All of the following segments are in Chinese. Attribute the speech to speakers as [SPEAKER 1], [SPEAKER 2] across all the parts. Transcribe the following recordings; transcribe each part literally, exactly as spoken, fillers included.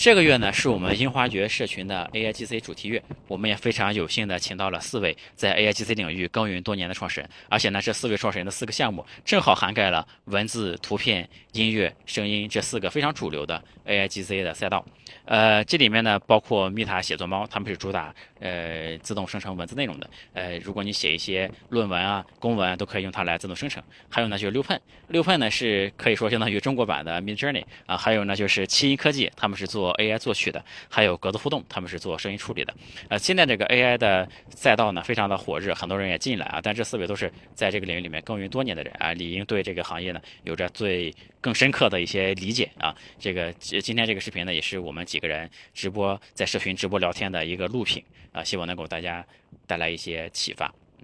[SPEAKER 1] 这个月呢是我们樱花诀社群的 A I G C 主题月，我们也非常有幸的请到了四位在 A I G C 领域耕耘多年的创始人，而且呢这四位创始人的四个项目正好涵盖了文字、图片、音乐、声音这四个非常主流的 A I G C 的赛道。呃，这里面呢包括密塔写作猫，他们是主打呃自动生成文字内容的。呃，如果你写一些论文啊、公文啊，都可以用它来自动生成。还有呢就是六喷，六喷呢是可以说相当于中国版的 Midjourney 啊。还有呢就是七音科技，他们是做 A I 作曲的，还有格子互动，他们是做声音处理的。呃，现在这个 A I 的赛道呢非常的火热，很多人也进来啊。但这四位都是在这个领域里面耕耘多年的人啊，理应对这个行业呢有着最更深刻的一些理解啊。这个今天这个视频呢，也是我们几个人直播在社群直播聊天的一个录屏啊，希望能给大家带来一些启发。嗯。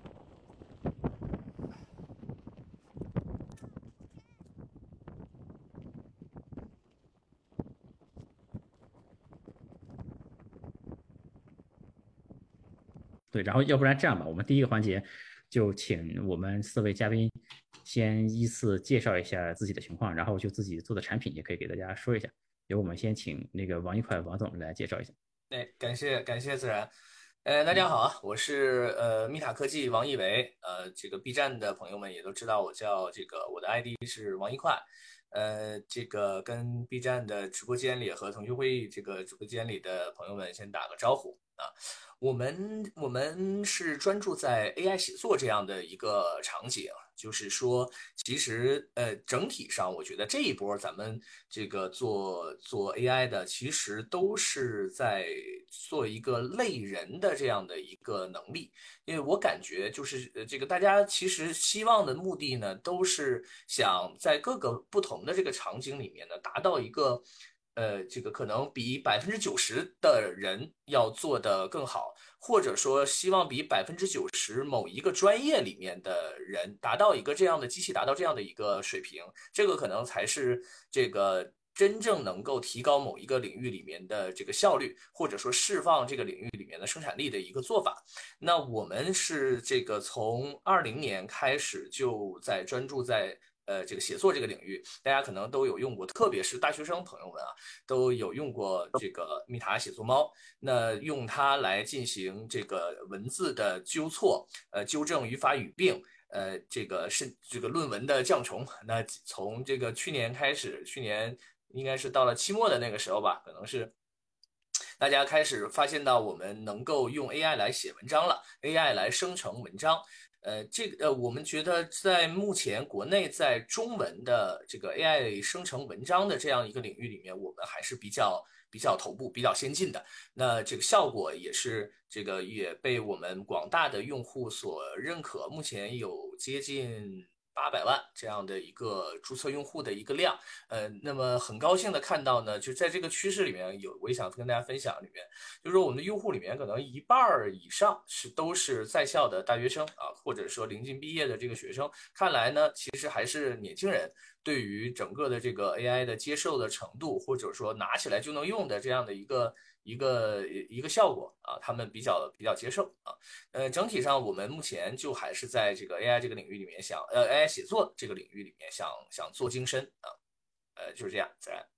[SPEAKER 1] 对，然后要不然这样吧，我们第一个环节就请我们四位嘉宾先依次介绍一下自己的情况，然后就自己做的产品也可以给大家说一下。由我们先请那个王一快王总来介绍一下。
[SPEAKER 2] 哎，感谢感谢自然，呃，大家好啊，我是呃密塔科技王一维，呃，这个 B 站的朋友们也都知道我叫这个我的 I D 是王一快，呃，这个跟 B 站的直播间里和腾讯会议这个直播间里的朋友们先打个招呼啊，我们我们是专注在 A I 写作这样的一个场景。就是说，其实呃，整体上我觉得这一波咱们这个做做 A I 的，其实都是在做一个类人的这样的一个能力。因为我感觉就是呃，这个大家其实希望的目的呢，都是想在各个不同的这个场景里面呢，达到一个。呃，这个可能比百分之九十的人要做得更好，或者说希望比百分之九十某一个专业里面的人达到一个这样的机器达到这样的一个水平，这个可能才是这个真正能够提高某一个领域里面的这个效率，或者说释放这个领域里面的生产力的一个做法。那我们是这个从二零年开始就在专注在。呃，这个写作这个领域，大家可能都有用过，特别是大学生朋友们啊，都有用过这个密塔写作猫。那用它来进行这个文字的纠错，呃，纠正语法语病，呃，这个是这个论文的降重。那从这个去年开始，去年应该是到了期末的那个时候吧，可能是大家开始发现到我们能够用 A I 来写文章了，A I 来生成文章。呃，这个呃，我们觉得在目前国内在中文的这个 A I 生成文章的这样一个领域里面，我们还是比较比较头部、比较先进的。那这个效果也是这个也被我们广大的用户所认可。目前有接近八百万这样的一个注册用户的一个量。呃，那么很高兴的看到呢，就在这个趋势里面有，我也想跟大家分享里面，就是说我们的用户里面可能一半儿以上是都是在校的大学生啊，或者说临近毕业的这个学生。看来呢，其实还是年轻人对于整个的这个 A I 的接受的程度，或者说拿起来就能用的这样的一个一个一个效果啊，他们比较比较接受啊。呃，整体上我们目前就还是在这个 A I 这个领域里面想，呃，A I 写作这个领域里面想想做精深啊。呃，就是这样，自然。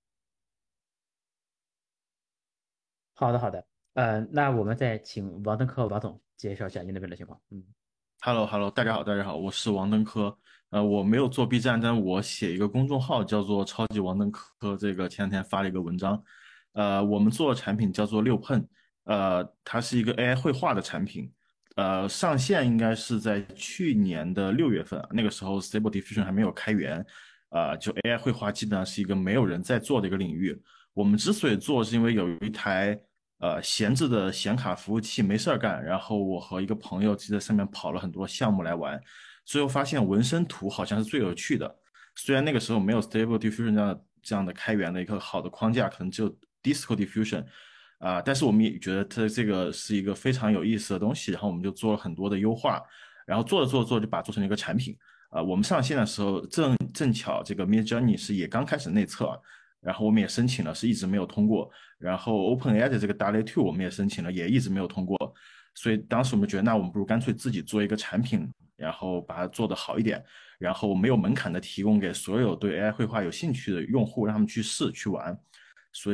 [SPEAKER 1] 好的，好的。呃，那我们再请王登科王总介绍一下您那边的情况。嗯。
[SPEAKER 3] h e l l o h e l l o 大家好，大家好，我是王登科。呃，我没有做 B 站，但我写一个公众号叫做“超级王登科”，这个前两天发了一个文章。呃，我们做的产品叫做六喷，呃，它是一个 A I 绘画的产品。呃，上线应该是在去年的六月份啊，那个时候 Stable Diffusion 还没有开源。呃，就 A I 绘画基本上是一个没有人在做的一个领域。我们之所以做，是因为有一台呃闲置的显卡服务器没事儿干，然后我和一个朋友就在上面跑了很多项目来玩，最后发现纹身图好像是最有趣的。虽然那个时候没有 Stable Diffusion 这样的这样的开源的一个好的框架，可能只有 Disco Diffusion 啊、但是我们也觉得它这个是一个非常有意思的东西，然后我们就做了很多的优化，然后做着做着做着就把它做成了一个产品。啊、我们上线的时候正正巧这个 Midjourney 是也刚开始内测，然后我们也申请了，是一直没有通过。然后 OpenAI 的这个 D A L L-E 二我们也申请了，也一直没有通过。所以当时我们觉得，那我们不如干脆自己做一个产品，然后把它做得好一点，然后没有门槛的提供给所有对 A I 绘画有兴趣的用户，让他们去试去玩。所以就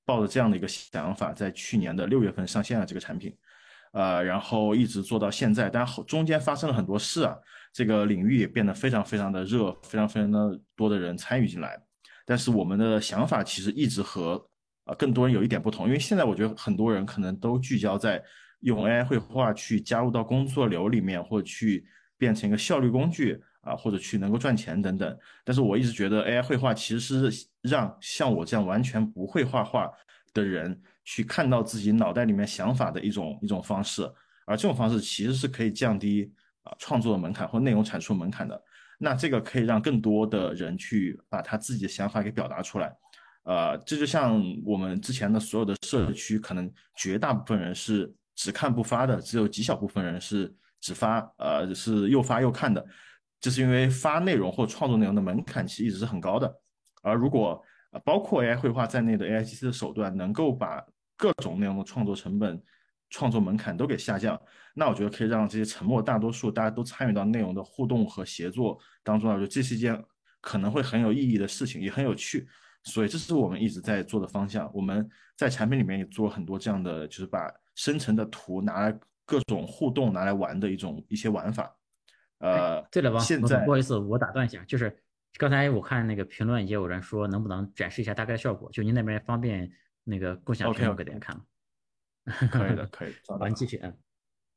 [SPEAKER 3] 抱着这样的一个想法，在去年的六月份上线了这个产品。呃，然后一直做到现在，但后中间发生了很多事啊，这个领域也变得非常非常的热，非常非常的多的人参与进来。但是我们的想法其实一直和呃更多人有一点不同，因为现在我觉得很多人可能都聚焦在用 A I 绘画去加入到工作流里面，或者去变成一个效率工具啊，或者去能够赚钱等等。但是我一直觉得 A I 绘画其实是让像我这样完全不会画画的人去看到自己脑袋里面想法的一种一种方式，而这种方式其实是可以降低啊、创作的门槛或内容产出门槛的。那这个可以让更多的人去把他自己的想法给表达出来。呃，这就像我们之前的所有的社区，可能绝大部分人是只看不发的，只有极小部分人是只发，呃，是又发又看的。这是因为发内容或创作内容的门槛其实一直是很高的。而如果呃包括 A I 绘画在内的 A I G C 的手段，能够把各种内容的创作成本、创作门槛都给下降，那我觉得可以让这些沉默大多数大家都参与到内容的互动和协作当中来，我觉得这是一件可能会很有意义的事情，也很有趣。所以这是我们一直在做的方向。我们在产品里面也做很多这样的，就是把生成的图拿来各种互动拿来玩的一种一些玩法。
[SPEAKER 4] 哎，
[SPEAKER 3] 呃，
[SPEAKER 4] 对了，王
[SPEAKER 3] 现在
[SPEAKER 4] 王总，不好意思，我打断一下，就是刚才我看那个评论也有人说，能不能展示一下大概的效果？就您那边方便那个共享屏
[SPEAKER 3] OK
[SPEAKER 4] 幕
[SPEAKER 3] OK
[SPEAKER 4] 给大家看吗？
[SPEAKER 3] 可以的，可以的，稍
[SPEAKER 4] 好，
[SPEAKER 3] 等啊。
[SPEAKER 4] 你继续，嗯。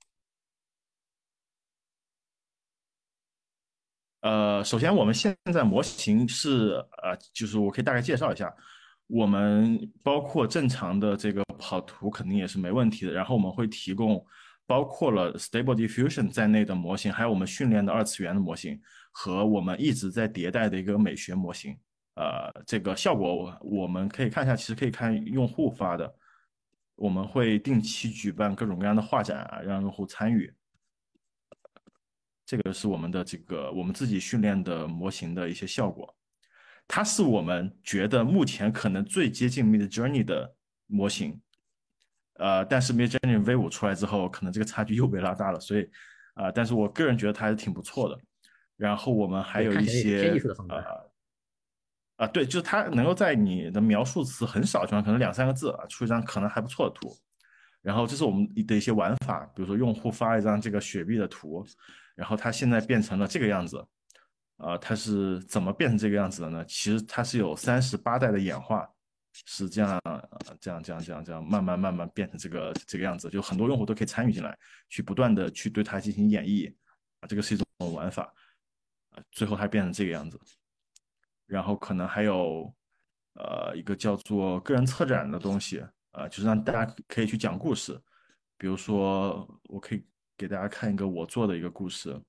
[SPEAKER 3] 呃，首先我们现在模型是呃，就是我可以大概介绍一下，我们包括正常的这个跑图肯定也是没问题的，然后我们会提供包括了 Stable Diffusion 在内的模型，还有我们训练的二次元的模型和我们一直在迭代的一个美学模型。呃，这个效果我我们可以看一下，其实可以看用户发的，我们会定期举办各种各样的画展啊，让用户参与。这个是我们的这个我们自己训练的模型的一些效果，它是我们觉得目前可能最接近 Mid Journey 的模型，呃，但是 Mid Journey V 五出来之后，可能这个差距又被拉大了，所以啊、呃但是我个人觉得它还是挺不错的。然后我们还
[SPEAKER 4] 对，
[SPEAKER 3] 有一
[SPEAKER 4] 看起来也是偏艺
[SPEAKER 3] 些
[SPEAKER 4] 术的风格。
[SPEAKER 3] 呃啊，对，就是它能够在你的描述词很少的地方，可能两三个字啊，出一张可能还不错的图。然后这是我们的一些玩法，比如说用户发一张这个雪碧的图，然后它现在变成了这个样子，啊、它是怎么变成这个样子的呢？其实它是有三十八代的演化，是这样、呃这样、这样、这样、这样，慢慢、慢慢变成这个这个样子，就很多用户都可以参与进来，去不断的去对它进行演绎，啊，这个是一种玩法，啊，最后它变成这个样子。然后可能还有呃一个叫做个人策展的东西，啊，就是让大家可以去讲故事。比如说，我可以给大家看一个我做的一个故事，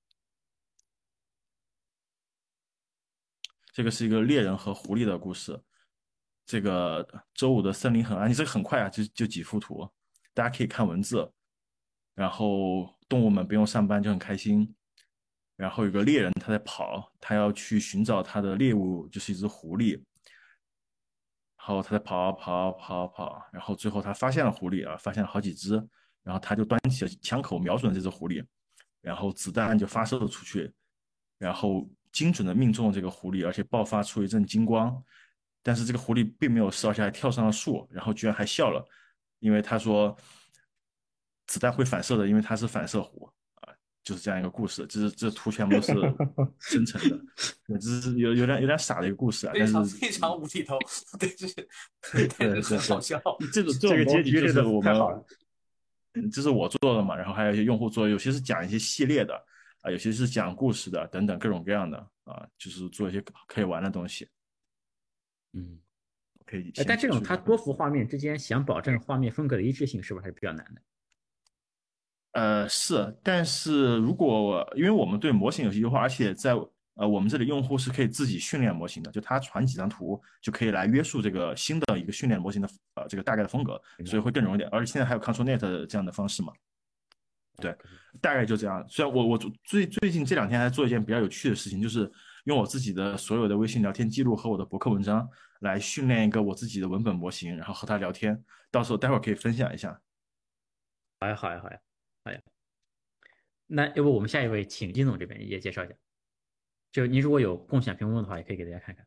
[SPEAKER 3] 这个是一个猎人和狐狸的故事。这个周五的森林很安静，这个很快啊，就就几幅图，大家可以看文字。然后动物们不用上班就很开心。然后有个猎人他在跑，他要去寻找他的猎物，就是一只狐狸。然后他在跑跑跑跑，然后最后他发现了狐狸啊，发现了好几只，然后他就端起了枪口瞄准这只狐狸，然后子弹就发射了出去，然后精准的命中了这个狐狸，而且爆发出一阵金光。但是这个狐狸并没有死，而且还跳上了树，然后居然还笑了，因为他说子弹会反射的，因为它是反射弧啊，就是这样一个故事。这是这图全部都是生成的，对，这是有有点有点傻的一个故事啊，
[SPEAKER 2] 非
[SPEAKER 3] 但是
[SPEAKER 2] 常非常无厘头，对，就是但是
[SPEAKER 3] 对对对，
[SPEAKER 2] 很好笑。
[SPEAKER 3] 这种这
[SPEAKER 4] 这个
[SPEAKER 3] 种东西
[SPEAKER 4] 结局真的
[SPEAKER 3] 就是我们，
[SPEAKER 4] 太好了。
[SPEAKER 3] 嗯这是我做的嘛，然后还有一些用户做，有些是讲一些系列的啊，有些是讲故事的等等各种各样的啊，就是做一些可以玩的东西。
[SPEAKER 4] 嗯，
[SPEAKER 3] 可以
[SPEAKER 4] 哎，
[SPEAKER 3] 先
[SPEAKER 4] 但这种
[SPEAKER 3] 结束一下。
[SPEAKER 4] 它多幅画面之间想保证画面风格的一致性，是不是还是比较难的？
[SPEAKER 3] 呃，是，但是如果因为我们对模型有些优化，而且在呃我们这里用户是可以自己训练模型的，就他传几张图就可以来约束这个新的一个训练模型的呃这个大概的风格，
[SPEAKER 4] 明白。
[SPEAKER 3] 所以会更容易点。而且现在还有 ControlNet 这样的方式嘛，对，
[SPEAKER 4] 可以
[SPEAKER 3] 大概就这样。虽然我我最最近这两天还做一件比较有趣的事情，就是用我自己的所有的微信聊天记录和我的博客文章来训练一个我自己的文本模型，然后和他聊天，到时候待会儿可以分享一下。
[SPEAKER 4] 好呀，好呀，好呀，好呀。那要不我们下一位请金总这边也介绍一下，就您如果有共享屏幕的话，也可以给大家看看。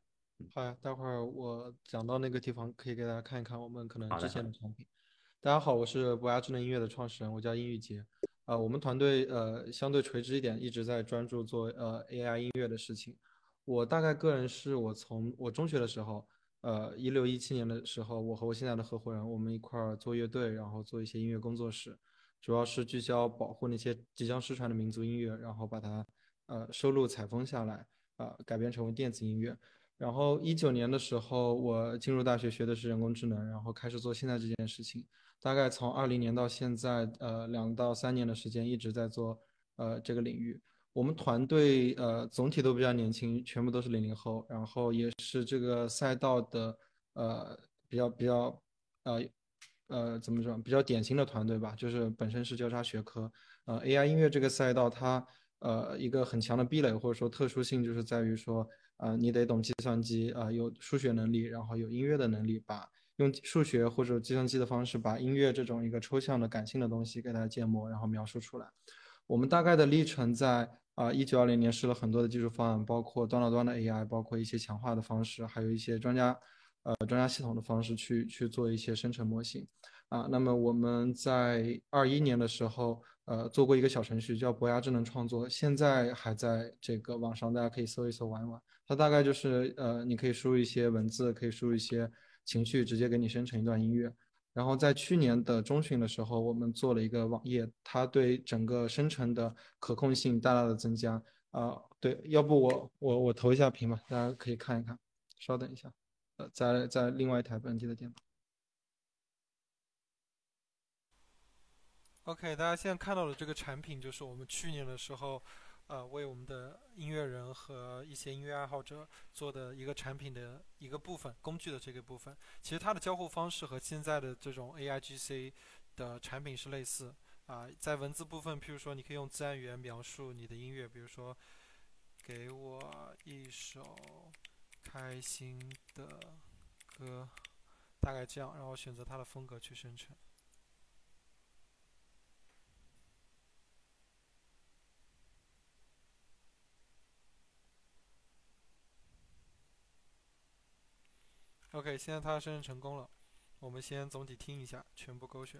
[SPEAKER 5] 好呀，待会儿我讲到那个地方，可以给大家看一看我们可能之
[SPEAKER 4] 好的，好的。
[SPEAKER 5] 前的产品。大家好，我是博雅智能音乐的创始人，我叫殷玉杰。呃，我们团队呃相对垂直一点，一直在专注做呃 A I 音乐的事情。我大概个人是我从我中学的时候，呃一六一七年的时候，我和我现在的合伙人，我们一块儿做乐队，然后做一些音乐工作室，主要是聚焦保护那些即将失传的民族音乐，然后把它呃收录采风下来，呃改编成为电子音乐。然后一九年的时候，我进入大学学的是人工智能，然后开始做现在这件事情。大概从二零年到现在，呃，两到三年的时间一直在做呃这个领域。我们团队呃总体都比较年轻，全部都是零零后，然后也是这个赛道的呃比较比较呃呃怎么说比较典型的团队吧，就是本身是交叉学科。呃，A I 音乐这个赛道它呃一个很强的壁垒或者说特殊性就是在于说。呃，你得懂计算机，呃，有数学能力，然后有音乐的能力，把用数学或者计算机的方式把音乐这种一个抽象的感性的东西给它建模，然后描述出来。我们大概的历程在啊一九二零年试了很多的技术方案，包括端到端的 A I，包括一些强化的方式，还有一些专家呃专家系统的方式去去做一些生成模型。啊，那么我们在二一年的时候，呃，做过一个小程序叫博雅智能创作，现在还在这个网上，大家可以搜一搜玩一玩。它大概就是呃，你可以输入一些文字，可以输入一些情绪，直接给你生成一段音乐。然后在去年的中旬的时候，我们做了一个网页，它对整个生成的可控性大大的增加。啊、呃，对，要不我我我投一下屏吧，大家可以看一看。稍等一下，呃，在在另外一台本地的电脑。OK，大家现在看到的这个产品就是我们去年的时候，呃，为我们的音乐人和一些音乐爱好者做的一个产品的一个部分，工具的这个部分。其实它的交互方式和现在的这种 A I G C 的产品是类似啊、呃，在文字部分，譬如说你可以用自然语言描述你的音乐，比如说给我一首开心的歌，大概这样，然后选择它的风格去生成。OK， 现在它生成成功了。我们先总体听一下，全部勾选。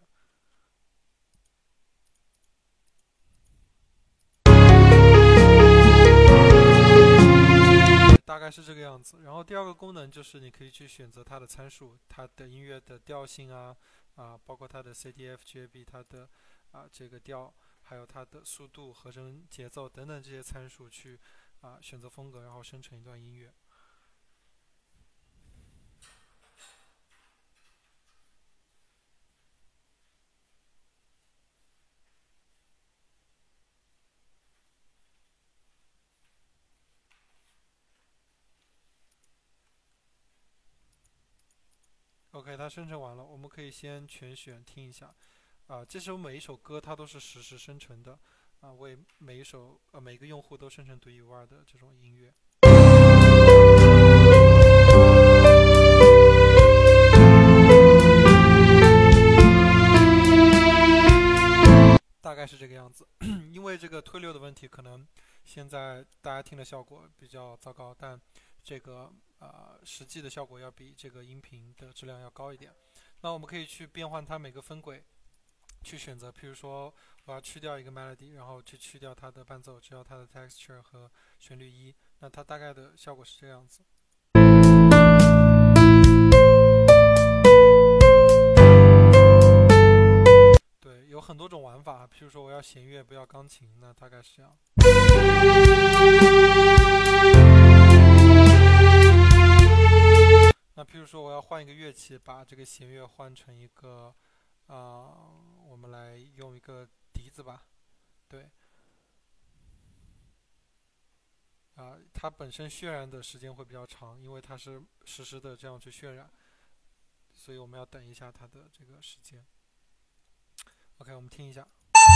[SPEAKER 5] 大概是这个样子。然后第二个功能就是你可以去选择它的参数，它的音乐的调性啊，啊，包括它的 C D F G A B 它的啊这个调，还有它的速度、和声、节奏等等这些参数去啊选择风格，然后生成一段音乐。OK， 它生成完了，我们可以先全选听一下。啊，这首每一首歌它都是实时生成的，啊，为每一首呃每个用户都生成独一无二的这种音乐。大概是这个样子。因为这个推流的问题，可能现在大家听的效果比较糟糕，但这个呃实际的效果要比这个音频的质量要高一点。那我们可以去变换它每个分轨，去选择，譬如说我要去掉一个 melody， 然后去去掉它的伴奏，只要它的 texture 和旋律一，那它大概的效果是这样子。对，有很多种玩法，譬如说我要弦乐不要钢琴，那大概是这样。那譬如说我要换一个乐器，把这个弦乐换成一个啊、呃，我们来用一个笛子吧。对，啊、呃，它本身渲染的时间会比较长，因为它是实时的这样去渲染，所以我们要等一下它的这个时间。OK， 我们听一下。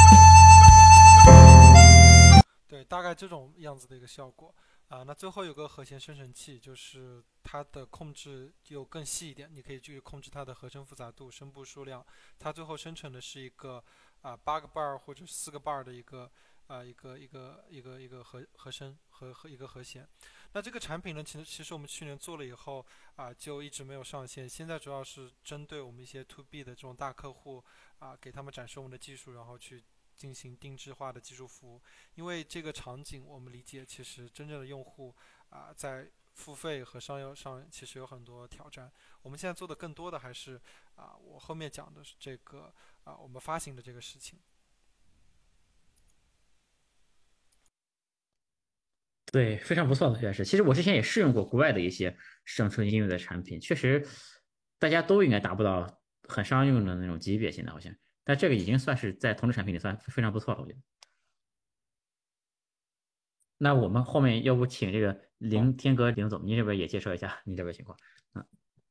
[SPEAKER 5] 对，大概这种样子的一个效果啊。那最后有个和弦生成器，就是它的控制又更细一点，你可以去控制它的和声复杂度、声部数量。它最后生成的是一个啊八个 bar 或者四个 bar 的一个啊一个一个一个一个和和声和和一个和弦。 那这个产品呢，其实其实我们去年做了以后啊、就一直没有上线。现在主要是针对我们一些 to B 的这种大客户啊、给他们展示我们的技术，然后去进行定制化的技术服务。因为这个场景我们理解，其实真正的用户啊、在付费和商业上其实有很多挑战。我们现在做的更多的还是啊、我后面讲的是这个啊、我们发行的这个事情。
[SPEAKER 4] 对，非常不错的，确实。其实我之前也试用过国外的一些生成音乐的产品，确实大家都应该达不到很商用的那种级别，现在好像，但这个已经算是在同质产品里算非常不错了，我觉得。那我们后面要不请这个林天哥林总，你这边也介绍一下你这边情况。嗯，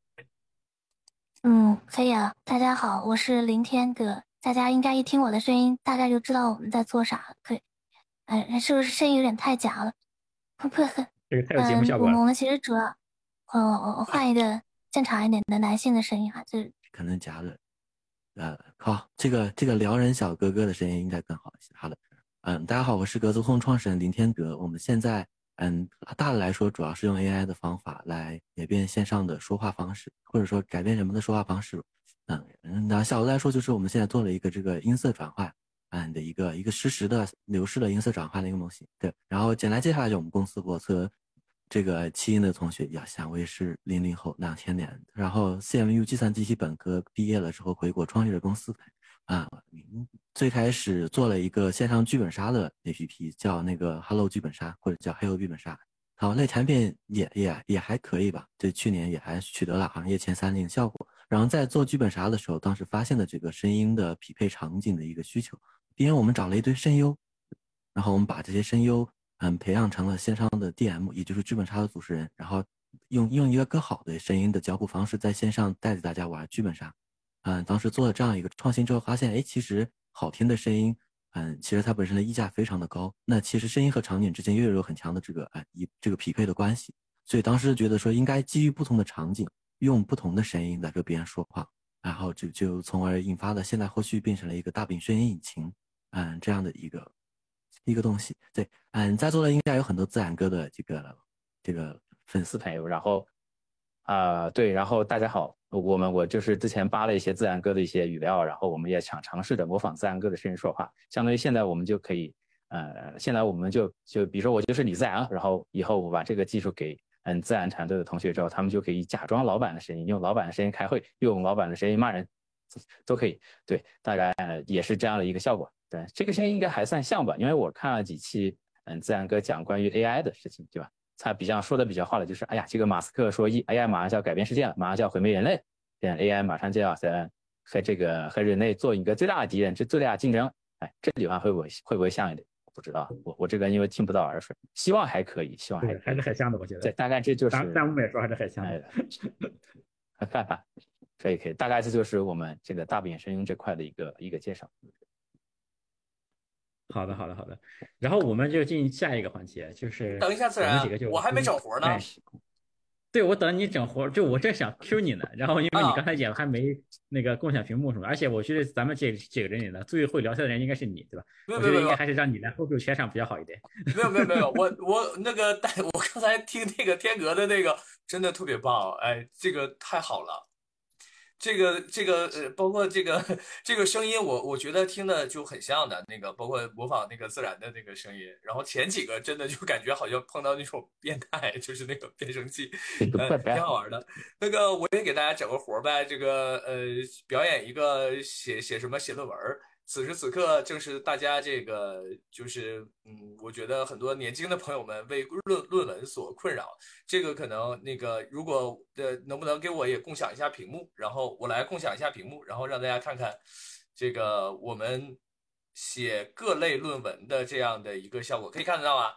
[SPEAKER 6] 嗯，可以啊。大家好，我是林天哥，大家应该一听我的声音，大概就知道我们在做啥。可以，哎，是不是声音有点太假了？不不，
[SPEAKER 4] 这个太有节目
[SPEAKER 6] 嗯，
[SPEAKER 4] 效果了。
[SPEAKER 6] 我们我们其实主要，呃，我我换一个正常一点的男性的声音啊，就是
[SPEAKER 7] 可能假的。呃，好，这个这个撩人小哥哥的声音应该更好一些。好的，嗯，大家好，我是格子控创始人林天格。我们现在，嗯，大的来说，主要是用 A I 的方法来改变线上的说话方式，或者说改变人们的说话方式。嗯嗯，那小的来说，就是我们现在做了一个这个音色转换，嗯的一个一个实时的流失的音色转换的一个模型。对，然后简单介绍一下我们公司，我测这个七音的同学要想我也是零零后，两千年，然后 C M U 计算机系本科毕业了之后回国创立了公司，啊，最开始做了一个线上剧本杀的 A P P， 叫那个 Hello 剧本杀或者叫黑 o 剧本杀。好，那产品也也也还可以吧，这去年也还取得了行业前三名效果。然后在做剧本杀的时候，当时发现了这个声音的匹配场景的一个需求，因为我们找了一堆声优，然后我们把这些声优嗯培养成了线上的 D M， 也就是剧本杀的主持人，然后用用一个更好的声音的交互方式，在线上带着大家玩剧本杀。嗯，当时做了这样一个创新之后，发现哎，其实好听的声音，嗯，其实它本身的溢价非常的高。那其实声音和场景之间又有很强的这个哎一这个匹配的关系，所以当时觉得说应该基于不同的场景，用不同的声音来跟别人说话，然后就就从而引发了现在后续变成了一个大饼渲染引擎，嗯，这样的一个一个东西。对，嗯，在座的应该有很多自然歌的这个这个粉丝
[SPEAKER 1] 朋友，然后啊、呃对，然后大家好，我们我就是之前扒了一些自然歌的一些语料，然后我们也想尝试着模仿自然歌的声音说话，相当于现在我们就可以，呃，现在我们就就比如说我就是李自然，然后以后我把这个技术给嗯自然团队的同学之后，他们就可以假装老板的声音，用老板的声音开会，用老板的声音骂人，都可以。对，大概也是这样的一个效果。对，这个声音应该还算像吧，因为我看了几期嗯自然歌讲关于 A I 的事情，对吧？他比较说的比较话的就是，哎呀，这个马斯克说一 A I 马上就要改变世界了，马上就要毁灭人类，这样 A I 马上就要在和这个和人类做一个最大的敌人，这最大的竞争。哎，这句话会不会会不会像一点？不知道，我我这个因为听不到耳水，希望还可以，希望还可以，
[SPEAKER 4] 还是很像的，我觉得。
[SPEAKER 1] 对，大概这就是
[SPEAKER 4] 弹幕也说还是很像的。
[SPEAKER 1] 哎，看看，可以可以，大概这就是我们这个大饼声音这块的一个一个介绍。
[SPEAKER 4] 好的，好的，好的。然后我们就进下一个环节，就是
[SPEAKER 2] 等一下，自然，我还没整活呢。
[SPEAKER 4] 哎、对，我等你整活，就我正想 Q 你呢。然后因为你刚才也还没那个共享屏幕什么，而且我觉得咱们这几个人里呢，最会聊天的人应该是你，对吧？
[SPEAKER 2] 没有
[SPEAKER 4] 我觉得应该还是让你来 hold 住全场比较好一点。
[SPEAKER 2] 没有没有没有，我我那个我刚才听那个天格的那个真的特别棒，哎，这个太好了。这个这个呃，包括这个这个声音我，我我觉得听的就很像的那个，包括模仿那个自然的那个声音。然后前几个真的就感觉好像碰到那种变态，就是那个变声器，呃，挺好玩的。那个我也给大家整个活呗，这个呃，表演一个写写什么写论文。此时此刻，正是大家这个就是，嗯，我觉得很多年轻的朋友们为论论文所困扰。这个可能那个，如果呃，能不能给我也共享一下屏幕，然后我来共享一下屏幕，然后让大家看看这个我们写各类论文的这样的一个效果，可以看得到吗？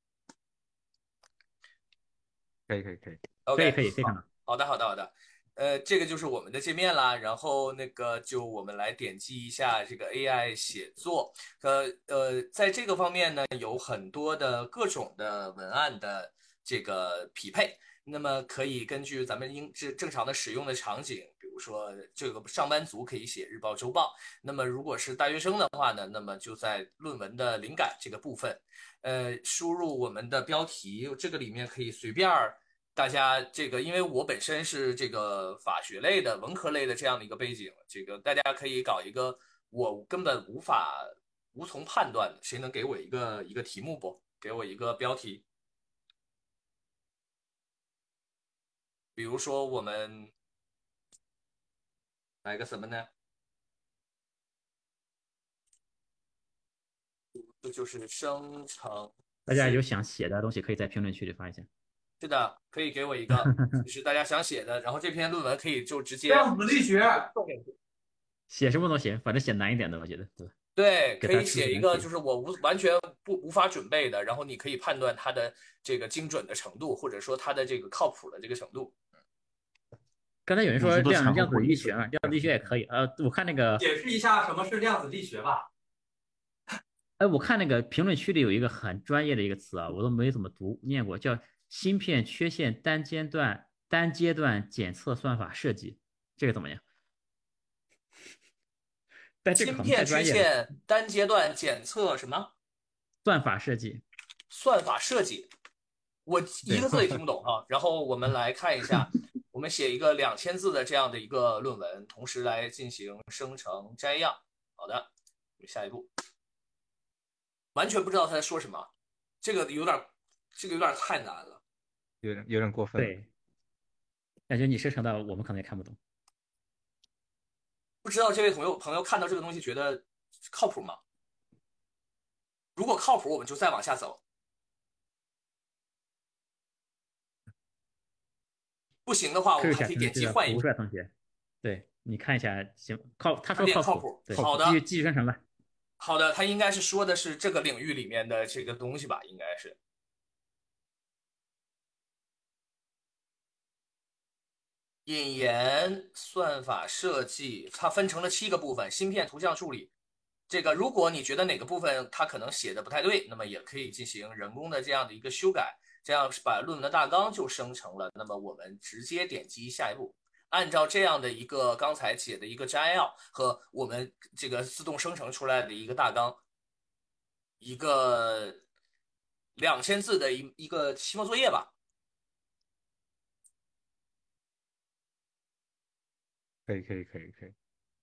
[SPEAKER 4] 可以，可以，可以，
[SPEAKER 2] OK，
[SPEAKER 4] 可以，可以，非常好。
[SPEAKER 2] 好的，好的，好的。呃，这个就是我们的界面啦，然后那个就我们来点击一下这个 A I 写作，呃呃，在这个方面呢，有很多的各种的文案的这个匹配，那么可以根据咱们应正正常的使用的场景，比如如说这个上班族可以写日报、周报。那么如果是大学生的话呢，那么就在论文的灵感这个部分，呃，输入我们的标题，这个里面可以随便大家这个，因为我本身是这个法学类的、文科类的这样的一个背景，这个大家可以搞一个我根本无法无从判断的，谁能给我一个一个题目不？给我一个标题，比如说我们来个什么呢？这就是生成。
[SPEAKER 4] 大家有想写的东西，可以在评论区里发一下。
[SPEAKER 2] 是的，可以给我一个，就是大家想写的，然后这篇论文可以就直接
[SPEAKER 8] 量子力学
[SPEAKER 2] 送给你。
[SPEAKER 4] 写什么都行，反正写难一点的，我觉得对吧？
[SPEAKER 2] 对，可以
[SPEAKER 4] 给他出
[SPEAKER 2] 写一个，
[SPEAKER 4] 难题
[SPEAKER 2] 就是我无完全不无法准备的，然后你可以判断它的这个精准的程度，或者说它的这个靠谱的这个程度。
[SPEAKER 4] 刚才有人说
[SPEAKER 3] 我是不是
[SPEAKER 4] 量量子
[SPEAKER 3] 产后会议
[SPEAKER 4] 力学嘛，量子力学也可以。呃，我看那个，
[SPEAKER 8] 解释一下什么是量子力学吧。
[SPEAKER 4] 哎，我看那个评论区里有一个很专业的一个词啊，我都没怎么读念过，叫芯片缺陷单阶段单阶段检测算法设计，这个怎么样？但这个可能
[SPEAKER 2] 芯片缺
[SPEAKER 4] 太专业了。
[SPEAKER 2] 陷单阶段检测什么？
[SPEAKER 4] 算法设计，
[SPEAKER 2] 算法设计，我一个字也听不懂啊。然后我们来看一下，我们写一个两千字的这样的一个论文，同时来进行生成摘要。好的，下一步。完全不知道他在说什么，这个有点，这个有点太难了，
[SPEAKER 9] 有点有点过分。
[SPEAKER 4] 对，感觉你生成的我们可能也看不懂。
[SPEAKER 2] 不知道这位朋友朋友看到这个东西觉得靠谱吗？如果靠谱，我们就再往下走。不行的话，我们还可以点击换一
[SPEAKER 4] 吴帅同学，对你看一下，行，靠，他说
[SPEAKER 2] 点靠
[SPEAKER 4] 谱，对，
[SPEAKER 2] 好的，
[SPEAKER 4] 继续继续生成吧。
[SPEAKER 2] 好的，他应该是说的是这个领域里面的这个东西吧，应该是。引言算法设计，它分成了七个部分，芯片图像处理。这个，如果你觉得哪个部分它可能写的不太对，那么也可以进行人工的这样的一个修改，这样把论文的大纲就生成了。那么我们直接点击下一步，按照这样的一个刚才写的一个摘要和我们这个自动生成出来的一个大纲，一个两千字的一一个期末作业吧。
[SPEAKER 9] 可以可以可以可以。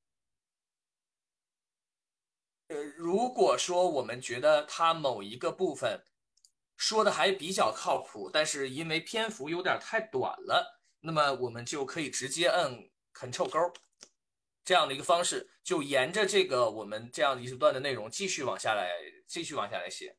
[SPEAKER 2] 呃，如果说我们觉得它某一个部分说的还比较靠谱，但是因为篇幅有点太短了，那么我们就可以直接摁 Ctrl 勾，这样的一个方式，就沿着这个我们这样一段的内容继续往下来，继续往下来写。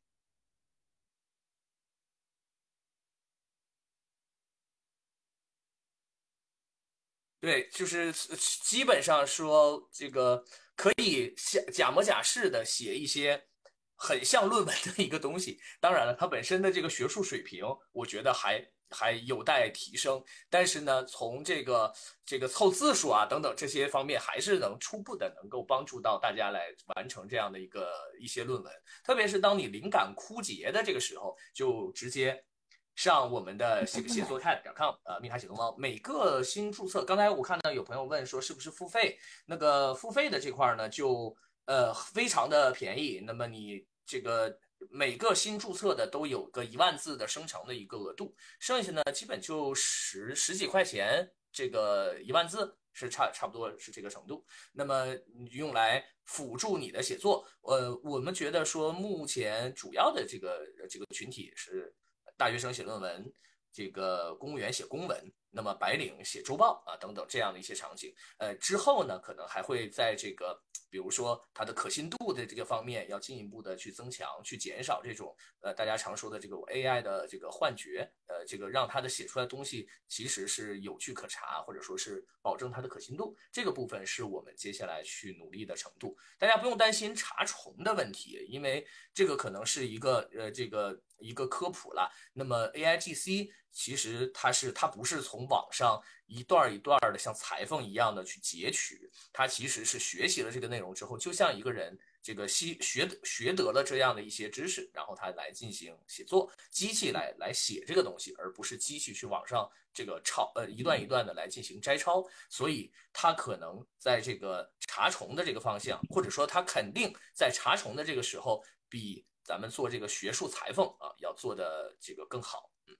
[SPEAKER 2] 对，就是基本上说这个可以假假模假式的写一些很像论文的一个东西。当然了，它本身的这个学术水平，我觉得还还有待提升。但是呢，从这个这个凑字数啊等等这些方面，还是能初步的能够帮助到大家来完成这样的一个一些论文。特别是当你灵感枯竭的这个时候，就直接上我们的这个写作 cat 点 com 呃，密塔写作猫，每个新注册，刚才我看到有朋友问说是不是付费，那个付费的这块呢，就呃非常的便宜，那么你这个每个新注册的都有个一万字的生成的一个额度，剩下呢基本就十十几块钱，这个一万字是差差不多是这个程度。那么用来辅助你的写作，呃，我们觉得说目前主要的这个这个群体是大学生写论文，这个公务员写公文，那么白领写周报啊等等这样的一些场景。呃，之后呢，可能还会在这个比如说它的可信度的这个方面要进一步的去增强，去减少这种呃大家常说的这个 A I 的这个幻觉，呃，这个让它的写出来的东西其实是有据可查，或者说是保证它的可信度。这个部分是我们接下来去努力的程度。大家不用担心查重的问题，因为这个可能是一个呃这个一个科普了。那么 A I G C 其实它是它不是从网上一段一段的像裁缝一样的去截取，它其实是学习了这个内容之后，就像一个人这个吸学学得了这样的一些知识，然后他来进行写作，机器来来写这个东西，而不是机器去网上这个抄呃一段一段的来进行摘抄，所以它可能在这个查重的这个方向，或者说它肯定在查重的这个时候比咱们做这个学术裁缝啊要做的这个更好。嗯，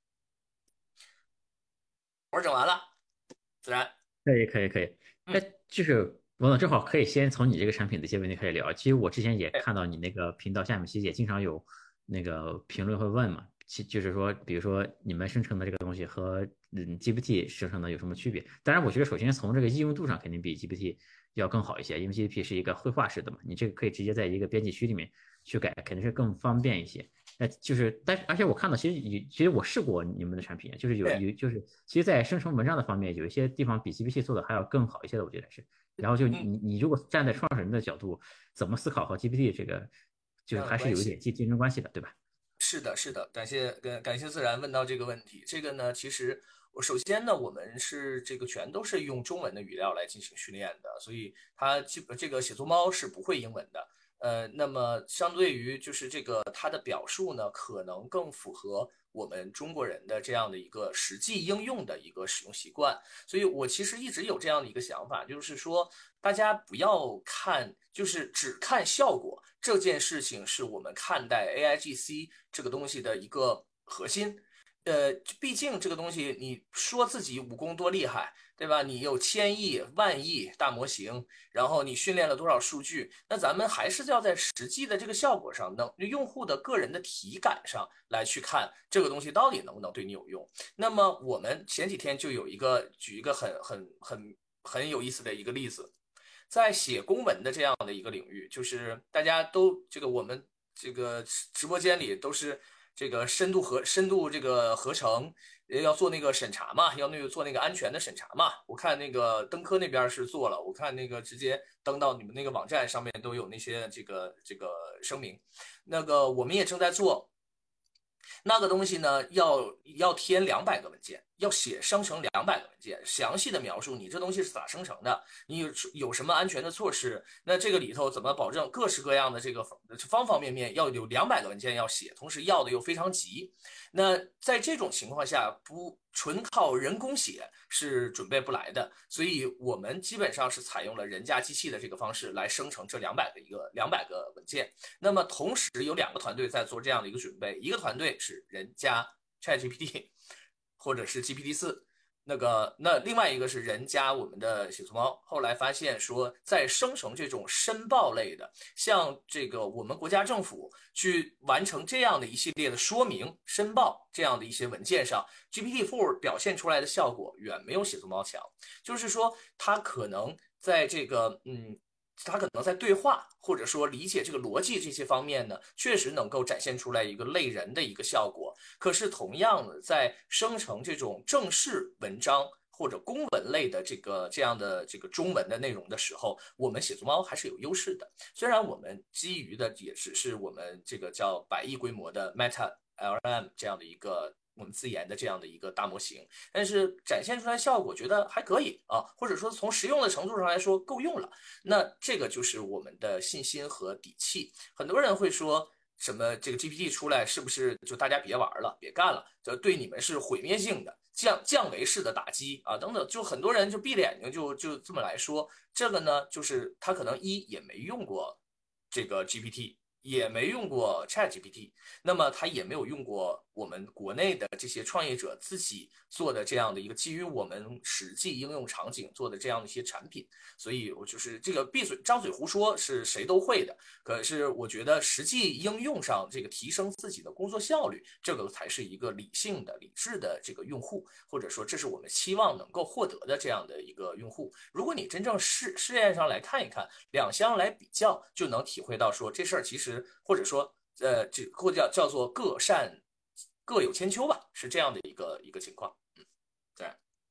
[SPEAKER 2] 活整完了，自然
[SPEAKER 4] 可以可以可以，那就是王总正好可以先从你这个产品的一些问题开始聊。其实我之前也看到你那个频道下面，其实也经常有那个评论会问嘛，其就是说，比如说你们生成的这个东西和嗯 G P T 生成的有什么区别？当然，我觉得首先从这个应用度上肯定比 G P T 要更好一些，因为 G P T 是一个绘画式的嘛，你这个可以直接在一个编辑区里面去改，肯定是更方便一些。呃，就是，但是而且我看到，其实有，其实我试过你们的产品，就是有有，就是其实，在生成文章的方面，有一些地方比 G P T 做的还要更好一些的，我觉得是。然后就你你如果站在创始人的角度，怎么思考和 G P T 这个，就是还是有一点竞竞争关系的，对吧？
[SPEAKER 2] 是的，是的，感谢感感谢自然问到这个问题。这个呢，其实我首先呢，我们是这个全都是用中文的语料来进行训练的，所以它基本这个写作猫是不会英文的。呃，那么相对于就是这个它的表述呢，可能更符合我们中国人的这样的一个实际应用的一个使用习惯。所以我其实一直有这样的一个想法，就是说大家不要看，就是只看效果，这件事情是我们看待 A I G C 这个东西的一个核心。呃，毕竟这个东西，你说自己武功多厉害，对吧？你有千亿、万亿大模型，然后你训练了多少数据，那咱们还是要在实际的这个效果上，能用户的个人的体感上来去看这个东西到底能不能对你有用。那么我们前几天就有一个举一个很很很很有意思的一个例子，在写公文的这样的一个领域，就是大家都这个我们这个直播间里都是。这个深度合深度这个合成要做那个审查嘛，要那个做那个安全的审查嘛。我看那个登科那边是做了，我看那个直接登到你们那个网站上面都有那些这个这个声明。那个我们也正在做。那个东西呢，要要填两百个文件，要写生成两百个文件，详细的描述你这东西是咋生成的，你有有什么安全的措施，那这个里头怎么保证各式各样的这个方方面面，要有两百个文件要写，同时要的又非常急。那在这种情况下，不纯靠人工写是准备不来的，所以我们基本上是采用了人加机器的这个方式来生成这两百个一个两百个文件。那么同时有两个团队在做这样的一个准备，一个团队是人加 ChatGPT 或者是 G P T 四。那个，那另外一个是人加我们的写作猫，后来发现说，在生成这种申报类的，像这个我们国家政府去完成这样的一系列的说明、申报这样的一些文件上 ，G P T 四 表现出来的效果远没有写作猫强。就是说，它可能在这个嗯。他可能在对话或者说理解这个逻辑这些方面呢，确实能够展现出来一个类人的一个效果。可是同样的，在生成这种正式文章或者公文类的这个这样的这个中文的内容的时候，我们写作猫还是有优势的。虽然我们基于的也只是我们这个叫百亿规模的 Meta L L M 这样的一个。我们自研的这样的一个大模型，但是展现出来效果觉得还可以啊，或者说从实用的程度上来说够用了，那这个就是我们的信心和底气。很多人会说什么这个 G P T 出来是不是就大家别玩了，别干了，就对你们是毁灭性的降降维式的打击啊等等，就很多人就闭着眼睛就就这么来说。这个呢，就是他可能一也没用过这个 G P T。也没用过 ChatGPT， 那么他也没有用过我们国内的这些创业者自己做的这样的一个基于我们实际应用场景做的这样的一些产品，所以我就是这个闭嘴张嘴胡说是谁都会的，可是我觉得实际应用上这个提升自己的工作效率，这个才是一个理性的、理智的这个用户，或者说这是我们期望能够获得的这样的一个用户。如果你真正试试验上来看一看，两相来比较，就能体会到说这事儿其实。或者说，呃，这或者叫叫做各善各有千秋吧，是这样的一个一个情况。嗯，对。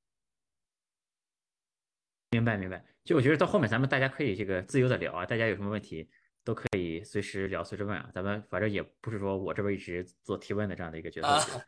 [SPEAKER 4] 明白明白。就我觉得到后面咱们大家可以这个自由的聊啊，大家有什么问题都可以随时聊，随时问啊。咱们反正也不是说我这边一直做提问的这样的一个角色。啊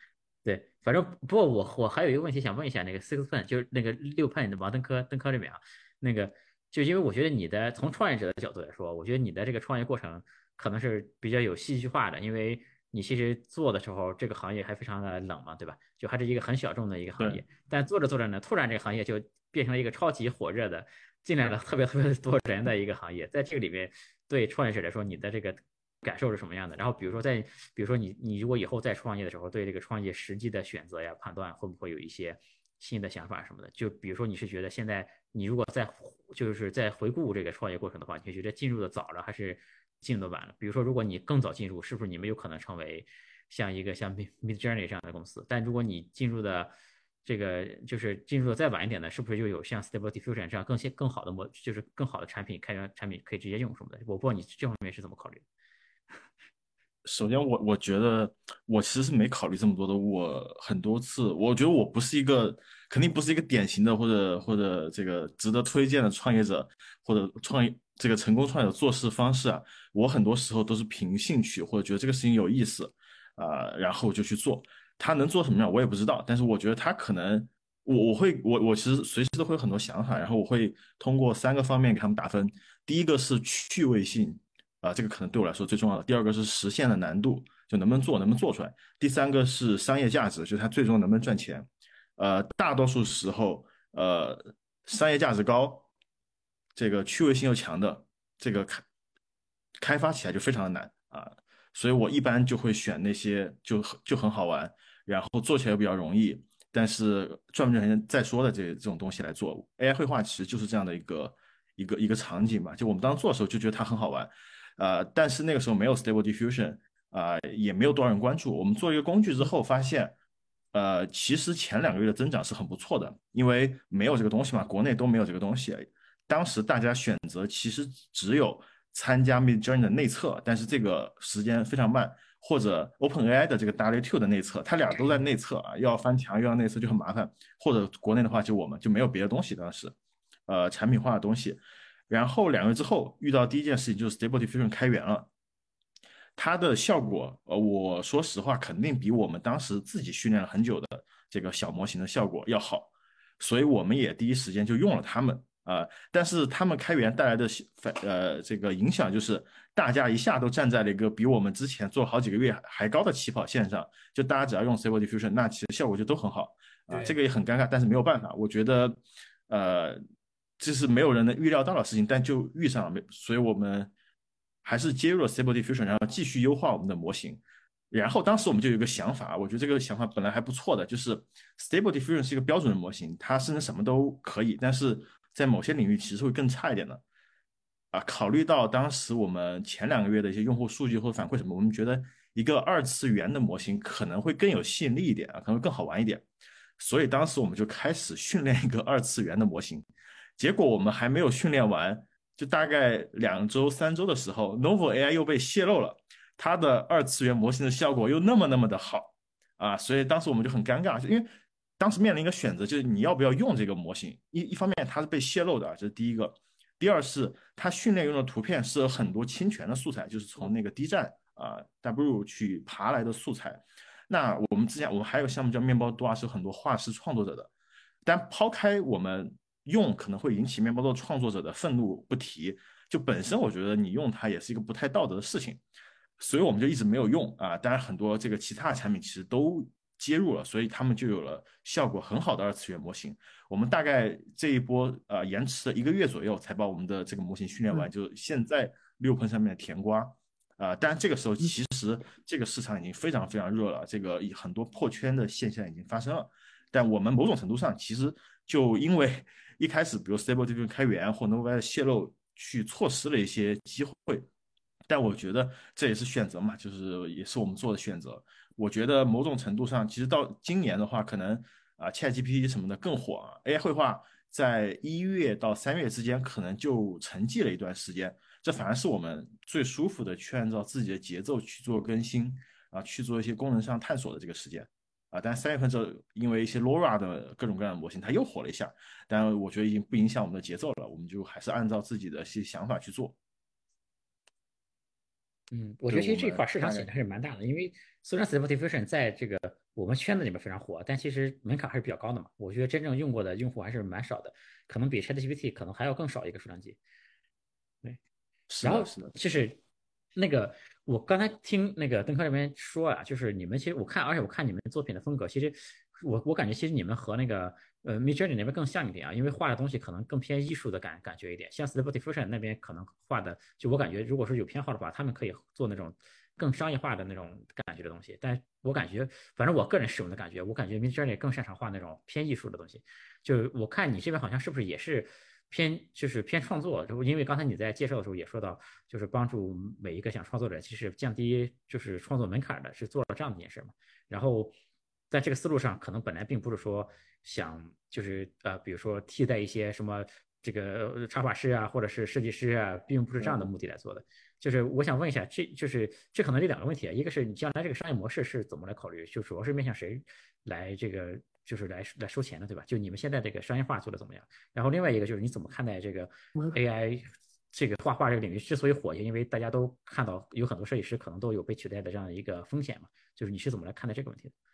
[SPEAKER 4] 对，反正不过我我还有一个问题想问一下那个 Sixpen，就是那个六 pen 的王登科登科这边啊，那个就因为我觉得你的从创业者的角度来说，我觉得你的这个创业过程可能是比较有戏剧化的，因为你其实做的时候这个行业还非常的冷嘛，对吧？就还是一个很小众的一个行业，但做着做着呢，突然这个行业就变成了一个超级火热的，进来了特别特别多人的一个行业，在这个里面对创业者来说，你的这个感受是什么样的？然后比如说在，比如说你你如果以后再创业的时候，对这个创业实际的选择呀、判断，会不会有一些新的想法什么的？就比如说你是觉得现在你如果在就是在回顾这个创业过程的话，你觉得进入的早了还是进入的晚了？比如说如果你更早进入，是不是你们有可能成为像一个像 Mid Journey 这样的公司？但如果你进入的这个就是进入的再晚一点的，是不是就有像 Stable Diffusion 这样更先更好的模，就是更好的产品开源产品可以直接用什么的？我不知道你这方面是怎么考虑的。
[SPEAKER 3] 首先我，我觉得我其实是没考虑这么多的。我很多次，我觉得我不是一个，肯定不是一个典型的或者或者这个值得推荐的创业者，或者创业这个成功创业者做事方式啊。我很多时候都是凭兴趣或者觉得这个事情有意思啊、呃然后就去做。他能做什么样我也不知道，但是我觉得他可能，我我会我我其实随时都会有很多想法，然后我会通过三个方面给他们打分。第一个是趣味性。啊，这个可能对我来说最重要的。第二个是实现的难度，就能不能做，能不能做出来。第三个是商业价值，就是它最终能不能赚钱。呃，大多数时候，呃，商业价值高，这个趣味性又强的，这个开开发起来就非常的难啊。所以我一般就会选那些就就很好玩，然后做起来又比较容易，但是赚不赚钱再说的这这种东西来做。A I 绘画其实就是这样的一个一个一个场景吧。就我们当时做的时候就觉得它很好玩。呃，但是那个时候没有 Stable Diffusion，啊、呃，也没有多少人关注。我们做一个工具之后，发现，呃，其实前两个月的增长是很不错的，因为没有这个东西嘛，国内都没有这个东西。当时大家选择其实只有参加 Midjourney 的内测，但是这个时间非常慢，或者 OpenAI 的这个 W two 的内测，它俩都在内测啊，又要翻墙又要内测就很麻烦。或者国内的话，就我们就没有别的东西，当时，呃，产品化的东西。然后两个月之后遇到第一件事情就是 Stable Diffusion 开源了，它的效果，呃，我说实话肯定比我们当时自己训练了很久的这个小模型的效果要好，所以我们也第一时间就用了它们啊、呃。但是他们开源带来的反呃这个影响就是大家一下都站在了一个比我们之前做好几个月还高的起跑线上，就大家只要用 Stable Diffusion，那其实效果就都很好啊、呃。这个也很尴尬，但是没有办法，我觉得呃。这是没有人能预料到的事情，但就遇上了，所以我们还是接入了 Stable Diffusion，然后继续优化我们的模型。然后当时我们就有一个想法，我觉得这个想法本来还不错的，就是 Stable Diffusion 是一个标准的模型，它甚至什么都可以，但是在某些领域其实会更差一点的。啊，考虑到当时我们前两个月的一些用户数据或者反馈什么，我们觉得一个二次元的模型可能会更有吸引力一点啊，可能会更好玩一点。所以当时我们就开始训练一个二次元的模型。结果我们还没有训练完，就大概两周、三周的时候 ，Novo A I 又被泄露了，它的二次元模型的效果又那么那么的好啊，所以当时我们就很尴尬，因为当时面临一个选择，就是你要不要用这个模型。一一方面它是被泄露的，这是第一个；第二是它训练用的图片是很多侵权的素材，就是从那个 D 站啊 W 去爬来的素材。那我们之前我们还有个项目叫面包多啊，是很多画师创作者的，但抛开我们用可能会引起面包豆创作者的愤怒不提，就本身我觉得你用它也是一个不太道德的事情，所以我们就一直没有用啊。当然很多这个其他的产品其实都接入了，所以他们就有了效果很好的二次元模型。我们大概这一波呃延迟了一个月左右才把我们的这个模型训练完，就现在六喷上面的甜瓜啊、呃。当然这个时候其实这个市场已经非常非常热了，这个很多破圈的现象已经发生了。但我们某种程度上其实就因为一开始比如 Stable Diffusion 开源或 Novo A I 泄露，去错失了一些机会。但我觉得这也是选择嘛，就是也是我们做的选择。我觉得某种程度上，其实到今年的话，可能啊 ChatGPT 什么的更火啊，A I 绘画在一月到三月之间可能就沉寂了一段时间，这反而是我们最舒服的去按照自己的节奏去做更新啊，去做一些功能上探索的这个时间。啊，但三月份之后，因为一些 LoRa 的各种各样的模型，它又火了一下，但我觉得已经不影响我们的节奏了，我们就还是按照自己的一些想法去做。
[SPEAKER 4] 嗯，我觉
[SPEAKER 3] 就我
[SPEAKER 4] 得其实这一块
[SPEAKER 3] 们大概
[SPEAKER 4] 市场潜力还是蛮大的，因为虽然 Stable Diffusion 在这个我们圈子里面非常火，但其实门槛还是比较高的嘛。我觉得真正用过的用户还是蛮少的，可能比 ChatGPT 可能还要更少一个数量级。对，
[SPEAKER 3] 是的，
[SPEAKER 4] 然后
[SPEAKER 3] 是的，
[SPEAKER 4] 就是那个我刚才听那个邓科这边说啊，就是你们其实我看，而且我看你们作品的风格，其实我我感觉其实你们和那个呃 Midjourney 那边更像一点啊，因为画的东西可能更偏艺术的感感觉一点，像 Stable Diffusion 那边可能画的，就我感觉如果是有偏好的话，他们可以做那种更商业化的那种感觉的东西，但我感觉反正我个人使用的感觉，我感觉 Midjourney 更擅长画那种偏艺术的东西，就我看你这边好像是不是也是。偏就是偏创作，就因为刚才你在介绍的时候也说到，就是帮助每一个想创作者，其实降低就是创作门槛的，是做了这样的一件事嘛。然后在这个思路上，可能本来并不是说想就是呃，比如说替代一些什么这个插画师啊，或者是设计师啊，并不是这样的目的来做的。就是我想问一下，这就是这可能这两个问题啊，一个是你将来这个商业模式是怎么来考虑，就主要是面向谁来这个就是来来收钱的，对吧？就你们现在这个商业化做的怎么样？然后另外一个就是你怎么看待这个 A I 这个画画这个领域之所以火，因为大家都看到有很多设计师可能都有被取代的这样的一个风险嘛，就是你是怎么来看待这个问题的？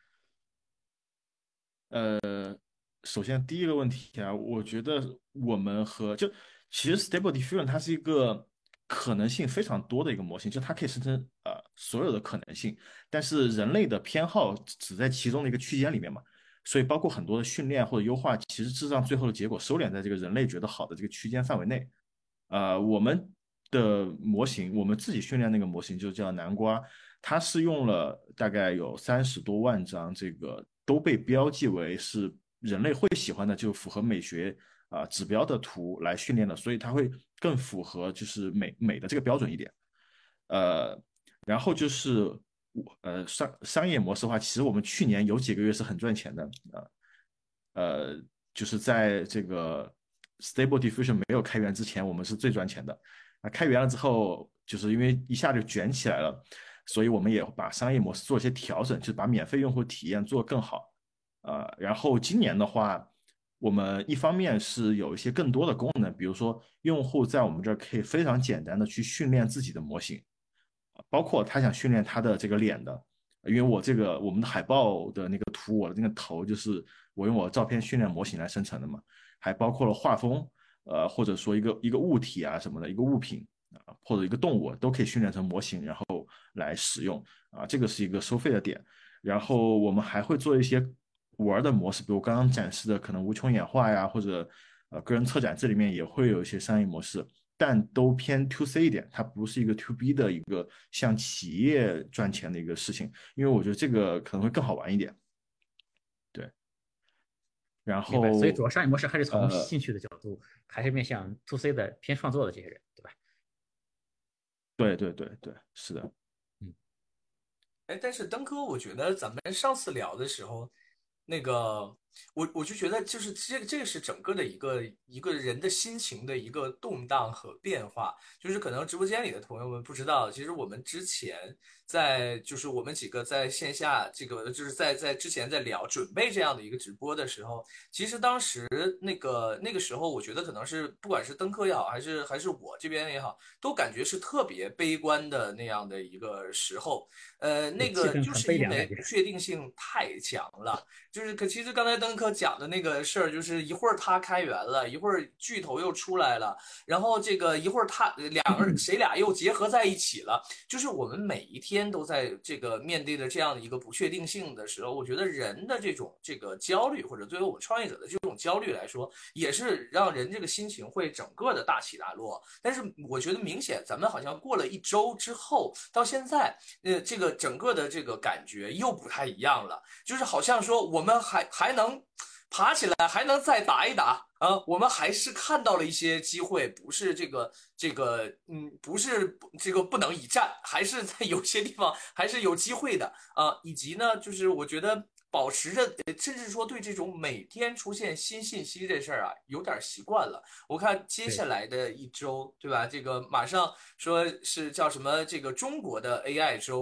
[SPEAKER 3] 首先第一个问题啊，我觉得我们和就其实 Stable Diffusion 它是一个可能性非常多的一个模型，就它可以生成呃所有的可能性，但是人类的偏好只在其中的一个区间里面嘛，所以包括很多的训练或者优化，其实是让最后的结果收敛在这个人类觉得好的这个区间范围内。呃，我们的模型，我们自己训练那个模型就叫南瓜，它是用了大概有三十多万张这个都被标记为是人类会喜欢的，就符合美学啊、指标的图来训练的，所以它会更符合就是美美的这个标准一点。呃，然后就是我呃商商业模式的话，其实我们去年有几个月是很赚钱的啊。呃，就是在这个 Stable Diffusion 没有开源之前，我们是最赚钱的。啊，开源了之后，就是因为一下就卷起来了，所以我们也把商业模式做一些调整，就是把免费用户体验做得更好。呃，然后今年的话，我们一方面是有一些更多的功能，比如说用户在我们这儿可以非常简单的去训练自己的模型，包括他想训练他的这个脸的，因为我这个我们的海报的那个图，我的那个头就是我用我照片训练模型来生成的嘛，还包括了画风，呃，或者说一个一个物体啊什么的，一个物品啊，或者一个动物都可以训练成模型，然后来使用啊，这个是一个收费的点。然后我们还会做一些玩的模式，比如刚刚展示的可能无穷演化呀，或者呃个人策展，这里面也会有一些商业模式。但都偏 to C 一点，它不是一个 to B 的一个像企业赚钱的一个事情，因为我觉得这个可能会更好玩一点。对，然
[SPEAKER 4] 明白。所以
[SPEAKER 3] 后
[SPEAKER 4] 主要商业模式还是从
[SPEAKER 3] 呃，
[SPEAKER 4] 兴趣的角度，还是面向 to C 的偏创作的这些人，对吧？
[SPEAKER 3] 对对对对，是的。
[SPEAKER 4] 嗯，
[SPEAKER 2] 哎，但是登哥，我觉得咱们上次聊的时候，那个我我就觉得就是这个这个是整个的一个一个人的心情的一个动荡和变化，就是可能直播间里的朋友们不知道，其实我们之前在就是我们几个在线下这个就是在在之前在聊准备这样的一个直播的时候，其实当时那个那个时候，我觉得可能是不管是登科也好，还是还是我这边也好，都感觉是特别悲观的那样的一个时候。呃，
[SPEAKER 4] 对，
[SPEAKER 2] 那
[SPEAKER 4] 气氛很
[SPEAKER 2] 个就是
[SPEAKER 4] 悲凉感觉。
[SPEAKER 2] 因为不确定性太强了，就是可其实刚才登科讲的那个事儿，就是一会儿他开源了，一会儿巨头又出来了，然后这个一会儿他两个谁俩又结合在一起了，就是我们每一天都在这个面对的这样的一个不确定性的时候，我觉得人的这种这个焦虑，或者作为我们创业者的这种焦虑来说，也是让人这个心情会整个的大起大落。但是我觉得明显咱们好像过了一周之后，到现在，呃，这个整个的这个感觉又不太一样了，就是好像说我们还还能爬起来，还能再打一打啊，我们还是看到了一些机会，不是这个这个，嗯，不是这个不能一战，还是在有些地方还是有机会的啊，以及呢，就是我觉得。保持着，甚至说对这种每天出现新信息这事儿啊，有点习惯了。我看接下
[SPEAKER 4] 对，
[SPEAKER 2] 来的一周，对吧？这个马上说是叫什么？这个中国的 A I 周，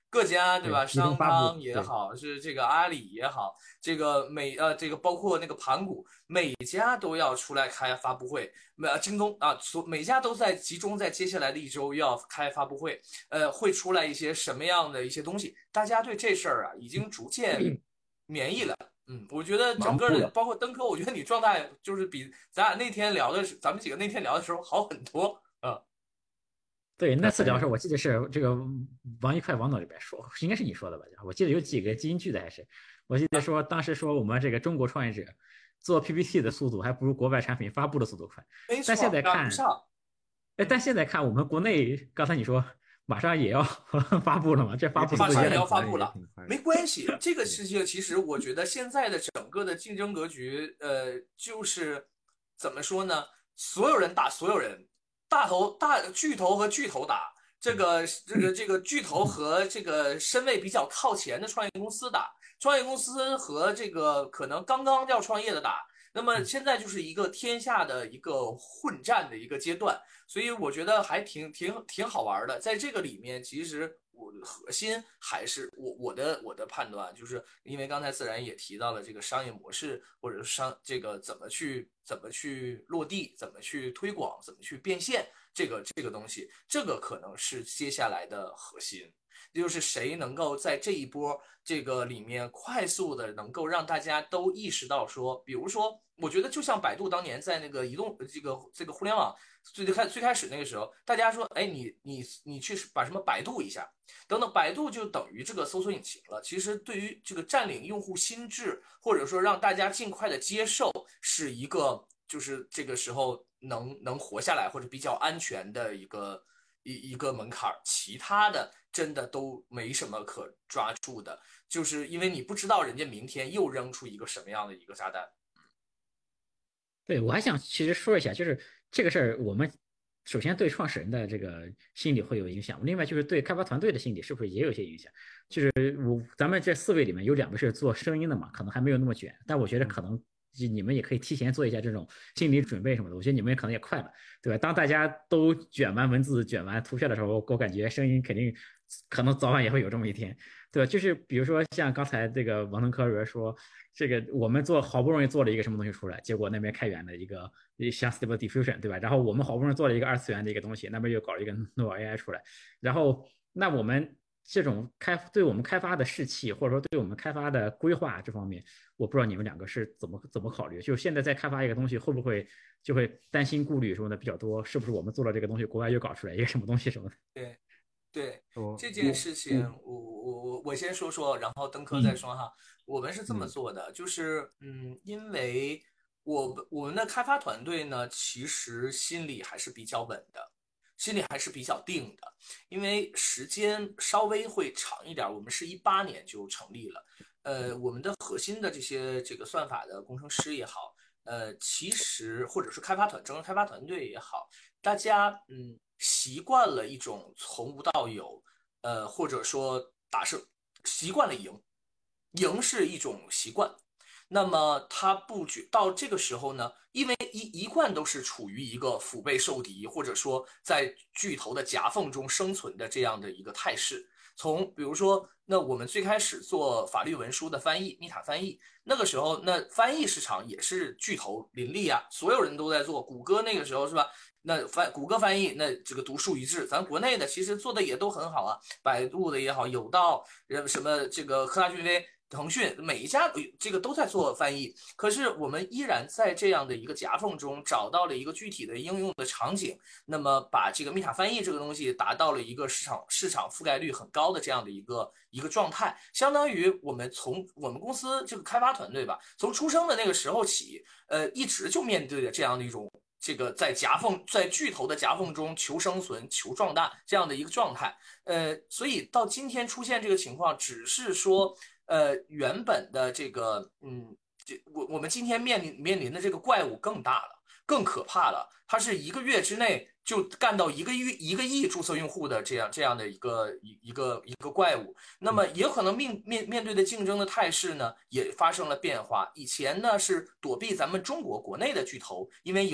[SPEAKER 2] 各家对吧？
[SPEAKER 4] 对，集中
[SPEAKER 2] 商
[SPEAKER 4] 发布，
[SPEAKER 2] 汤也
[SPEAKER 4] 对，
[SPEAKER 2] 好，是这个阿里也好，这个每呃这个包括那个盘古，每家都要出来开发布会。每呃京东啊，所每家都在集中在接下来的一周要开发布会，呃，会出来一些什么样的一些东西？大家对这事儿啊已经逐渐免疫了。嗯，我觉得整个的，包括登科，我觉得你状态就是比咱俩那天聊的，咱们几个那天聊的时候好很多啊。
[SPEAKER 4] 对，那次聊的时候，我记得是这个王一快王导里边说，应该是你说的吧？我记得有几个金句的，还是我记得说当时说我们这个中国创业者做 P P T 的速度还不如国外产品发布的速度快。
[SPEAKER 2] 没错，
[SPEAKER 4] 但现在看，
[SPEAKER 2] 赶不上。
[SPEAKER 4] 哎，但现在看我们国内，刚才你说马上也要发布了嘛？这发布
[SPEAKER 2] 马上也
[SPEAKER 4] 也
[SPEAKER 2] 要发布了，没关系。这个事情其实我觉得现在的整个的竞争格局，呃，就是怎么说呢？所有人打所有人，大头大巨头和巨头打，这个这个这个巨头和这个身位比较靠前的创业公司打，创业公司和这个可能刚刚要创业的打。那么现在就是一个天下的一个混战的一个阶段，所以我觉得还挺挺挺好玩的。在这个里面，其实我核心还是我我的我的判断，就是因为刚才自然也提到了这个商业模式，或者是商这个怎么去怎么去落地，怎么去推广，怎么去变现，这个这个东西，这个可能是接下来的核心。就是谁能够在这一波这个里面快速的能够让大家都意识到说，比如说，我觉得就像百度当年在那个移动这个这个互联网最开最开始那个时候，大家说，哎，你你你去把什么百度一下，等等，百度就等于这个搜索引擎了。其实对于这个占领用户心智，或者说让大家尽快的接受，是一个就是这个时候能能活下来或者比较安全的一个。一一个门槛，其他的真的都没什么可抓住的，就是因为你不知道人家明天又扔出一个什么样的一个炸弹。
[SPEAKER 4] 对，我还想其实说一下，就是这个事儿，我们首先对创始人的这个心理会有影响，另外就是对开发团队的心理是不是也有些影响？就是我咱们这四位里面有两位是做声音的嘛，可能还没有那么卷，但我觉得可能你们也可以提前做一下这种心理准备什么的，我觉得你们可能也快了，对吧？当大家都卷完文字、卷完图片的时候，我感觉声音肯定可能早晚也会有这么一天，对吧？就是比如说像刚才这个王腾科人说，这个我们做好不容易做了一个什么东西出来，结果那边开源的一个像 Stable Diffusion， 对吧？然后我们好不容易做了一个二次元的一个东西，那边又搞了一个 Nova A I 出来，然后那我们这种开对我们开发的士气，或者说对我们开发的规划这方面，我不知道你们两个是怎么怎么考虑？就是现在在开发一个东西，会不会就会担心顾虑什么的比较多？是不是我们做了这个东西，国外又搞出来一个什么东西什么的？
[SPEAKER 2] 对。对这件事情，我我我我先说说，然后登科再说哈。我们是这么做的，就是嗯，因为我我们的开发团队呢，其实心里还是比较稳的，心里还是比较定的，因为时间稍微会长一点。我们是一八年就成立了，呃，我们的核心的这些这个算法的工程师也好，呃，其实或者是开发团整个开发团队也好，大家嗯。习惯了一种从无到有，呃，或者说打胜，习惯了赢，赢是一种习惯。那么他不觉到这个时候呢，因为一一贯都是处于一个腹背受敌，或者说在巨头的夹缝中生存的这样的一个态势。从比如说，那我们最开始做法律文书的翻译，密塔翻译，那个时候那翻译市场也是巨头林立啊，所有人都在做。谷歌那个时候是吧？那翻谷歌翻译，那这个独树一帜。咱国内的其实做的也都很好啊，百度的也好，有道什么这个科大讯飞、腾讯，每一家这个都在做翻译。可是我们依然在这样的一个夹缝中找到了一个具体的应用的场景，那么把这个密塔翻译这个东西达到了一个市场市场覆盖率很高的这样的一个一个状态，相当于我们从我们公司这个开发团队吧，从出生的那个时候起，呃，一直就面对着这样的一种。这个在夹缝，在巨头的夹缝中求生存、求壮大这样的一个状态，呃，所以到今天出现这个情况，只是说，呃，原本的这个，嗯，这我我们今天面临面临的这个怪物更大了，更可怕了，它是一个月之内就干到一个亿一个亿注册用户的这样这样的一个一一个一个怪物，那么也可能面面面对的竞争的态势呢也发生了变化。以前呢是躲避咱们中国国内的巨头，因为有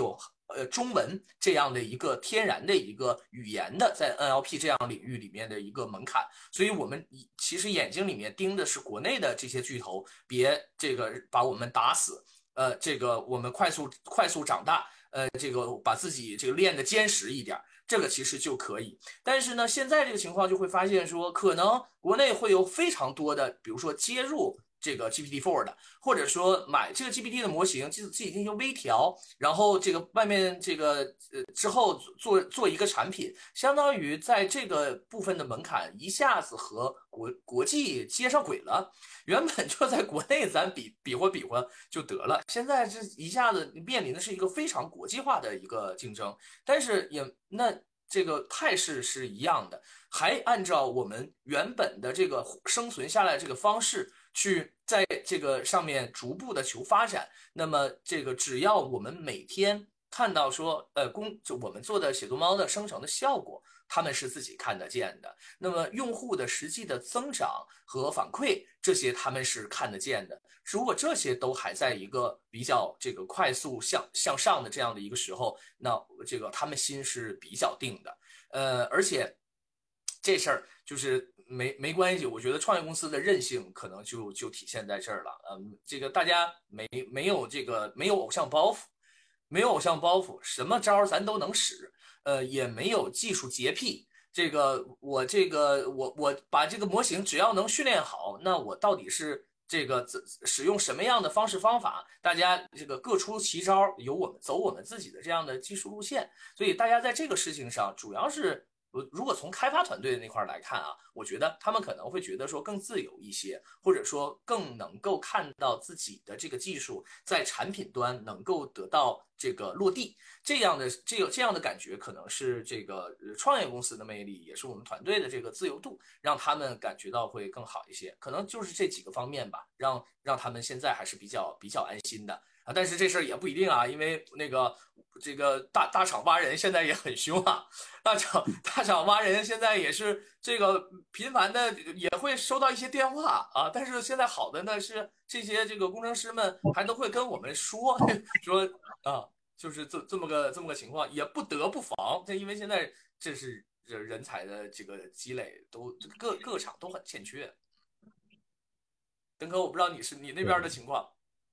[SPEAKER 2] 呃中文这样的一个天然的一个语言的在 N L P 这样领域里面的一个门槛，所以我们其实眼睛里面盯的是国内的这些巨头，别这个把我们打死，呃，这个我们快速快速长大，呃，这个把自己这个练得坚实一点。这个其实就可以，但是呢，现在这个情况就会发现说，可能国内会有非常多的，比如说接入这个 G P T 四 的，或者说买这个 G P T 的模型，自自己进行微调，然后这个外面这个呃之后做做一个产品，相当于在这个部分的门槛一下子和国国际接上轨了。原本就在国内咱比比划比划就得了，现在这一下子面临的是一个非常国际化的一个竞争，但是也那这个态势是一样的，还按照我们原本的这个生存下来这个方式去在这个上面逐步的求发展。那么这个只要我们每天看到说，呃，公就我们做的写作猫的生成的效果，他们是自己看得见的。那么用户的实际的增长和反馈，这些他们是看得见的。如果这些都还在一个比较这个快速向向上的这样的一个时候，那这个他们心是比较定的。呃，而且这事儿就是没没关系，我觉得创业公司的韧性可能就就体现在这儿了。嗯，这个大家没没有这个没有偶像包袱。没有偶像包袱，什么招咱都能使，呃，也没有技术洁癖。这个我这个我我把这个模型只要能训练好，那我到底是这个使用什么样的方式方法？大家这个各出奇招，由我们走我们自己的这样的技术路线。所以大家在这个事情上，主要是如果从开发团队那块来看啊，我觉得他们可能会觉得说更自由一些，或者说更能够看到自己的这个技术在产品端能够得到这个落地，这样的这个这样的感觉，可能是这个创业公司的魅力，也是我们团队的这个自由度，让他们感觉到会更好一些。可能就是这几个方面吧，让让他们现在还是比较比较安心的。啊，但是这事儿也不一定啊，因为那个这个大大厂挖人现在也很凶啊，大厂大厂挖人现在也是这个频繁的也会收到一些电话啊，但是现在好的呢是这些这个工程师们还都会跟我们说说啊，就是这这么个这么个情况，也不得不防，这因为现在这是人才的这个积累都各各厂都很欠缺。登科，我不知道你是你那边的情况。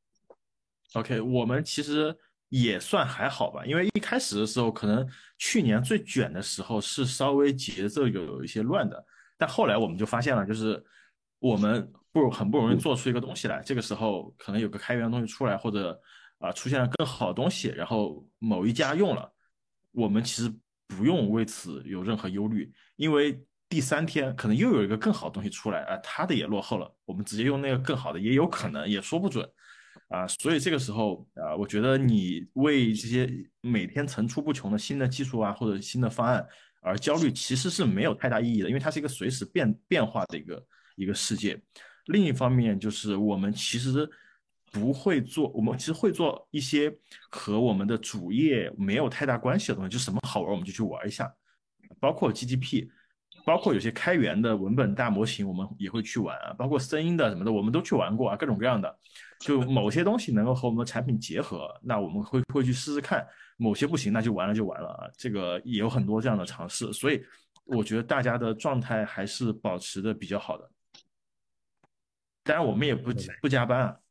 [SPEAKER 3] OK，我们其实也算还好吧，因为一开始的时候，可能去年最卷的时候是稍微节奏有一些乱的，但后来我们就发现了，就是我们不很不容易做出一个东西来，这个时候可能有个开源的东西出来，或者啊、呃、出现了更好的东西，然后某一家用了，我们其实不用为此有任何忧虑，因为第三天可能又有一个更好的东西出来啊、呃，它的也落后了，我们直接用那个更好的也有可能，也说不准。啊，所以这个时候啊，我觉得你为这些每天层出不穷的新的技术啊，或者新的方案而焦虑，其实是没有太大意义的，因为它是一个随时变变化的一个一个世界。另一方面，就是我们其实不会做，我们其实会做一些和我们的主业没有太大关系的东西，就什么好玩我们就去玩一下，包括 G T P。包括有些开源的文本大模型，我们也会去玩啊，包括声音的什么的，我们都去玩过啊，各种各样的。就某些东西能够和我们的产品结合，那我们会会去试试看；某些不行，那就完了就完了啊。这个也有很多这样的尝试，所以我觉得大家的状态还是保持的比较好的。当然，我们也不不加班啊，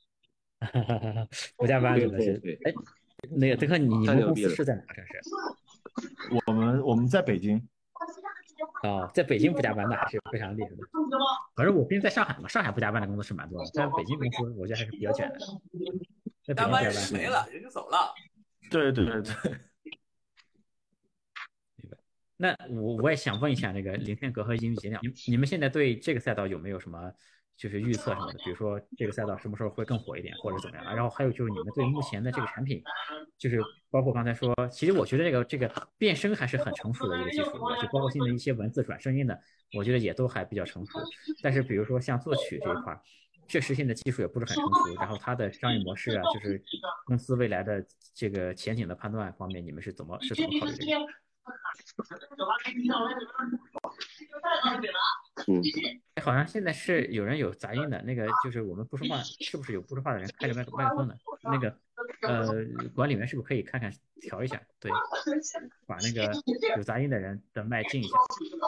[SPEAKER 4] 不加班真的是。哎，那个德克，你你们公司是在哪个城市？
[SPEAKER 3] 我们我们在北京。
[SPEAKER 4] 哦，在北京不加班的还是非常厉害的。反正我毕竟在上海嘛，上海不加班的公司是蛮多的，但北京公司我觉得还是比较卷的。
[SPEAKER 2] 加班人没了，人就走了。
[SPEAKER 3] 对对对对。
[SPEAKER 4] 明白。那我我也想问一下，那个林天格和英语节，你你们现在对这个赛道有没有什么就是预测什么的？比如说这个赛道什么时候会更火一点，或者怎么样？然后还有就是你们对目前的这个产品，就是包括刚才说，其实我觉得这个这个变声还是很成熟的一个技术，就包括现在一些文字转声音的，我觉得也都还比较成熟。但是比如说像作曲这一块，确实现在技术也不是很成熟，然后它的商业模式啊，就是公司未来的这个前景的判断方面，你们是怎么是怎么考虑这个？
[SPEAKER 10] 嗯，
[SPEAKER 4] 好像现在是有人有杂音的，那个就是我们不说话，是不是有不说话的人开着麦麦克风呢？ 那个呃管理员是不是可以看看调一下？对，把那个有杂音的人的麦静一下。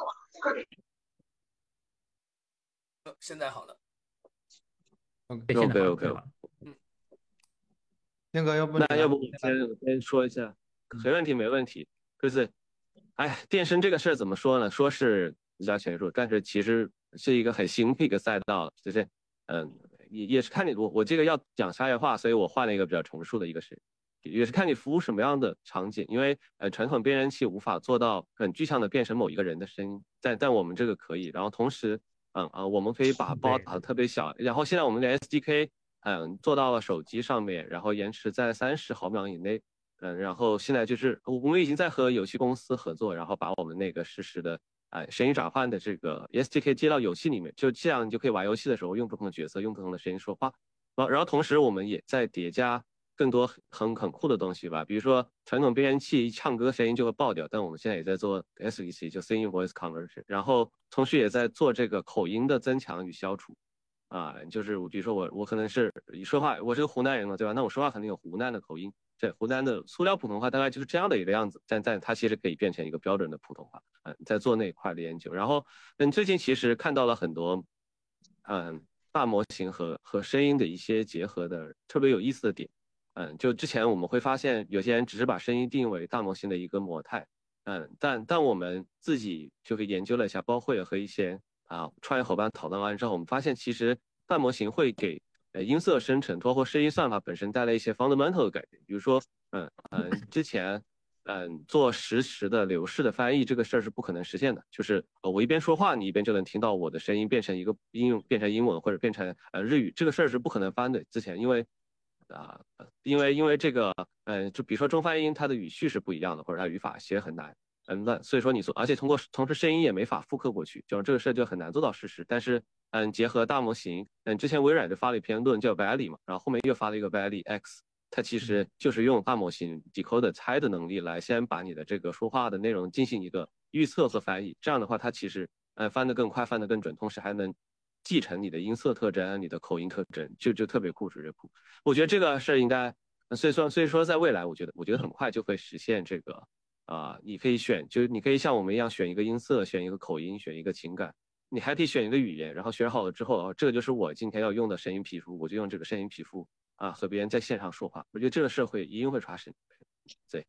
[SPEAKER 2] 现在好了。
[SPEAKER 4] 对，现在
[SPEAKER 10] OK
[SPEAKER 4] 好了，
[SPEAKER 10] OK
[SPEAKER 4] 现在好
[SPEAKER 10] OK
[SPEAKER 4] 了。
[SPEAKER 5] 天哥，要不你来
[SPEAKER 10] 那要不我先我先说一下，没问题没问题，就是，哎，电声这个事儿怎么说呢？说是比较权术，但是其实是一个很新的一个赛道，就是，嗯，也也是看你我我这个要讲商业化，所以我换了一个比较重述的一个是，也是看你服务什么样的场景，因为呃传统辨认器无法做到很具象的辨识某一个人的声音，但但我们这个可以，然后同时，嗯啊，我们可以把包打得特别小，然后现在我们的 S D K。嗯，做到了手机上面，然后延迟在三十毫秒以内。嗯，然后现在就是我们已经在和游戏公司合作，然后把我们那个实时的哎声音转换的这个 S D K 接到游戏里面，就这样你就可以玩游戏的时候用不同的角色，用不同的声音说话。然后同时我们也在叠加更多很很酷的东西吧，比如说传统辨认器一唱歌声音就会爆掉，但我们现在也在做 S V C， 就 Singing Voice Conversion， 然后同时也在做这个口音的增强与消除。啊，就是比如说我我可能是说话，我是个湖南人嘛，对吧？那我说话肯定有湖南的口音，这湖南的塑料普通话大概就是这样的一个样子，但但它其实可以变成一个标准的普通话，嗯，在做那一块的研究。然后，嗯，最近其实看到了很多，嗯，大模型和和声音的一些结合的特别有意思的点，嗯，就之前我们会发现有些人只是把声音定为大模型的一个模态，嗯，但但我们自己就研究了一下，包括也和一些啊，创业伙伴讨论完之后，我们发现其实大模型会给呃音色生成，包括声音算法本身带来一些 fundamental 的改变。比如说，嗯嗯，之前嗯做实时的流式的翻译这个事儿是不可能实现的，就是呃我一边说话，你一边就能听到我的声音变成一个应用变成英文或者变成呃日语，这个事儿是不可能翻的。之前因为啊、呃，因为因为这个嗯、呃，就比如说中翻英它的语序是不一样的，或者它语法其实很难。嗯，那所以说你说，而且通过同时声音也没法复刻过去，就是这个事就很难做到实时。但是，嗯，结合大模型，嗯，之前微软就发了一篇论叫 Valley 嘛，然后后面又发了一个 Valley X，它其实就是用大模型 decode 猜的能力来先把你的这个说话的内容进行一个预测和翻译，这样的话它其实嗯翻得更快，翻得更准，同时还能继承你的音色特征、你的口音特征，就就特别酷，特别酷。我觉得这个事儿应该，所以说所以说在未来，我觉得我觉得很快就会实现这个。啊、呃，你可以选，就是你可以像我们一样选一个音色，选一个口音，选一个情感，你还可以选一个语言，然后选好了之后，啊，这个就是我今天要用的声音皮肤，我就用这个声音皮肤啊和别人在线上说话。我觉得这个社会一定会发生。对，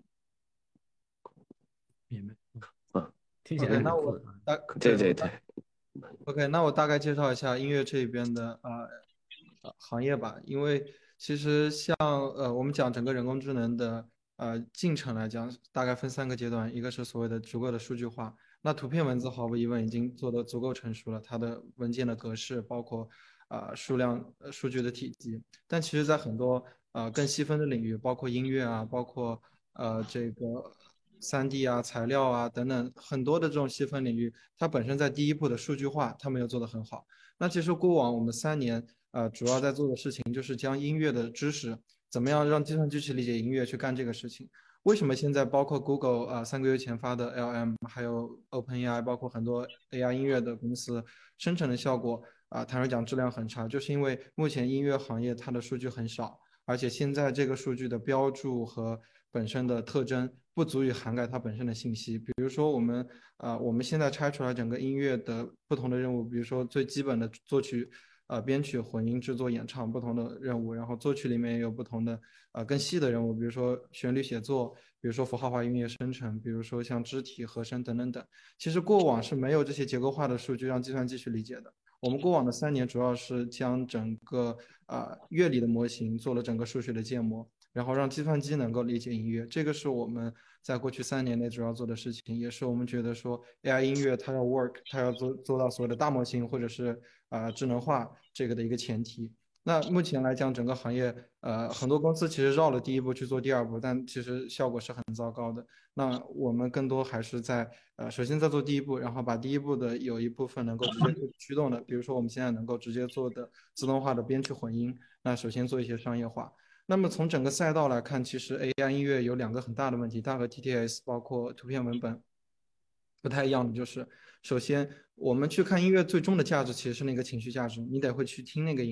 [SPEAKER 4] 明白。
[SPEAKER 10] 嗯，
[SPEAKER 4] 听起来很酷的。
[SPEAKER 5] 大
[SPEAKER 10] 对对对。
[SPEAKER 5] OK，那我大概介绍一下音乐这边的啊、呃、行业吧，因为其实像呃我们讲整个人工智能的。呃，进程来讲，大概分三个阶段，一个是所谓的足够的数据化。那图片文字毫无疑问已经做得足够成熟了，它的文件的格式，包括啊、呃、数量、呃、数据的体积。但其实，在很多呃更细分的领域，包括音乐啊，包括呃这个三 D 啊、材料啊等等很多的这种细分领域，它本身在第一步的数据化，它没有做得很好。那其实过往我们三年呃主要在做的事情，就是将音乐的知识。怎么样让计算机去理解音乐，去干这个事情？为什么现在包括 Google 啊、呃、三个月前发的 L M， 还有 OpenAI， 包括很多 A I 音乐的公司生成的效果啊、呃，坦率讲质量很差，就是因为目前音乐行业它的数据很少，而且现在这个数据的标注和本身的特征不足以涵盖它本身的信息。比如说我们啊、呃，我们现在拆出来整个音乐的不同的任务，比如说最基本的作曲。呃，编曲、混音、制作、演唱不同的任务，然后作曲里面也有不同的呃更细的任务，比如说旋律写作，比如说符号化音乐生成，比如说像肢体、和声等等等。其实过往是没有这些结构化的数据让计算机去理解的。我们过往的三年主要是将整个啊、呃、乐理的模型做了整个数学的建模，然后让计算机能够理解音乐。这个是我们在过去三年内主要做的事情，也是我们觉得说 A I 音乐它要 work， 它要做做到所谓的大模型或者是啊、呃、智能化。这个的一个前提。那目前来讲，整个行业呃很多公司其实绕了第一步去做第二步，但其实效果是很糟糕的。那我们更多还是在呃首先在做第一步，然后把第一步的有一部分能够直接驱动的，比如说我们现在能够直接做的自动化的编曲混音，那首先做一些商业化。那么从整个赛道来看，其实 A I 音乐有两个很大的问题，它和 T T S 包括图片文本不太一样的就是，首先我们去看音乐最终的价值其实是那个情绪价值，你得会去听那个音乐。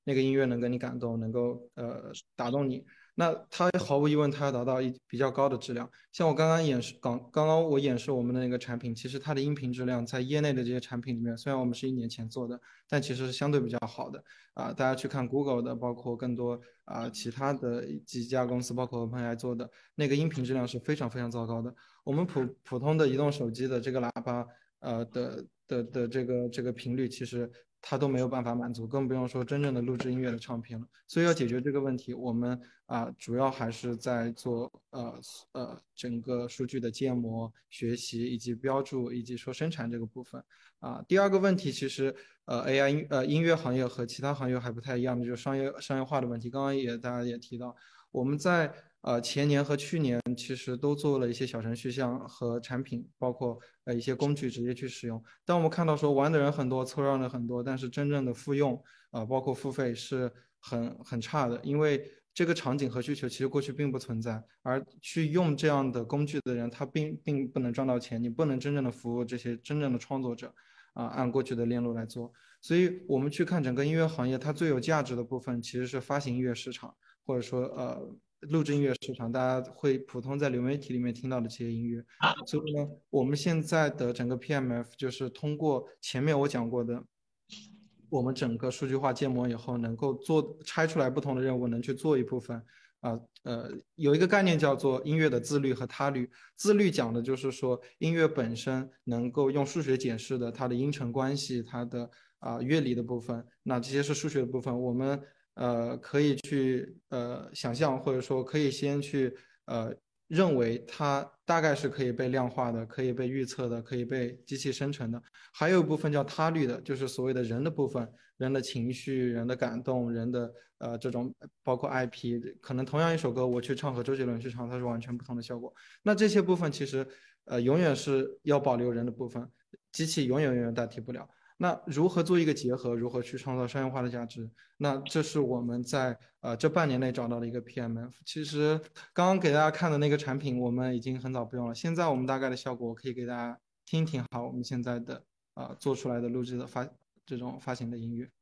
[SPEAKER 5] 那个音乐能给你感动，能够呃打动你。那它毫无疑问，它要达到一比较高的质量。像我刚刚演示，刚刚刚我演示我们的那个产品，其实它的音频质量在业内的这些产品里面，虽然我们是一年前做的，但其实是相对比较好的啊。大家去看 Google 的，包括更多啊其他的几家公司，包括 OpenAI 做的那个音频质量是非常非常糟糕的。我们普普通的移动手机的这个喇叭，呃的的的这个这个频率，其实它都没有办法满足，更不用说真正的录制音乐的唱片了。所以要解决这个问题，我们啊、主要还是在做呃呃整个数据的建模、学习以及标注以及说生产这个部分啊、第二个问题其实呃 A I 音呃音乐行业和其他行业还不太一样的，就是商业商业化的问题。刚刚也大家也提到，我们在呃前年和去年其实都做了一些小程序项和产品，包括呃一些工具直接去使用。但我们看到说玩的人很多，凑热闹很多，但是真正的复用啊、呃包括付费是很很差的，因为这个场景和需求其实过去并不存在，而去用这样的工具的人，他并并不能赚到钱，你不能真正的服务这些真正的创作者啊、按过去的链路来做。所以我们去看整个音乐行业，它最有价值的部分其实是发行音乐市场，或者说呃录制音乐市场，大家会普通在流媒体里面听到的这些音乐。所以呢，我们现在的整个 P M F 就是通过前面我讲过的，我们整个数据化建模以后，能够做拆出来不同的任务，能去做一部分。啊呃，有一个概念叫做音乐的自律和他律。自律讲的就是说，音乐本身能够用数学解释的它的音程关系，它的啊、乐理的部分，那这些是数学的部分，我们呃可以去呃想象，或者说可以先去呃认为它大概是可以被量化的，可以被预测的，可以被机器生成的。还有一部分叫他律的，就是所谓的人的部分，人的情绪、人的感动、人的呃这种包括 I P，可能同样一首歌我去唱和周杰伦去唱，它是完全不同的效果。那这些部分其实呃永远是要保留人的部分，机器永远永远代替不了。那如何做一个结合？如何去创造商业化的价值？那这是我们在呃这半年内找到的一个 P M F。其实刚刚给大家看的那个产品，我们已经很早不用了。现在我们大概的效果，我可以给大家听一听。好，我们现在的啊、呃、做出来的录制的发这种发行的音乐。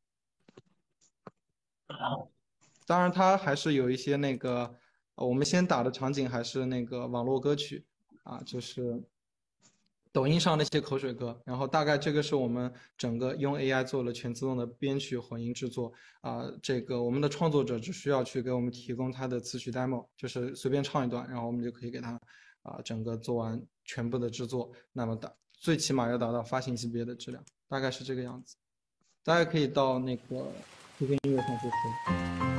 [SPEAKER 5] 当然，它还是有一些那个，呃我们先打的场景还是那个网络歌曲啊，就是抖音上那些口水歌。然后大概这个是我们整个用 A I 做了全自动的编曲混音制作啊，这个我们的创作者只需要去给我们提供他的词曲 demo，就是随便唱一段，然后我们就可以给他啊整个做完全部的制作。那么达最起码要达到发行级别的质量，大概是这个样子。大家可以到那个 Q Q 音乐上去搜。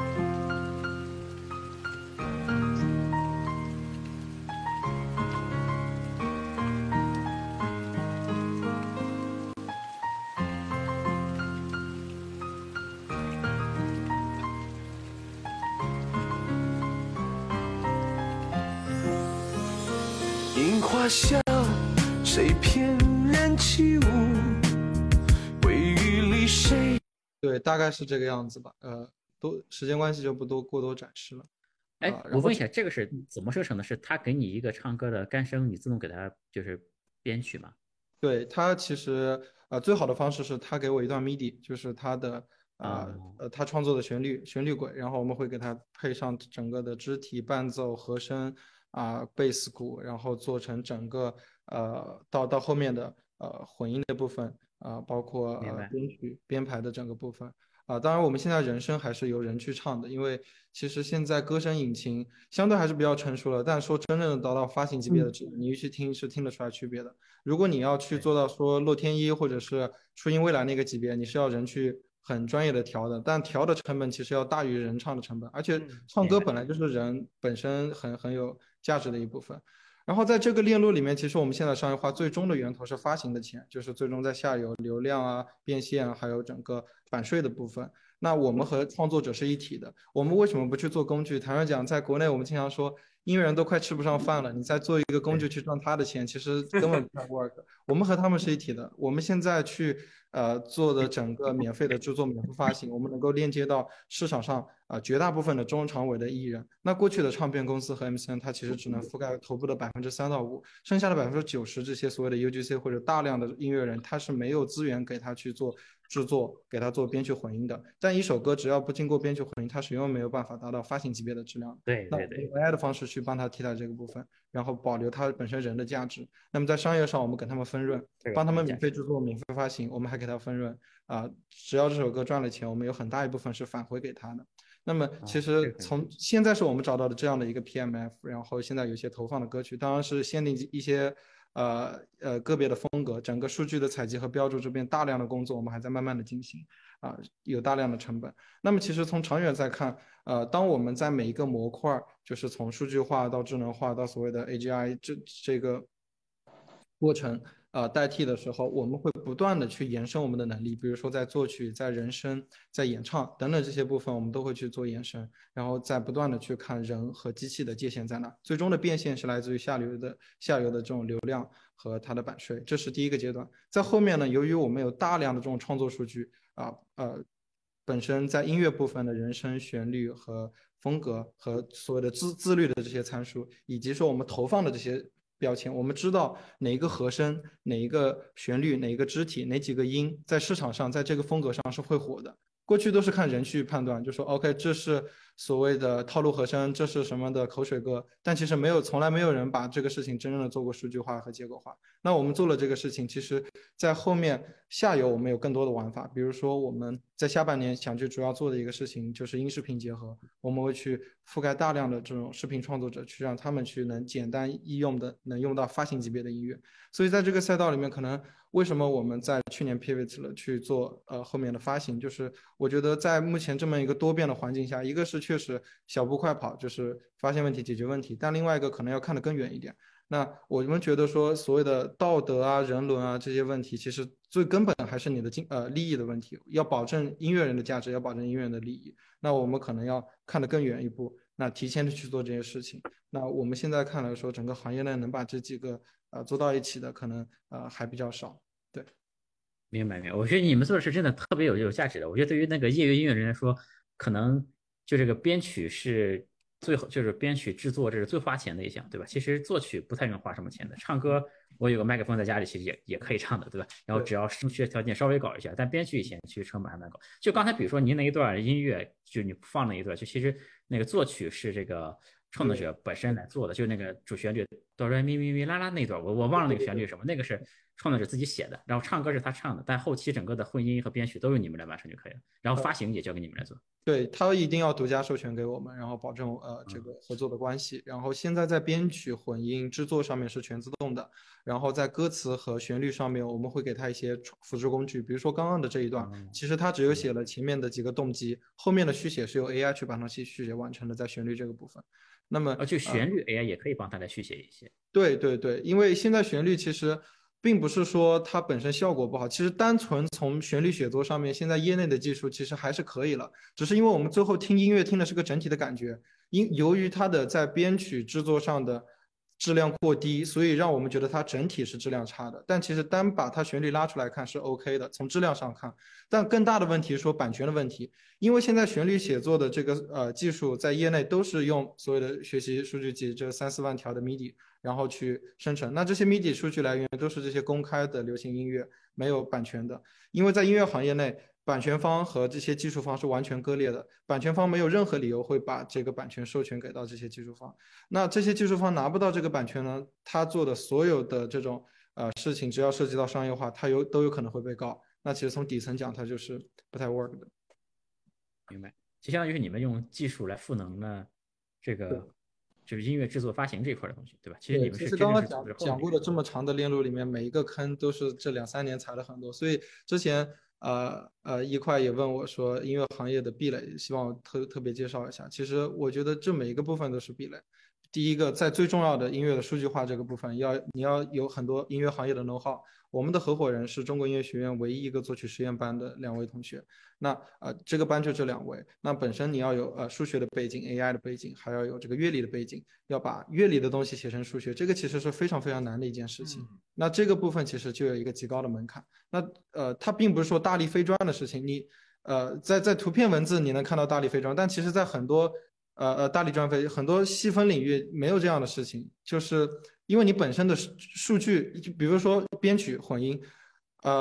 [SPEAKER 11] 樱花笑，谁翩然起舞？微雨里谁？
[SPEAKER 5] 对，大概是这个样子吧。呃，多时间关系就不多过多展示了。
[SPEAKER 4] 哎，
[SPEAKER 5] 呃、然后
[SPEAKER 4] 我问一下，这个是怎么生成的？是他给你一个唱歌的干声，你自动给他就是编曲吗？
[SPEAKER 5] 对，它其实呃最好的方式是他给我一段 M I D I，就是他的啊
[SPEAKER 4] 哦
[SPEAKER 5] 呃他创作的旋律旋律轨，然后我们会给他配上整个的肢体伴奏、和声啊、贝斯鼓，然后做成整个呃到到后面的呃混音的部分啊、包括
[SPEAKER 4] 明白
[SPEAKER 5] 呃编曲编排的整个部分。啊，当然我们现在人声还是由人去唱的，因为其实现在歌声引擎相对还是比较成熟了，但说真正的达到发行级别的质量，你一去听是听得出来区别的。如果你要去做到说洛天依或者是初音未来那个级别，你是要人去很专业的调的，但调的成本其实要大于人唱的成本，而且唱歌本来就是人本身很很有价值的一部分。然后在这个链路里面，其实我们现在商业化最终的源头是发行的钱，就是最终在下游流量啊、变现啊，还有整个版税的部分。那我们和创作者是一体的，我们为什么不去做工具？坦率讲，在国内我们经常说音乐人都快吃不上饭了，你再做一个工具去赚他的钱，其实根本不太 work。我们和他们是一体的，我们现在去呃做的整个免费的制作、免费发行，我们能够链接到市场上啊、呃、绝大部分的中长尾的艺人。那过去的唱片公司和 M C N 它其实只能覆盖头部的百分之三到五，剩下的百分之九十这些所谓的 U G C 或者大量的音乐人，他是没有资源给他去做制作，给它做编曲混音的。但一首歌只要不经过编曲混音，它是永远没有办法达到发行级别的质量。
[SPEAKER 4] 对对对，
[SPEAKER 5] 那我们用 A I 的方式去帮它替代这个部分，然后保留它本身人的价值。那么在商业上，我们给他们分润，帮他们免费制作、免费发行，我们还给他分润啊、呃。只要这首歌赚了钱，我们有很大一部分是返回给他的。那么其实从现在是我们找到的这样的一个 P M F， 然后现在有些投放的歌曲，当然是限定一些呃呃个别的风格，整个数据的采集和标注这边大量的工作我们还在慢慢的进行啊、呃，有大量的成本。那么其实从长远再看，呃，当我们在每一个模块，就是从数据化到智能化到所谓的 A G I 这这个过程。呃，代替的时候，我们会不断的去延伸我们的能力，比如说在作曲、在人声、在演唱等等这些部分，我们都会去做延伸，然后再不断的去看人和机器的界限在哪，最终的变现是来自于下游的下游的这种流量和它的版税，这是第一个阶段。在后面呢，由于我们有大量的这种创作数据啊，呃，本身在音乐部分的人声、旋律和风格和所谓的自自律的这些参数，以及说我们投放的这些标签，我们知道哪一个和声、哪一个旋律、哪一个肢体、哪几个音在市场上在这个风格上是会火的。过去都是看人去判断，就说 OK 这是所谓的套路和声，这是什么的口水歌，但其实没有，从来没有人把这个事情真正的做过数据化和结构化。那我们做了这个事情，其实在后面下游我们有更多的玩法，比如说我们在下半年想去主要做的一个事情就是音视频结合，我们会去覆盖大量的这种视频创作者，去让他们去能简单易用的能用到发行级别的音乐。所以在这个赛道里面，可能为什么我们在去年 pivot 了去做呃后面的发行，就是我觉得在目前这么一个多变的环境下，一个是确实小步快跑，就是发现问题解决问题，但另外一个可能要看得更远一点。那我们觉得说所谓的道德啊、人伦啊这些问题，其实最根本还是你的经呃利益的问题，要保证音乐人的价值，要保证音乐人的利益。那我们可能要看得更远一步，那提前的去做这些事情。那我们现在看来说，整个行业内能把这几个呃做到一起的，可能呃还比较少。对，
[SPEAKER 4] 明白明白。我觉得你们做的是真的特别有有价值的。我觉得对于那个业余音乐人来说，可能就这个编曲是最后就是编曲制作这是最花钱的一项，对吧？其实作曲不太用花什么钱的，唱歌我有个麦克风在家里，其实也也可以唱的，对吧？然后只要声学条件稍微搞一下，但编曲以前其实成本还蛮高。就刚才比如说您那一段音乐，就你放那一段，就其实那个作曲是这个创作者本身来做的，就那个主旋律哆来咪咪咪啦啦那段，我我忘了那个旋律是什么，那个是创作者自己写的，然后唱歌是他唱的，但后期整个的混音和编曲都由你们来完成就可以了，然后发行也交给你们来做。
[SPEAKER 5] 对，他一定要独家授权给我们，然后保证呃这个合作的关系。然后现在在编曲、混音、制作上面是全自动的，然后在歌词和旋律上面，我们会给他一些辅助工具，比如说刚刚的这一段，其实他只有写了前面的几个动机，后面的续写是由 A I 去帮他去续写完成的，在旋律这个部分。那么
[SPEAKER 4] 而且旋律 A I 也可以帮他来续写一些。
[SPEAKER 5] 对对对，因为现在旋律其实并不是说它本身效果不好，其实单纯从旋律写作上面，现在业内的技术其实还是可以了，只是因为我们最后听音乐听的是个整体的感觉，因由于它的在编曲制作上的质量过低，所以让我们觉得它整体是质量差的。但其实单把它旋律拉出来看是 OK 的，从质量上看。但更大的问题是说版权的问题，因为现在旋律写作的这个呃技术在业内都是用所谓的学习数据集这三四万条的 M I D I， 然后去生成。那这些 M I D I 数据来源都是这些公开的流行音乐，没有版权的。因为在音乐行业内，版权方和这些技术方是完全割裂的，版权方没有任何理由会把这个版权授权给到这些技术方。那这些技术方拿不到这个版权呢，他做的所有的这种呃事情，只要涉及到商业化，他有都有可能会被告。那其实从底层讲，它就是不太 work 的。
[SPEAKER 4] 明白，就相当于是你们用技术来赋能了这个就是音乐制作发行这一块的东西，对吧？其实你们是
[SPEAKER 5] 其实刚刚讲讲过的这么长的链路里面，每一个坑都是这两三年踩了很多，所以之前呃呃一块也问我说音乐行业的壁垒，希望我特特别介绍一下。其实我觉得这每一个部分都是壁垒。第一个，在最重要的音乐的数据化这个部分，要你要有很多音乐行业的 know how。我们的合伙人是中国音乐学院唯一一个作曲实验班的两位同学。那呃这个班就这两位。那本身你要有呃数学的背景、A I 的背景，还要有这个乐理的背景，要把乐理的东西写成数学，这个其实是非常非常难的一件事情。嗯、那这个部分其实就有一个极高的门槛。那呃它并不是说大力飞砖的事情，你呃在在图片文字你能看到大力飞砖，但其实在很多呃呃大力砖飞很多细分领域没有这样的事情，就是因为你本身的数据，比如说编曲混音，呃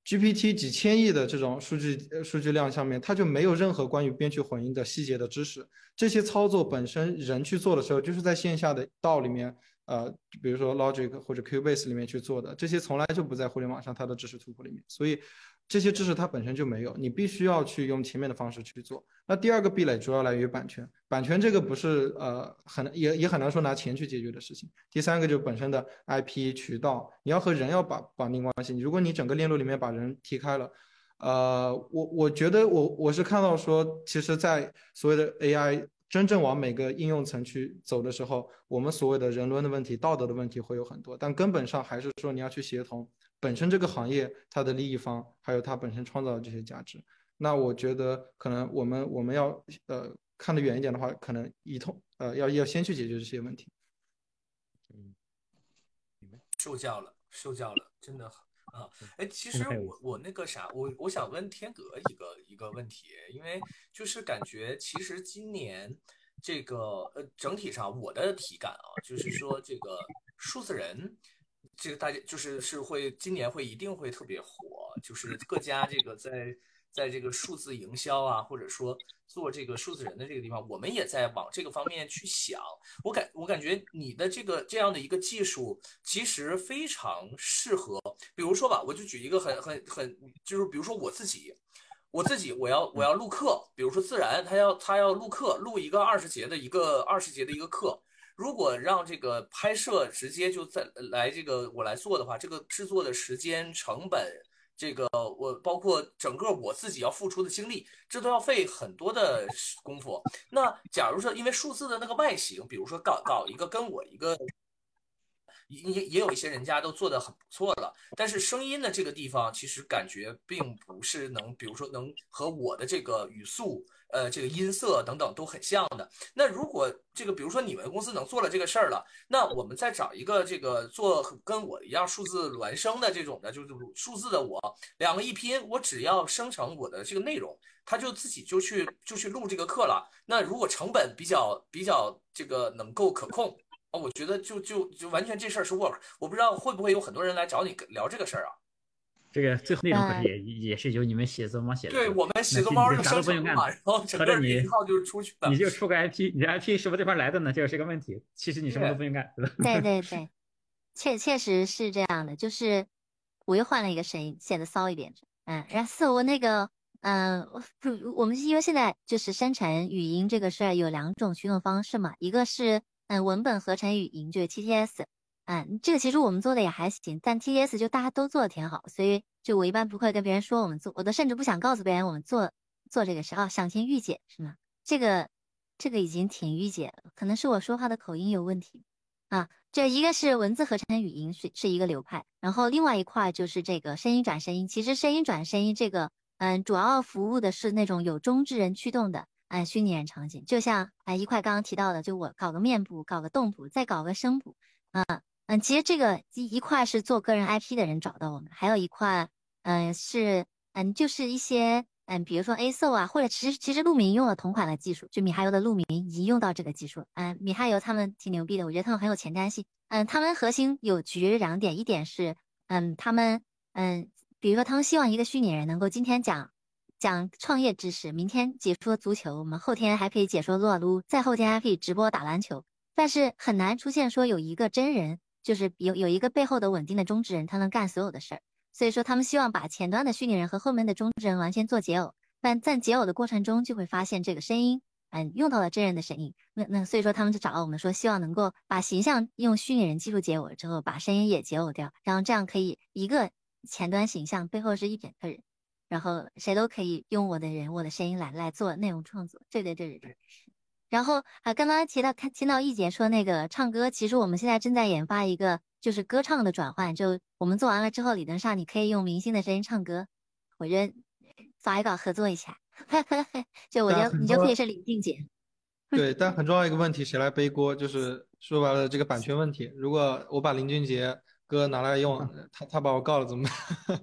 [SPEAKER 5] G P T 几千亿的这种数据数据量上面，它就没有任何关于编曲混音的细节的知识。这些操作本身人去做的时候，就是在线下的道里面，呃，比如说 Logic 或者 Cubase 里面去做的，这些从来就不在互联网上它的知识图谱里面，所以这些知识它本身就没有，你必须要去用前面的方式去做。那第二个壁垒主要来源于版权，版权这个不是呃很也也很难说拿钱去解决的事情。第三个就是本身的 I P 渠道，你要和人要把绑定关系，如果你整个链路里面把人踢开了。呃，我我觉得我我是看到说，其实，在所谓的 A I 真正往每个应用层去走的时候，我们所谓的人伦的问题、道德的问题会有很多，但根本上还是说你要去协同本身这个行业它的利益方，还有它本身创造的这些价值。那我觉得可能我们我们要呃看得远一点的话，可能一通呃要要先去解决这些问题。
[SPEAKER 2] 嗯，受教了，受教了，真的很。啊，哎，其实我我那个啥，我我想问天格一个一个问题，因为就是感觉其实今年这个呃整体上我的体感啊，就是说这个数字人，这个大家就是是会今年会一定会特别火，就是各家这个在在这个数字营销啊，或者说做这个数字人的这个地方，我们也在往这个方面去想。我感我感觉你的这个这样的一个技术，其实非常适合。比如说吧，我就举一个很很很，就是比如说我自己，我自己我要我要录课，比如说自然，他要他要录课，录一个二十节的一个二十节的一个课。如果让这个拍摄直接就在来这个我来做的话，这个制作的时间成本。这个我包括整个我自己要付出的精力，这都要费很多的功夫。那假如说因为数字的那个外形，比如说搞搞一个跟我一个，也也有一些人家都做得很不错了，但是声音的这个地方其实感觉并不是能，比如说能和我的这个语速。呃，这个音色等等都很像的。那如果这个，比如说你们公司能做了这个事儿了，那我们再找一个这个做跟我一样数字孪生的这种的，就是数字的我，两个一拼，我只要生成我的这个内容，他就自己就去就去录这个课了。那如果成本比较比较这个能够可控，我觉得就就就完全这事儿是 work。我不知道会不会有很多人来找你聊这个事儿啊？
[SPEAKER 4] 这个最后内容可是也也是由你们写作猫写的。
[SPEAKER 2] 对，我们写作猫就生成嘛，然后整个一套就出去了。
[SPEAKER 4] 你就出个 I P， 你这 I P 什么地方来的呢？这是个问题。其实你什么都不用干，对吧？
[SPEAKER 12] 对对对，确确实是这样的。就是我又换了一个声音，显得骚一点。嗯，然后我那个，嗯，我们因为现在就是生成语音这个事儿有两种驱动方式嘛，一个是嗯文本合成语音，就是 T T S。嗯，这个其实我们做的也还行，但 T T S 就大家都做的挺好，所以就我一般不会跟别人说我们做，我都甚至不想告诉别人我们做做这个事啊。想先预解是吗？这个这个已经挺预解了，可能是我说话的口音有问题啊。这一个是文字合成语音是是一个流派，然后另外一块就是这个声音转声音。其实声音转声音这个，嗯，主要服务的是那种有中之人驱动的。嗯，虚拟人场景，就像哎一块刚刚提到的，就我搞个面部，搞个动捕，再搞个声捕，啊。嗯，其实这个一块是做个人 I P 的人找到我们，还有一块，嗯，是嗯，就是一些嗯，比如说 A S O 啊，或者其实其实路明用了同款的技术，就米哈游的路明已经用到这个技术。嗯，米哈游他们挺牛逼的，我觉得他们很有前瞻性。嗯，他们核心有举两点，一点是嗯，他们嗯，比如说他们希望一个虚拟人能够今天讲讲创业知识，明天解说足球，我们后天还可以解说撸啊撸，再后天还可以直播打篮球，但是很难出现说有一个真人。就是有有一个背后的稳定的中之人，他能干所有的事儿，所以说他们希望把前端的虚拟人和后面的中之人完全做解耦，但在解耦的过程中就会发现这个声音，嗯，用到了真人的声音，那那所以说他们就找到我们说，希望能够把形象用虚拟人技术解耦之后，把声音也解耦掉，然后这样可以一个前端形象背后是一整个人，然后谁都可以用我的人我的声音来来做内容创作，对对对对对。然后啊，刚刚提到看听到易姐说那个唱歌，其实我们现在正在研发一个就是歌唱的转换，就我们做完了之后，理论上你可以用明星的声音唱歌，我觉得搞一搞合作一下，就我觉得你就可以是林俊杰。
[SPEAKER 5] 对，但很重要一个问题，谁来背锅？就是说白了这个版权问题。如果我把林俊杰歌拿来用，他他把我告了怎么办？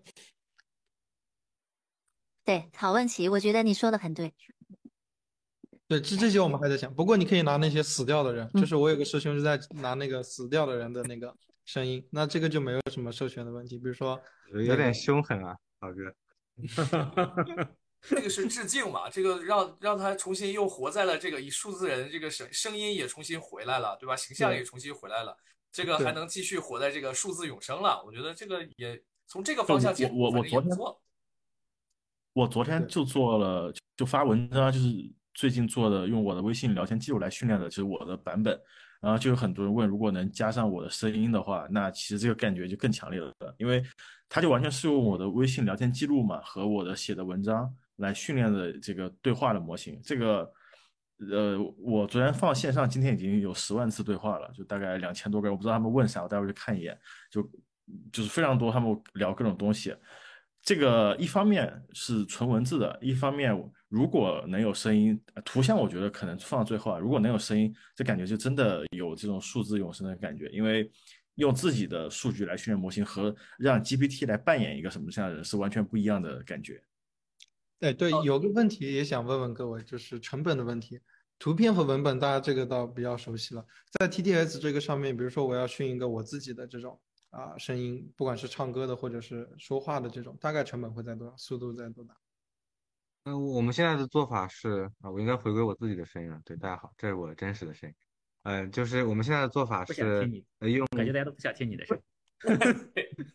[SPEAKER 12] 对，好问题，我觉得你说的很对。
[SPEAKER 5] 对，这这些我们还在想。不过你可以拿那些死掉的人，就是我有个师兄是在拿那个死掉的人的那个声音，那这个就没有什么授权的问题。比如说，
[SPEAKER 9] 有点凶狠啊。 好哥，
[SPEAKER 2] 这个是致敬嘛？这个让让他重新又活在了这个以数字人这个声声音也重新回来了，对吧？形象也重新回来了，这个还能继续活在这个数字永生了。我觉得这个也从这个方向解读，
[SPEAKER 3] 我我我
[SPEAKER 2] 反正也
[SPEAKER 3] 昨天
[SPEAKER 2] 不错。
[SPEAKER 3] 我昨天就做了，就发文章，就是最近做的，用我的微信聊天记录来训练的，就是我的版本。然后就有很多人问，如果能加上我的声音的话，那其实这个感觉就更强烈了，因为它就完全是用我的微信聊天记录嘛和我的写的文章来训练的这个对话的模型。这个，呃，我昨天放线上，今天已经有十万次对话了，就大概两千多个人，我不知道他们问啥，我待会儿去看一眼，就就是非常多，他们聊各种东西。这个一方面是纯文字的，一方面如果能有声音，图像我觉得可能放到最后啊。如果能有声音，这感觉就真的有这种数字永生的感觉。因为用自己的数据来训练模型和让 G P T 来扮演一个什么这样的人是完全不一样的感觉。
[SPEAKER 5] 哎，对，有个问题也想问问各位，就是成本的问题。图片和文本大家这个倒比较熟悉了，在 T T S 这个上面，比如说我要训一个我自己的这种。啊，声音不管是唱歌的或者是说话的这种，大概成本会在多少？速度在多大？
[SPEAKER 9] 嗯、呃，我们现在的做法是啊，我应该回归我自己的声音了。对，大家好，这是我的真实的声音。嗯、呃，就是我们现在的做法是呃用，
[SPEAKER 4] 感觉大家都不想听你的声音。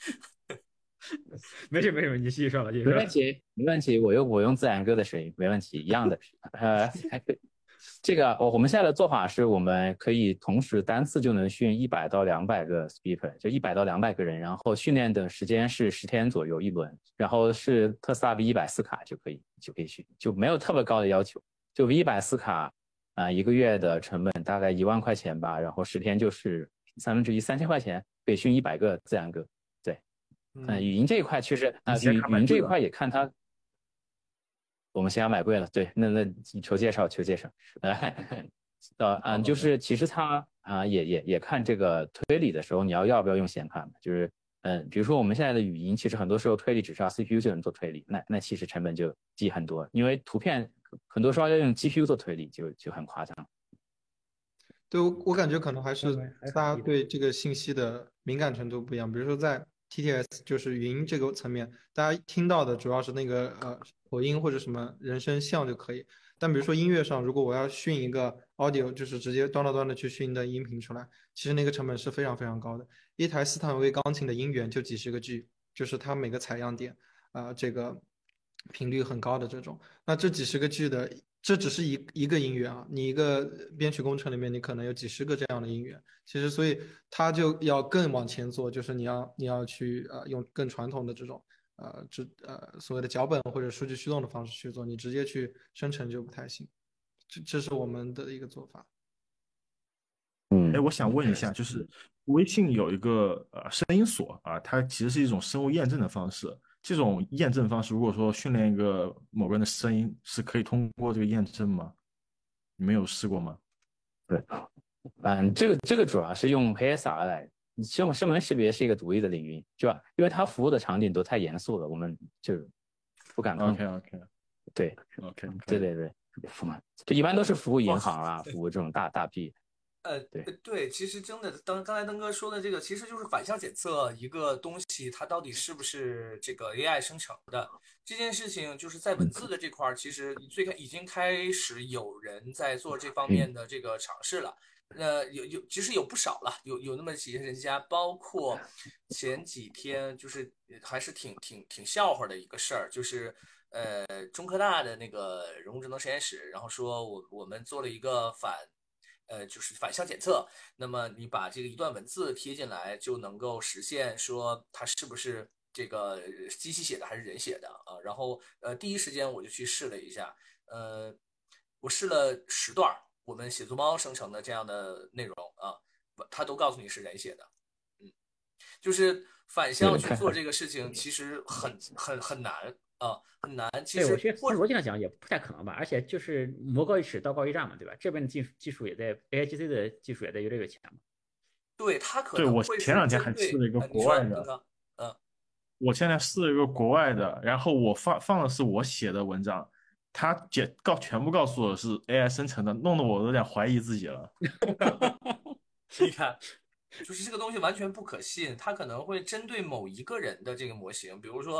[SPEAKER 4] 没事没事，你继续说吧，继续说。
[SPEAKER 13] 没问题，没问题，我用我用自然歌的声音，没问题，一样的。呃，还可以。这个我我们现在的做法是，我们可以同时单次就能训一百到两百个 speaker， 就一百到两百个人，然后训练的时间是十天左右一轮，然后是特斯拉 V 一百四卡就可以就可以训，就没有特别高的要求。就 V 一百四卡啊、呃，一个月的成本大概一万块钱吧，然后十天就是三分之一三千块钱，可以训一百个自然歌。对，嗯、呃，语音这一块确实啊、呃，语语音这一块也看它。我们先要买贵了，对，那那求介绍，求介绍，呃，呃，嗯，就是其实它啊、呃、也也也看这个推理的时候，你要要不要用显卡嘛？就是嗯，比如说我们现在的语音，其实很多时候推理只需要 C P U 就能做推理，那那其实成本就低很多，因为图片很多时候要用 G P U 做推理，就就很夸张。
[SPEAKER 5] 对，我我感觉可能还是大家对这个信息的敏感程度不一样，比如说在 T T S 就是语音这个层面，大家听到的主要是那个呃口音或者什么人声像就可以。但比如说音乐上，如果我要训一个 audio， 就是直接端到端的去训的音频出来，其实那个成本是非常非常高的。一台斯坦威钢琴的音源就几十个 G， 就是它每个采样点啊、呃、这个频率很高的这种。那这几十个 G 的，这只是一一个音源啊，你一个编曲工程里面你可能有几十个这样的音源。其实所以它就要更往前做，就是你要你要去呃用更传统的这种。呃，这呃所谓的脚本或者数据驱动的方式去做，你直接去生成就不太行。这这是我们的一个做法。
[SPEAKER 3] 嗯，哎，我想问一下，就是微信有一个呃声音锁啊，它其实是一种生物验证的方式。这种验证方式，如果说训练一个某个人的声音，是可以通过这个验证吗？你们有试过吗？
[SPEAKER 13] 对，嗯，这个这个主要是用 A S R 来。声声纹识别是一个独立的领域，是吧？因为它服务的场景都太严肃了，我们就不敢碰。
[SPEAKER 3] OK OK，
[SPEAKER 13] 对
[SPEAKER 3] OK，
[SPEAKER 13] 对对对，就一般都是服务银行啊，服务这种大大 P。
[SPEAKER 2] 呃，对对，其实真的，当刚才登哥说的这个，其实就是反向检测一个东西，它到底是不是这个 A I 生成的这件事情，就是在文字的这块，其实最开已经开始有人在做这方面的这个尝试了。呃，有有，其实有不少了，有有那么几个人家，包括前几天就是还是挺挺挺笑话的一个事儿，就是呃中科大的那个人工智能实验室，然后说我我们做了一个反呃就是反向检测，那么你把这个一段文字贴进来，就能够实现说它是不是这个机器写的还是人写的啊？然后呃第一时间我就去试了一下，呃我试了十段。我们写作猫生成的这样的内容啊，它都告诉你是人写的，嗯，就是反向去做这个事情，其实很很很难啊，很难。其实
[SPEAKER 4] 我觉得从逻辑上讲也不太可能吧，而且就是魔高一尺，道高一丈嘛，对吧？这边的技术技术也在 A I G C 的技术也在越来越强嘛。
[SPEAKER 2] 对，它可
[SPEAKER 3] 能
[SPEAKER 2] 会
[SPEAKER 3] 对我前两天还试了一个国外的，
[SPEAKER 2] 嗯，
[SPEAKER 3] 我现在试了一个国外的，然后我放放的是我写的文章。他解告全部告诉我是 A I 生成的，弄得我有点怀疑自己了。
[SPEAKER 2] 你看，就是这个东西完全不可信，它可能会针对某一个人的这个模型，比如说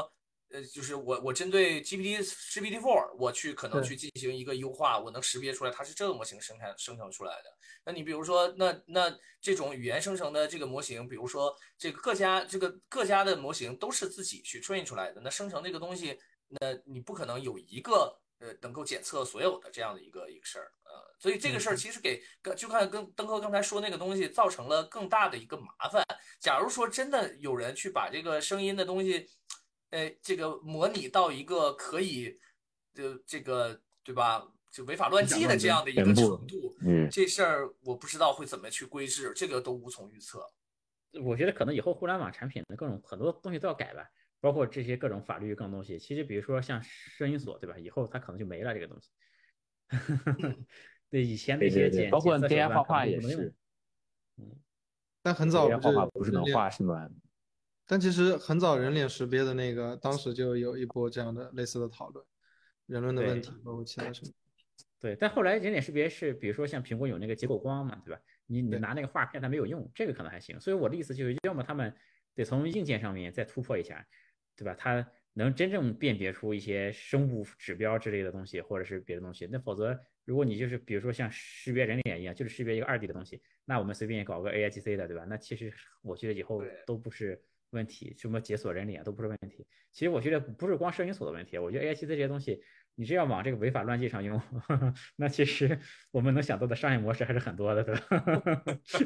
[SPEAKER 2] 呃，就是我我针对 G P T G P T 四，我去可能
[SPEAKER 5] 对
[SPEAKER 2] 去进行一个优化，我能识别出来它是这个模型生产生成出来的。那你比如说，那那这种语言生成的这个模型，比如说这个各家这个各家的模型都是自己去 train 出来的，那生成这个东西，那你不可能有一个呃能够检测所有的这样的一个一个事儿，呃，所以这个事儿其实给就看跟登科刚才说那个东西造成了更大的一个麻烦。假如说真的有人去把这个声音的东西，呃，这个模拟到一个可以，呃，这个对吧？就违法乱纪的这样的一个程度，
[SPEAKER 13] 嗯，
[SPEAKER 2] 这事儿我不知道会怎么去规制，这个都无从预测。
[SPEAKER 4] 我觉得可能以后互联网产品的各种很多东西都要改吧，包括这些各种法律各种东西。其实比如说像声音锁，对吧？以后它可能就没了这个东西。对，以前那些检
[SPEAKER 13] 包括 A I 画画也
[SPEAKER 4] 是。
[SPEAKER 5] 嗯，但很早
[SPEAKER 13] A I 画画不是能画是吗？
[SPEAKER 5] 但其实很早人脸识别的那个，当时就有一波这样的类似的讨论，人论的问题，包括其他什么。
[SPEAKER 4] 对，但后来人脸识别是，比如说像苹果有那个结果光嘛，对吧？你你拿那个画片它没有用，这个可能还行。所以我的意思就是，要么他们得从硬件上面再突破一下，对吧？它能真正辨别出一些生物指标之类的东西，或者是别的东西。那否则，如果你就是比如说像识别人脸一样，就是识别一个二 D 的东西，那我们随便搞个 A I G C 的，对吧？那其实我觉得以后都不是问题，什么解锁人脸都不是问题。其实我觉得不是光声音锁的问题，我觉得 A I G C 这些东西。你这要往这个违法乱纪上用，呵呵，那其实我们能想到的商业模式还是很多的，对吧？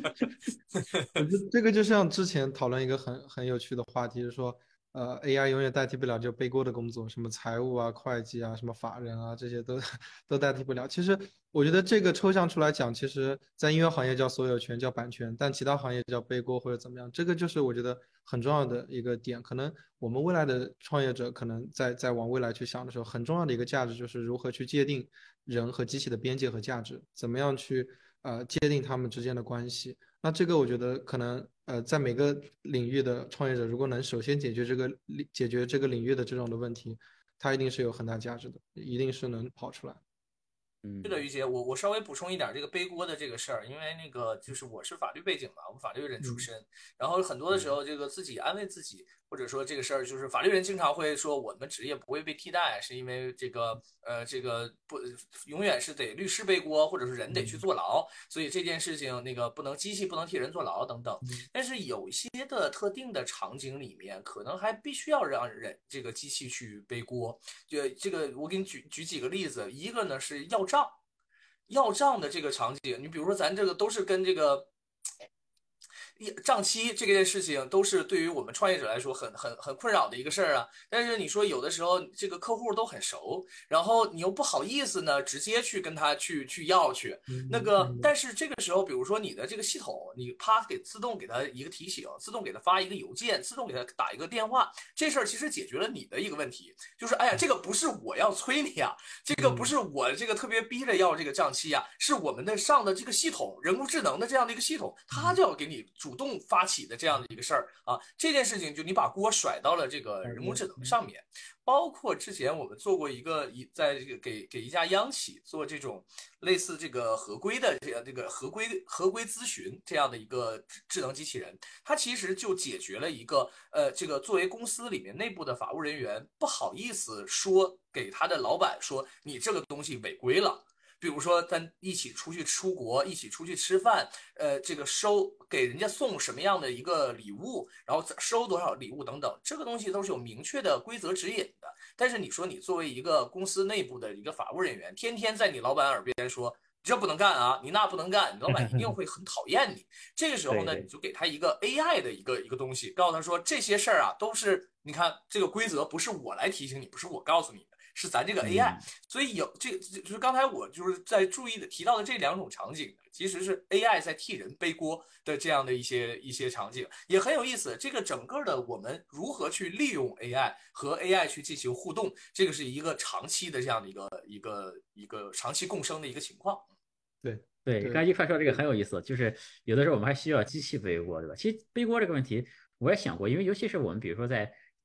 [SPEAKER 5] 这个就像之前讨论一个很很有趣的话题，是说，呃 ，A I 永远代替不了就背锅的工作，什么财务啊、会计啊、什么法人啊，这些都都代替不了。其实我觉得这个抽象出来讲，其实在音乐行业叫所有权、叫版权，但其他行业叫背锅或者怎么样，这个就是我觉得很重要的一个点。可能我们未来的创业者可能在在往未来去想的时候，很重要的一个价值就是如何去界定人和机器的边界和价值，怎么样去呃界定他们之间的关系。那这个我觉得可能呃，在每个领域的创业者，如果能首先解决这个解决这个领域的这种的问题，它一定是有很大价值的，一定是能跑出来。
[SPEAKER 4] 嗯，
[SPEAKER 2] 是的，于姐，我我稍微补充一点这个背锅的这个事儿，因为那个就是我是法律背景嘛，我法律人出身，然后很多的时候这个自己安慰自己，或者说这个事儿就是法律人经常会说我们职业不会被替代，是因为这个呃这个不永远是得律师背锅，或者是人得去坐牢，所以这件事情那个不能机器不能替人坐牢等等。但是有一些的特定的场景里面，可能还必须要让人这个机器去背锅。就这个我给你举举几个例子，一个呢是要账。要账的这个场景，你比如说咱这个都是跟这个账期这件事情，都是对于我们创业者来说很很很困扰的一个事儿啊。但是你说有的时候这个客户都很熟，然后你又不好意思呢，直接去跟他去去要去那个。但是这个时候，比如说你的这个系统，你啪给自动给他一个提醒，自动给他发一个邮件，自动给他打一个电话，这事儿其实解决了你的一个问题，就是哎呀，这个不是我要催你啊，这个不是我这个特别逼着要这个账期啊，是我们的上的这个系统，人工智能的这样的一个系统，它就要给你主动发起的这样的一个事儿啊。这件事情就你把锅甩到了这个人工智能上面。包括之前我们做过一个一在这个给给一家央企做这种类似这个合规的这样这个合规合规咨询这样的一个智能机器人，它其实就解决了一个呃这个作为公司里面内部的法务人员不好意思说给他的老板说你这个东西违规了。比如说咱一起出去出国，一起出去吃饭，呃，这个收给人家送什么样的一个礼物，然后收多少礼物等等，这个东西都是有明确的规则指引的。但是你说你作为一个公司内部的一个法务人员，天天在你老板耳边说这不能干啊，你那不能干，你老板一定会很讨厌你。这个时候呢，你就给他一个 A I 的一个一个东西，告诉他说这些事儿啊都是你看这个规则不是我来提醒你，不是我告诉你的。是咱这个 A I，、嗯、所以有这就是刚才我就是在注意的提到的这两种场景，其实是 A I 在替人背锅的这样的一些一些场景，也很有意思。这个整个的我们如何去利用 A I 和 A I 去进行互动，这个是一个长期的这样的一个一个一个长期共生的一个情况。
[SPEAKER 5] 对
[SPEAKER 4] 对，刚才一块说这个很有意思，就是有的时候我们还需要机器背锅，对吧？其实背锅这个问题我也想过，因为尤其是我们比如说在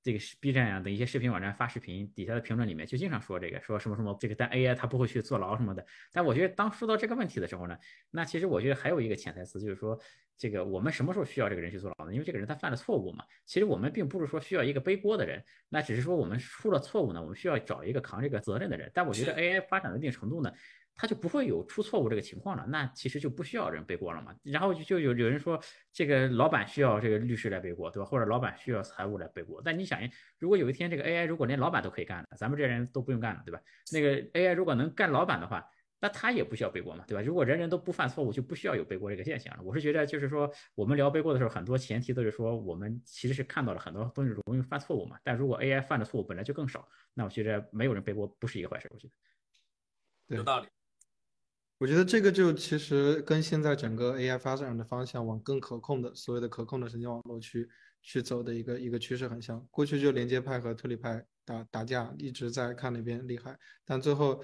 [SPEAKER 4] 这个 B 站啊等一些视频网站发视频底下的评论里面就经常说这个说什么什么这个但 A I 它不会去坐牢什么的。但我觉得当说到这个问题的时候呢，那其实我觉得还有一个潜台词就是说，这个我们什么时候需要这个人去坐牢呢？因为这个人他犯了错误嘛。其实我们并不是说需要一个背锅的人，那只是说我们出了错误呢，我们需要找一个扛这个责任的人。但我觉得 A I 发展到一定程度呢，它就不会有出错误这个情况了，那其实就不需要人背锅了嘛。然后就就有有人说，这个老板需要这个律师来背锅，对吧？或者老板需要财务来背锅。但你想，如果有一天这个 A I 如果连老板都可以干了，咱们这人都不用干了，对吧？那个 A I 如果能干老板的话，那他也不需要背锅嘛，对吧？如果人人都不犯错误，就不需要有背锅这个现象了。我是觉得，就是说，我们聊背锅的时候，很多前提都是说，我们其实是看到了很多东西容易犯错误嘛。但如果 A I 犯的错误本来就更少，那我觉得没有人背锅不是一个坏事。我觉得
[SPEAKER 2] 有道理。
[SPEAKER 5] 我觉得这个就其实跟现在整个 A I 发展的方向往更可控的所谓的可控的神经网络去去走的一个一个趋势很像。过去就连接派和推理派打打架，一直在看哪边厉害，但最后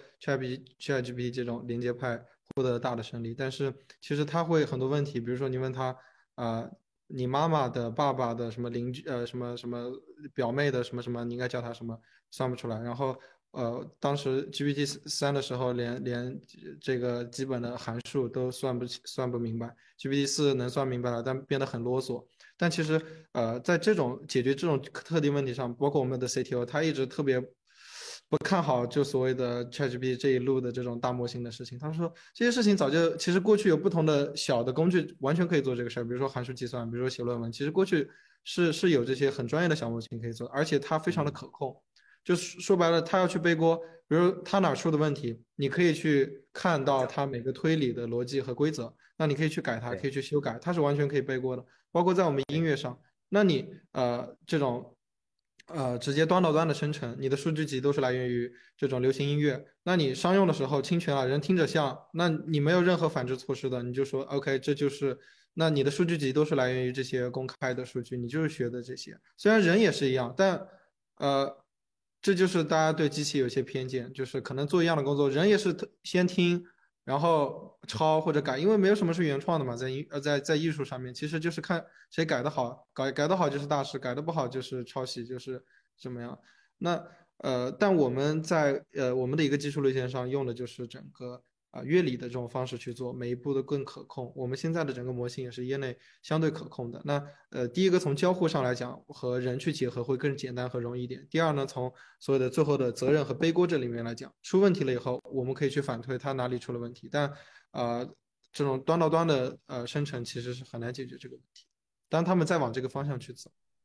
[SPEAKER 5] ChatGPT 这种连接派获得了大的胜利。但是其实它会很多问题，比如说你问他啊、呃，你妈妈的爸爸的什么邻居呃什么什么表妹的什么什么，你应该叫他什么，算不出来。然后呃，当时 G P T 三的时候连，连连这个基本的函数都算不算不明白 ，G P T 四能算明白了，但变得很啰嗦。但其实呃，在这种解决这种特定问题上，包括我们的 C T O， 他一直特别不看好就所谓的 ChatGPT 这一路的这种大模型的事情。他说这些事情早就其实过去有不同的小的工具完全可以做这个事儿，比如说函数计算，比如说写论文，其实过去是是有这些很专业的小模型可以做，而且它非常的可控。就是说白了，他要去背锅，比如他哪出的问题，你可以去看到他每个推理的逻辑和规则，那你可以去改它，可以去修改，它是完全可以背锅的。包括在我们音乐上，那你呃这种呃直接端到端的生成，你的数据集都是来源于这种流行音乐，那你商用的时候侵权了，人听着像，那你没有任何反制措施的，你就说 OK， 这就是。那你的数据集都是来源于这些公开的数据，你就是学的这些。虽然人也是一样，但呃。这就是大家对机器有些偏见，就是可能做一样的工作，人也是先听，然后抄或者改，因为没有什么是原创的嘛，在艺呃在在艺术上面，其实就是看谁改得好，改改得好就是大师，改得不好就是抄袭，就是怎么样。那呃，但我们在呃我们的一个技术路线上用的就是整个。啊，乐理的这种方式去做，每一步都更可控。我们现在的整个模型也是业内相对可控的。那呃，第一个从交互上来讲，和人去结合会更简单和容易一点。第二呢，从所有的最后的责任和背锅这里面来讲，出问题了以后，我们可以去反推它哪里出了问题。但呃，这种端到端的呃生成其实是很难解决这个问题。当他们再往这个方向去走。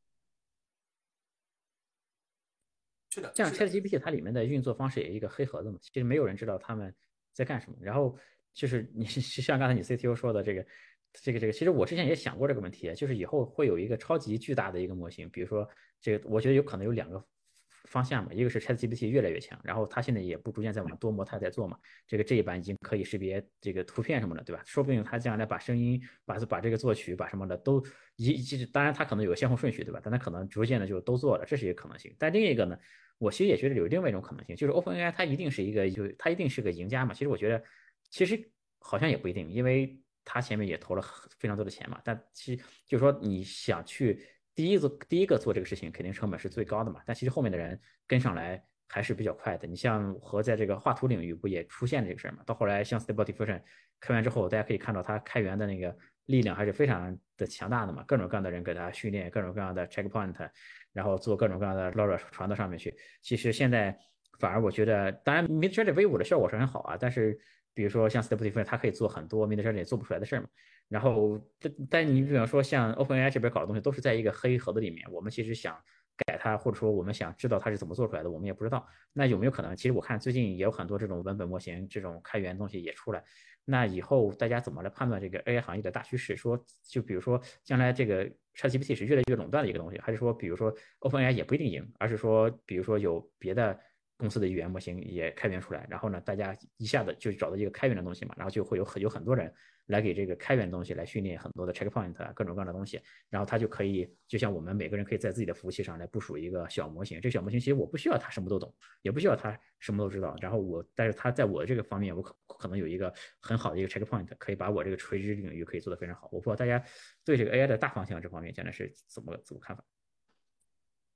[SPEAKER 2] 是的，
[SPEAKER 4] 像 ChatGPT 它里面的运作方式也一个黑盒子嘛，其实没有人知道他们在干什么。然后就是你像刚才你 C T O 说的这个，这个这个，其实我之前也想过这个问题，就是以后会有一个超级巨大的一个模型，比如说这个，我觉得有可能有两个方向嘛，一个是 ChatGPT 越来越强，然后它现在也不逐渐在往多模态在做嘛，这个这一版已经可以识别这个图片什么的，对吧？说不定它将来把声音、把把这个作曲、把什么的都一，当然它可能有先后顺序，对吧？但它可能逐渐的就都做了，这是一个可能性。但另一个呢？我其实也觉得有另外一种可能性，就是 OpenAI 它一定是一个，就它一定是个赢家嘛。其实我觉得，其实好像也不一定，因为它前面也投了非常多的钱嘛。但其实就是说，你想去第一做第一个做这个事情，肯定成本是最高的嘛。但其实后面的人跟上来还是比较快的。你像和在这个画图领域不也出现这个事儿嘛？到后来像 Stable Diffusion 开源之后，大家可以看到它开源的那个力量还是非常的强大的嘛，各种各样的人给它训练，各种各样的 checkpoint。然后做各种各样的 LoRa 传到上面去。其实现在反而我觉得，当然 Midjourney V 五的效果是很好啊，但是比如说像 Stable Diffusion，它可以做很多 Midjourney 做不出来的事儿嘛。然后，但你比方说像 OpenAI 这边搞的东西都是在一个黑盒子里面，我们其实想改它，或者说我们想知道它是怎么做出来的，我们也不知道。那有没有可能？其实我看最近也有很多这种文本模型、这种开源东西也出来。那以后大家怎么来判断这个 A I 行业的大趋势？说就比如说将来这个 ChatGPT 是越来越垄断的一个东西，还是说比如说 OpenAI 也不一定赢，而是说比如说有别的公司的语言模型也开源出来，然后呢大家一下子就找到一个开源的东西嘛，然后就会有很有很多人来给这个开源的东西来训练很多的 checkpoint 啊，各种各样的东西，然后它就可以就像我们每个人可以在自己的服务器上来部署一个小模型，这个小模型其实我不需要它什么都懂，也不需要它什么都知道，然后我但是它在我这个方面我可可能有一个很好的一个 checkpoint， 可以把我这个垂直领域可以做得非常好。我不知道大家对这个 A I 的大方向这方面将来是怎么怎么看法？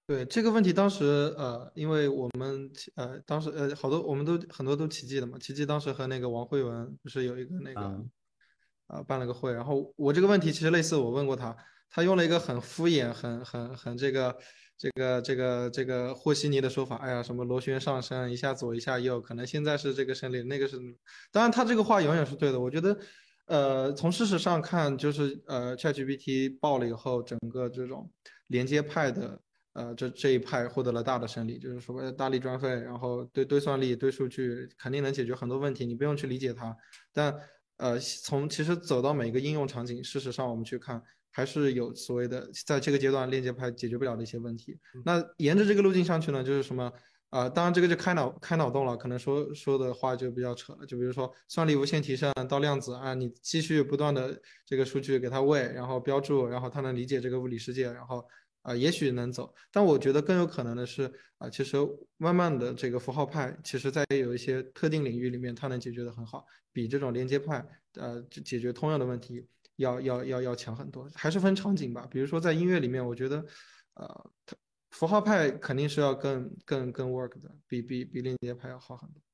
[SPEAKER 5] 对这个问题，当时呃，因为我们呃当时呃好多我们都很多都奇迹的嘛，奇迹当时和那个王慧文不是有一个那个啊、
[SPEAKER 4] 嗯
[SPEAKER 5] 呃办了个会，然后我这个问题其实类似，我问过他，他用了一个很敷衍、很很很这个这个这个这个和稀泥的说法，哎呀什么螺旋上升，一下左一下右，可能现在是这个胜利，那个是，当然他这个话永远是对的，我觉得。呃，从事实上看，就是呃，ChatGPT 爆了以后，整个这种连接派的呃，这这一派获得了大的胜利，就是所谓的大力专费，然后对堆算力、堆数据肯定能解决很多问题，你不用去理解它。但呃，从其实走到每个应用场景，事实上我们去看，还是有所谓的在这个阶段链接派解决不了的一些问题。那沿着这个路径上去呢，就是什么？啊、呃，当然这个就开脑开脑洞了，可能说说的话就比较扯了。就比如说算力无限提升到量子啊，你继续不断的这个数据给它喂，然后标注，然后它能理解这个物理世界，然后啊、呃，也许能走。但我觉得更有可能的是啊、呃，其实慢慢的这个符号派，其实在有一些特定领域里面，它能解决的很好，比这种连接派呃解决通用的问题要要要要强很多。还是分场景吧，比如说在音乐里面，我觉得呃它。符号派肯定是要更更更 work 的，比比比链接派要好很多。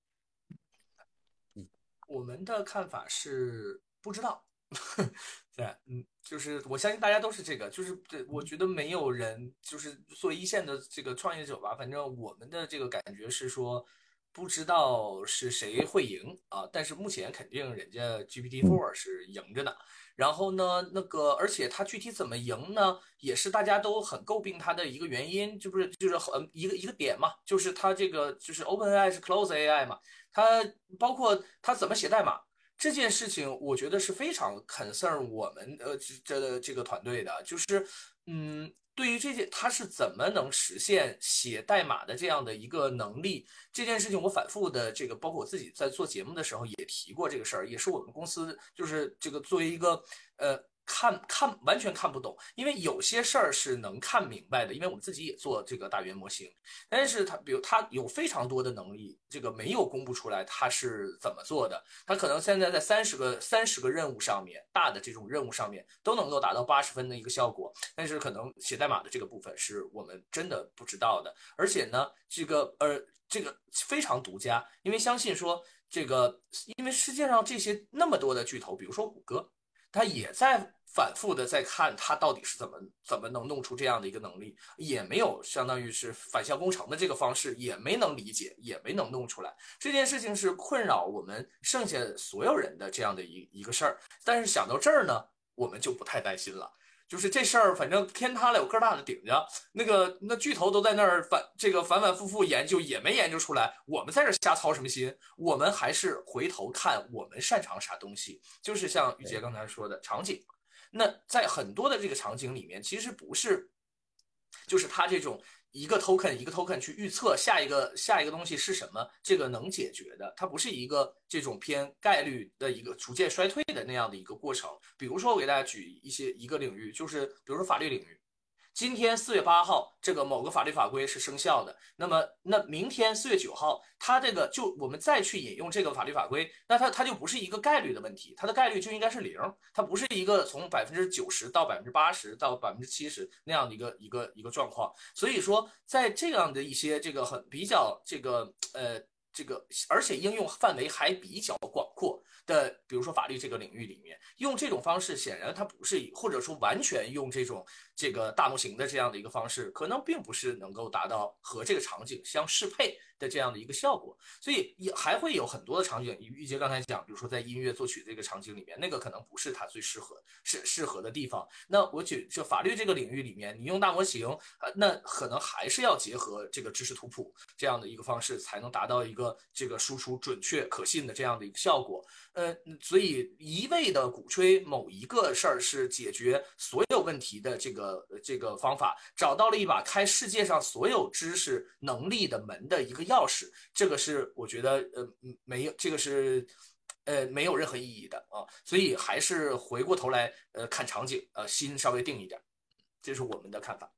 [SPEAKER 2] 我们的看法是不知道，对，嗯，就是我相信大家都是这个，就是我觉得没有人就是做一线的这个创业者吧，反正我们的这个感觉是说，不知道是谁会赢啊，但是目前肯定人家 G P T 四 是赢着呢。然后呢，那个而且它具体怎么赢呢，也是大家都很诟病它的一个原因，就不是就是很一个一个点嘛，就是它这个就是 OpenAI 是 Close A I 嘛。它包括它怎么写代码这件事情，我觉得是非常 concern 我们呃这这个团队的，就是嗯，对于这件它是怎么能实现写代码的这样的一个能力，这件事情我反复的这个，包括我自己在做节目的时候也提过这个事儿，也是我们公司就是这个作为一个呃。看看完全看不懂，因为有些事儿是能看明白的，因为我们自己也做这个大语言模型，但是它比如它有非常多的能力，这个没有公布出来它是怎么做的，它可能现在在三十个三十个任务上面，大的这种任务上面都能够达到八十分的一个效果，但是可能写代码的这个部分是我们真的不知道的，而且呢，这个呃这个非常独家，因为相信说这个，因为世界上这些那么多的巨头，比如说谷歌。他也在反复的在看他到底是怎么怎么能弄出这样的一个能力，也没有相当于是反向工程的这个方式，也没能理解，也没能弄出来。这件事情是困扰我们剩下所有人的这样的一一个事儿。但是想到这儿呢，我们就不太担心了。就是这事儿，反正天塌了有个大的顶着，那个那巨头都在那儿反这个反反复复研究，也没研究出来。我们在这瞎操什么心？我们还是回头看我们擅长啥东西，就是像玉洁刚才说的场景。那在很多的这个场景里面，其实不是，就是它这种一个 token 一个 token 去预测下一个下一个东西是什么，这个能解决的，它不是一个这种偏概率的一个逐渐衰退的那样的一个过程。比如说，我给大家举一些一个领域，就是比如说法律领域。今天四月八号，这个某个法律法规是生效的。那么，那明天四月九号，它这个就我们再去引用这个法律法规，那它它就不是一个概率的问题，它的概率就应该是零，它不是一个从百分之九十到百分之八十到百分之七十那样的一个一个一个状况。所以说，在这样的一些这个很比较这个呃这个，而且应用范围还比较广阔。的，比如说法律这个领域里面，用这种方式，显然它不是，或者说完全用这种这个大模型的这样的一个方式，可能并不是能够达到和这个场景相适配的这样的一个效果。所以也还会有很多的场景，玉洁刚才讲，比如说在音乐作曲这个场景里面，那个可能不是它最适合是适合的地方。那我举就法律这个领域里面，你用大模型，呃，那可能还是要结合这个知识图谱这样的一个方式，才能达到一个这个输出准确可信的这样的一个效果。呃，所以一味的鼓吹某一个事儿是解决所有问题的这个这个方法，找到了一把开世界上所有知识能力的门的一个钥匙，这个是我觉得呃没有这个是呃没有任何意义的啊，所以还是回过头来呃看场景，呃心稍微定一点，这是我们的看法。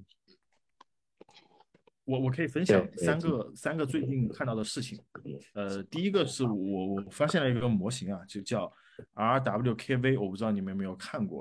[SPEAKER 3] 我我可以分享三个三个最近看到的事情，呃，第一个是我我发现了一个模型啊，就叫 R W K V， 我不知道你们有没有看过，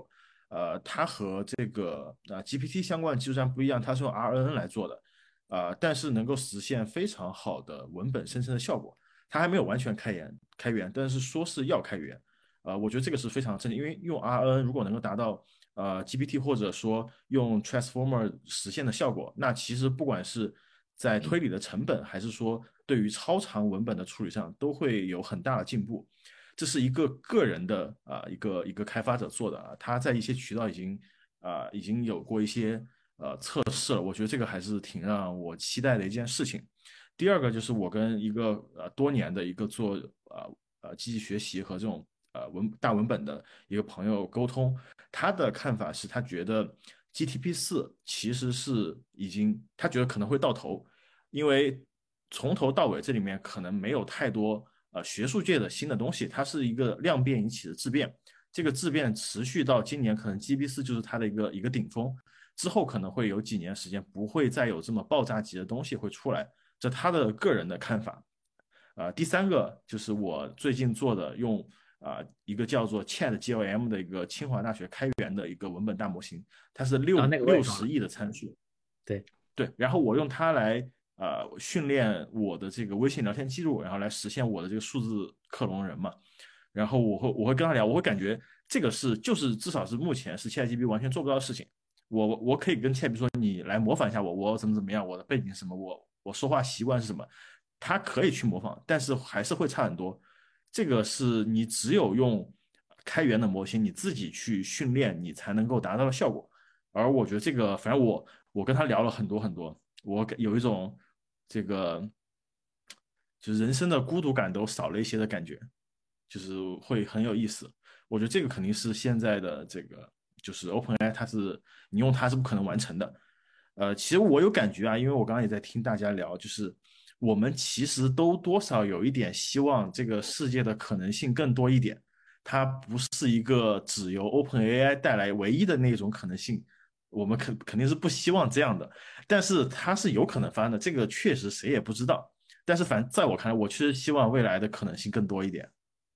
[SPEAKER 3] 呃，它和这个啊、G P T 相关的技术栈不一样，它是用 R N N 来做的，啊、但是能够实现非常好的文本生成的效果。它还没有完全开源开源，但是说是要开源，呃，我觉得这个是非常正确，因为用 R N N 如果能够达到呃 G P T 或者说用 Transformer 实现的效果，那其实不管是在推理的成本，还是说对于超长文本的处理上，都会有很大的进步。这是一个个人的啊、呃、一个一个开发者做的啊，他在一些渠道已经啊、呃、已经有过一些呃测试了，我觉得这个还是挺让我期待的一件事情。第二个就是我跟一个呃多年的一个做呃呃机器学习和这种呃文大文本的一个朋友沟通，他的看法是他觉得 G T P 四其实是已经他觉得可能会到头，因为从头到尾这里面可能没有太多呃学术界的新的东西，它是一个量变引起的质变，这个质变持续到今年，可能 G P 四就是它的一个一个顶峰，之后可能会有几年时间不会再有这么爆炸级的东西会出来。这他的个人的看法，呃，第三个就是我最近做的用啊、呃、一个叫做 Chat G L M 的一个清华大学开源的一个文本大模型，它是六六十亿的参数，
[SPEAKER 4] 对
[SPEAKER 3] 对，然后我用它来呃训练我的这个微信聊天记录，然后来实现我的这个数字克隆人嘛，然后我会我会跟他聊，我会感觉这个是就是至少是目前是 ChatGPT 完全做不到的事情，我我可以跟 ChatGPT 说你来模仿一下我，我怎么怎么样，我的背景是什么，我。我说话习惯是什么，他可以去模仿，但是还是会差很多。这个是你只有用开源的模型，你自己去训练，你才能够达到的效果。而我觉得这个，反正我我跟他聊了很多很多，我有一种这个就是人生的孤独感都少了一些的感觉，就是会很有意思。我觉得这个肯定是现在的这个就是 OpenAI， 它是你用它是不可能完成的。呃，其实我有感觉啊，因为我刚刚也在听大家聊，就是我们其实都多少有一点希望这个世界的可能性更多一点，它不是一个只由 OpenAI 带来唯一的那种可能性，我们肯肯定是不希望这样的，但是它是有可能发生的，这个确实谁也不知道。但是反正在我看来，我确实希望未来的可能性更多一点。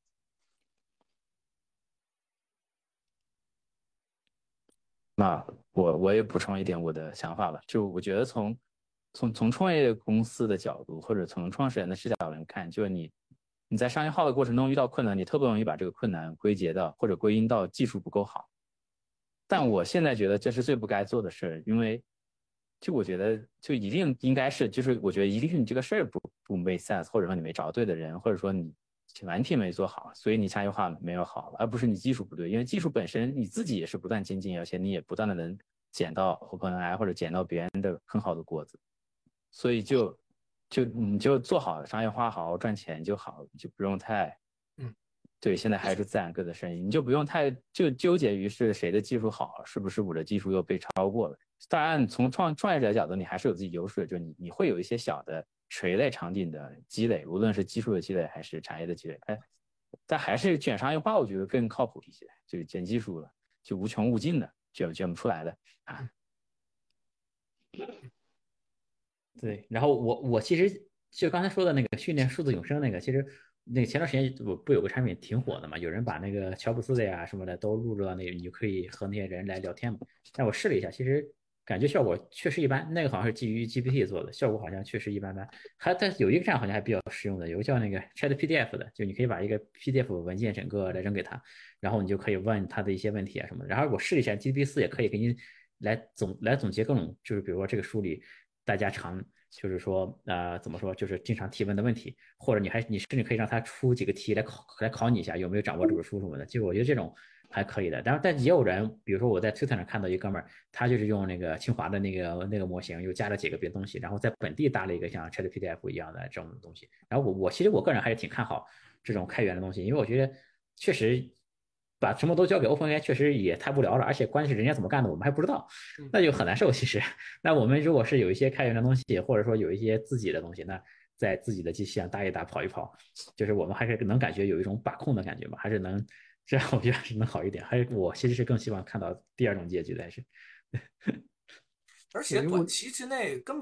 [SPEAKER 13] 那我我也补充一点我的想法吧，就我觉得从从从创业公司的角度，或者从创始人的视角来看，就是你你在商业化的过程中遇到困难，你特别容易把这个困难归结到或者归因到技术不够好。但我现在觉得这是最不该做的事，因为就我觉得就一定应该是，就是我觉得一定是你这个事儿不不 make sense，或者说你没找对的人，或者说你前提没做好，所以你商业化没有好，而不是你技术不对。因为技术本身你自己也是不断精进，而且你也不断的能捡到 OpenAI 或者捡到别人的很好的果子，所以就就你就做好商业化，好好赚钱就好，就不用太
[SPEAKER 2] 嗯，
[SPEAKER 13] 对，现在还是自然各的声音，你就不用太就纠结于是谁的技术好，是不是我的技术又被超过了。当然，从创创业者的角度，你还是有自己优势，就你你会有一些小的垂类场景的积累，无论是技术的积累还是产业的积累，哎，但还是卷商业化，我觉得更靠谱一些，就是卷技术了，就无穷无尽的卷卷不出来的啊。
[SPEAKER 4] 对，然后我我其实就刚才说的那个训练数字永生那个，其实那个前段时间我不有个产品挺火的嘛，有人把那个乔布斯的呀什么的都录入到那个，你就可以和那些人来聊天嘛。但我试了一下，其实感觉效果确实一般。那个好像是基于 G P T 做的，效果好像确实一般般。还但有一个站好像还比较实用的，有个叫那个 Chat P D F 的，就你可以把一个 P D F 文件整个来扔给他，然后你就可以问他的一些问题啊什么的。然后我试了一下 G P T 四也可以给你来总来总结各种，就是比如说这个书里大家常就是说呃怎么说，就是经常提问的问题，或者你还你甚至可以让他出几个题来考来考你一下有没有掌握这本书什么的。就我觉得这种还可以的。当然，但也有人，比如说我在 Twitter 上看到一哥们儿，他就是用那个清华的那个那个模型，又加了几个别的东西，然后在本地搭了一个像 ChatPDF 一样的这种东西。然后我我其实我个人还是挺看好这种开源的东西，因为我觉得确实把什么都交给 OpenAI 确实也太无聊了，而且关键是人家怎么干的我们还不知道，那就很难受。其实，那我们如果是有一些开源的东西，或者说有一些自己的东西，那在自己的机器上搭一搭、跑一跑，就是我们还是能感觉有一种把控的感觉吧，还是能。这样我觉得是能好一点，还是我其实是更希望看到第二种结局的，还是。
[SPEAKER 2] 而且短期之内根本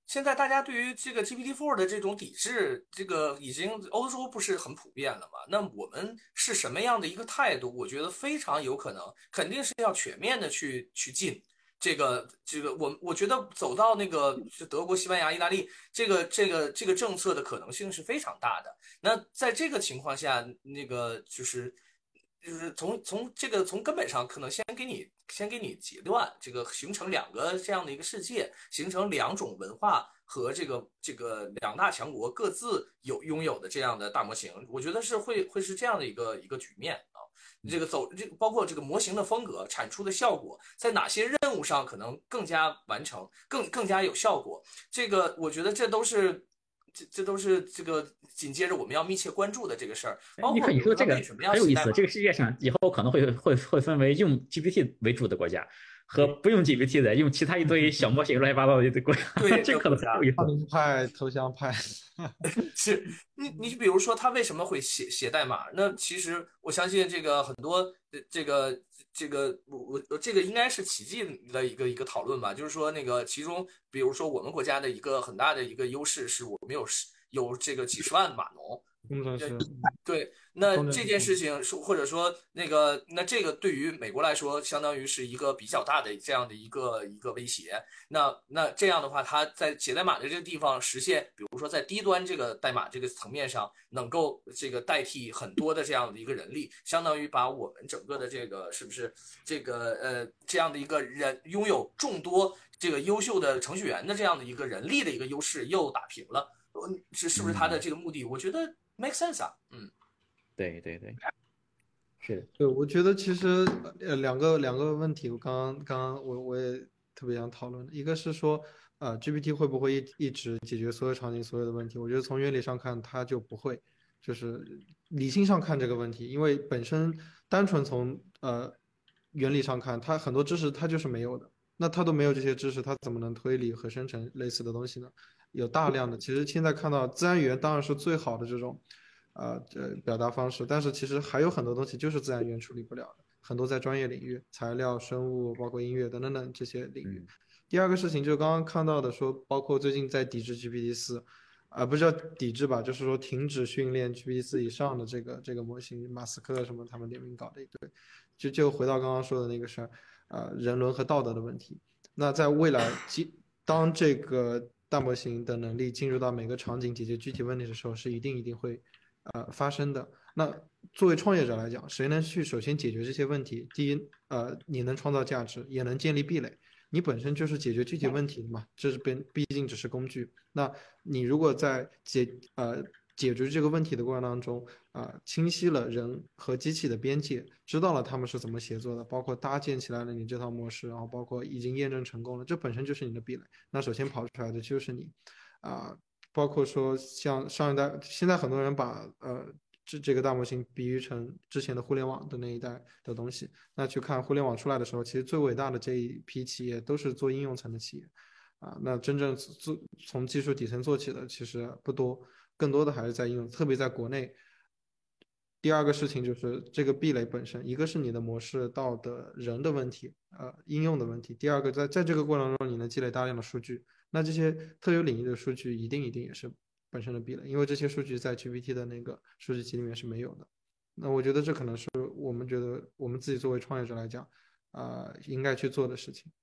[SPEAKER 2] 现在大家对于这个 G P T 四 的这种抵制，这个已经欧洲不是很普遍了嘛？那我们是什么样的一个态度？我觉得非常有可能，肯定是要全面的去去进。这个这个，我我觉得走到那个是德国、西班牙、意大利这个这个这个政策的可能性是非常大的。那在这个情况下，那个就是就是从从这个从根本上，可能先给你先给你截断，这个形成两个这样的一个世界，形成两种文化和这个这个两大强国各自有拥有的这样的大模型，我觉得是会会是这样的一个一个局面啊。这个走这个包括这个模型的风格、产出的效果，在哪些任务上可能更加完成、更更加有效果？这个我觉得这都是这这都是这个紧接着我们要密切关注的这个事儿。包
[SPEAKER 4] 你
[SPEAKER 2] 括
[SPEAKER 4] 看你说这个
[SPEAKER 2] 为什么要
[SPEAKER 4] 很有意思，
[SPEAKER 2] 写代码？
[SPEAKER 4] 这个世界上以后可能会会会分为用 G P T 为主的国家和不用 G P T 的，用其他一堆小模型乱七八糟的一堆国家，
[SPEAKER 2] 对，
[SPEAKER 4] 这可能很有意思。
[SPEAKER 5] 少林派、投降派，
[SPEAKER 2] 是你你比如说他为什么会写写代码？那其实我相信这个很多呃这个这个我我这个应该是奇迹的一个一个讨论吧，就是说那个其中比如说我们国家的一个很大的一个优势是我们有有这个几十万码农。
[SPEAKER 5] 工程师，
[SPEAKER 2] 对，那
[SPEAKER 5] 工程
[SPEAKER 2] 这件事情是或者说那个那这个对于美国来说，相当于是一个比较大的这样的一个一个威胁。那那这样的话，它在写代码的这个地方实现，比如说在低端这个代码这个层面上，能够这个代替很多的这样的一个人力，相当于把我们整个的这个是不是这个呃这样的一个人拥有众多这个优秀的程序员的这样的一个人力的一个优势又打平了。是是不是他的这个目的？我觉得 make sense 啊，嗯，
[SPEAKER 4] 对对对，是的，
[SPEAKER 5] 对，我觉得其实呃两个两个问题，我刚刚刚刚我我也特别想讨论，一个是说呃 G P T 会不会一一直解决所有场景所有的问题？我觉得从原理上看它就不会，就是理性上看这个问题，因为本身单纯从呃原理上看，它很多知识它就是没有的，那它都没有这些知识，它怎么能推理和生成类似的东西呢？有大量的，其实现在看到自然语言当然是最好的这种，呃，这表达方式，但是其实还有很多东西就是自然语言处理不了的，很多在专业领域，材料、生物，包括音乐等等等这些领域。第二个事情就是刚刚看到的说，包括最近在抵制 G P T 四，啊、不是叫抵制吧，就是说停止训练 G P T 四以上的这个这个模型，马斯克什么他们联名搞的一堆，就就回到刚刚说的那个事儿，啊、人伦和道德的问题。那在未来，当这个大模型的能力进入到每个场景解决具体问题的时候，是一定一定会呃发生的。那作为创业者来讲，谁能去首先解决这些问题？第一，呃，你能创造价值，也能建立壁垒。你本身就是解决具体问题的嘛，这是毕毕竟只是工具。那你如果在解呃解决这个问题的过程当中，啊、呃，清晰了人和机器的边界，知道了他们是怎么协作的，包括搭建起来了你这套模式，然后包括已经验证成功了，这本身就是你的壁垒。那首先跑出来的就是你，啊、呃，包括说像上一代，现在很多人把呃这这个大模型比喻成之前的互联网的那一代的东西。那去看互联网出来的时候，其实最伟大的这一批企业都是做应用层的企业，啊，那真正做从技术底层做起的其实不多。更多的还是在应用，特别在国内。第二个事情就是这个壁垒本身，一个是你的模式到的人的问题，呃，应用的问题。第二个，在在这个过程中，你能积累大量的数据，那这些特有领域的数据一定一定也是本身的壁垒，因为这些数据在 G P T 的那个数据集里面是没有的。那我觉得这可能是我们觉得我们自己作为创业者来讲，啊、呃，应该去做的事情。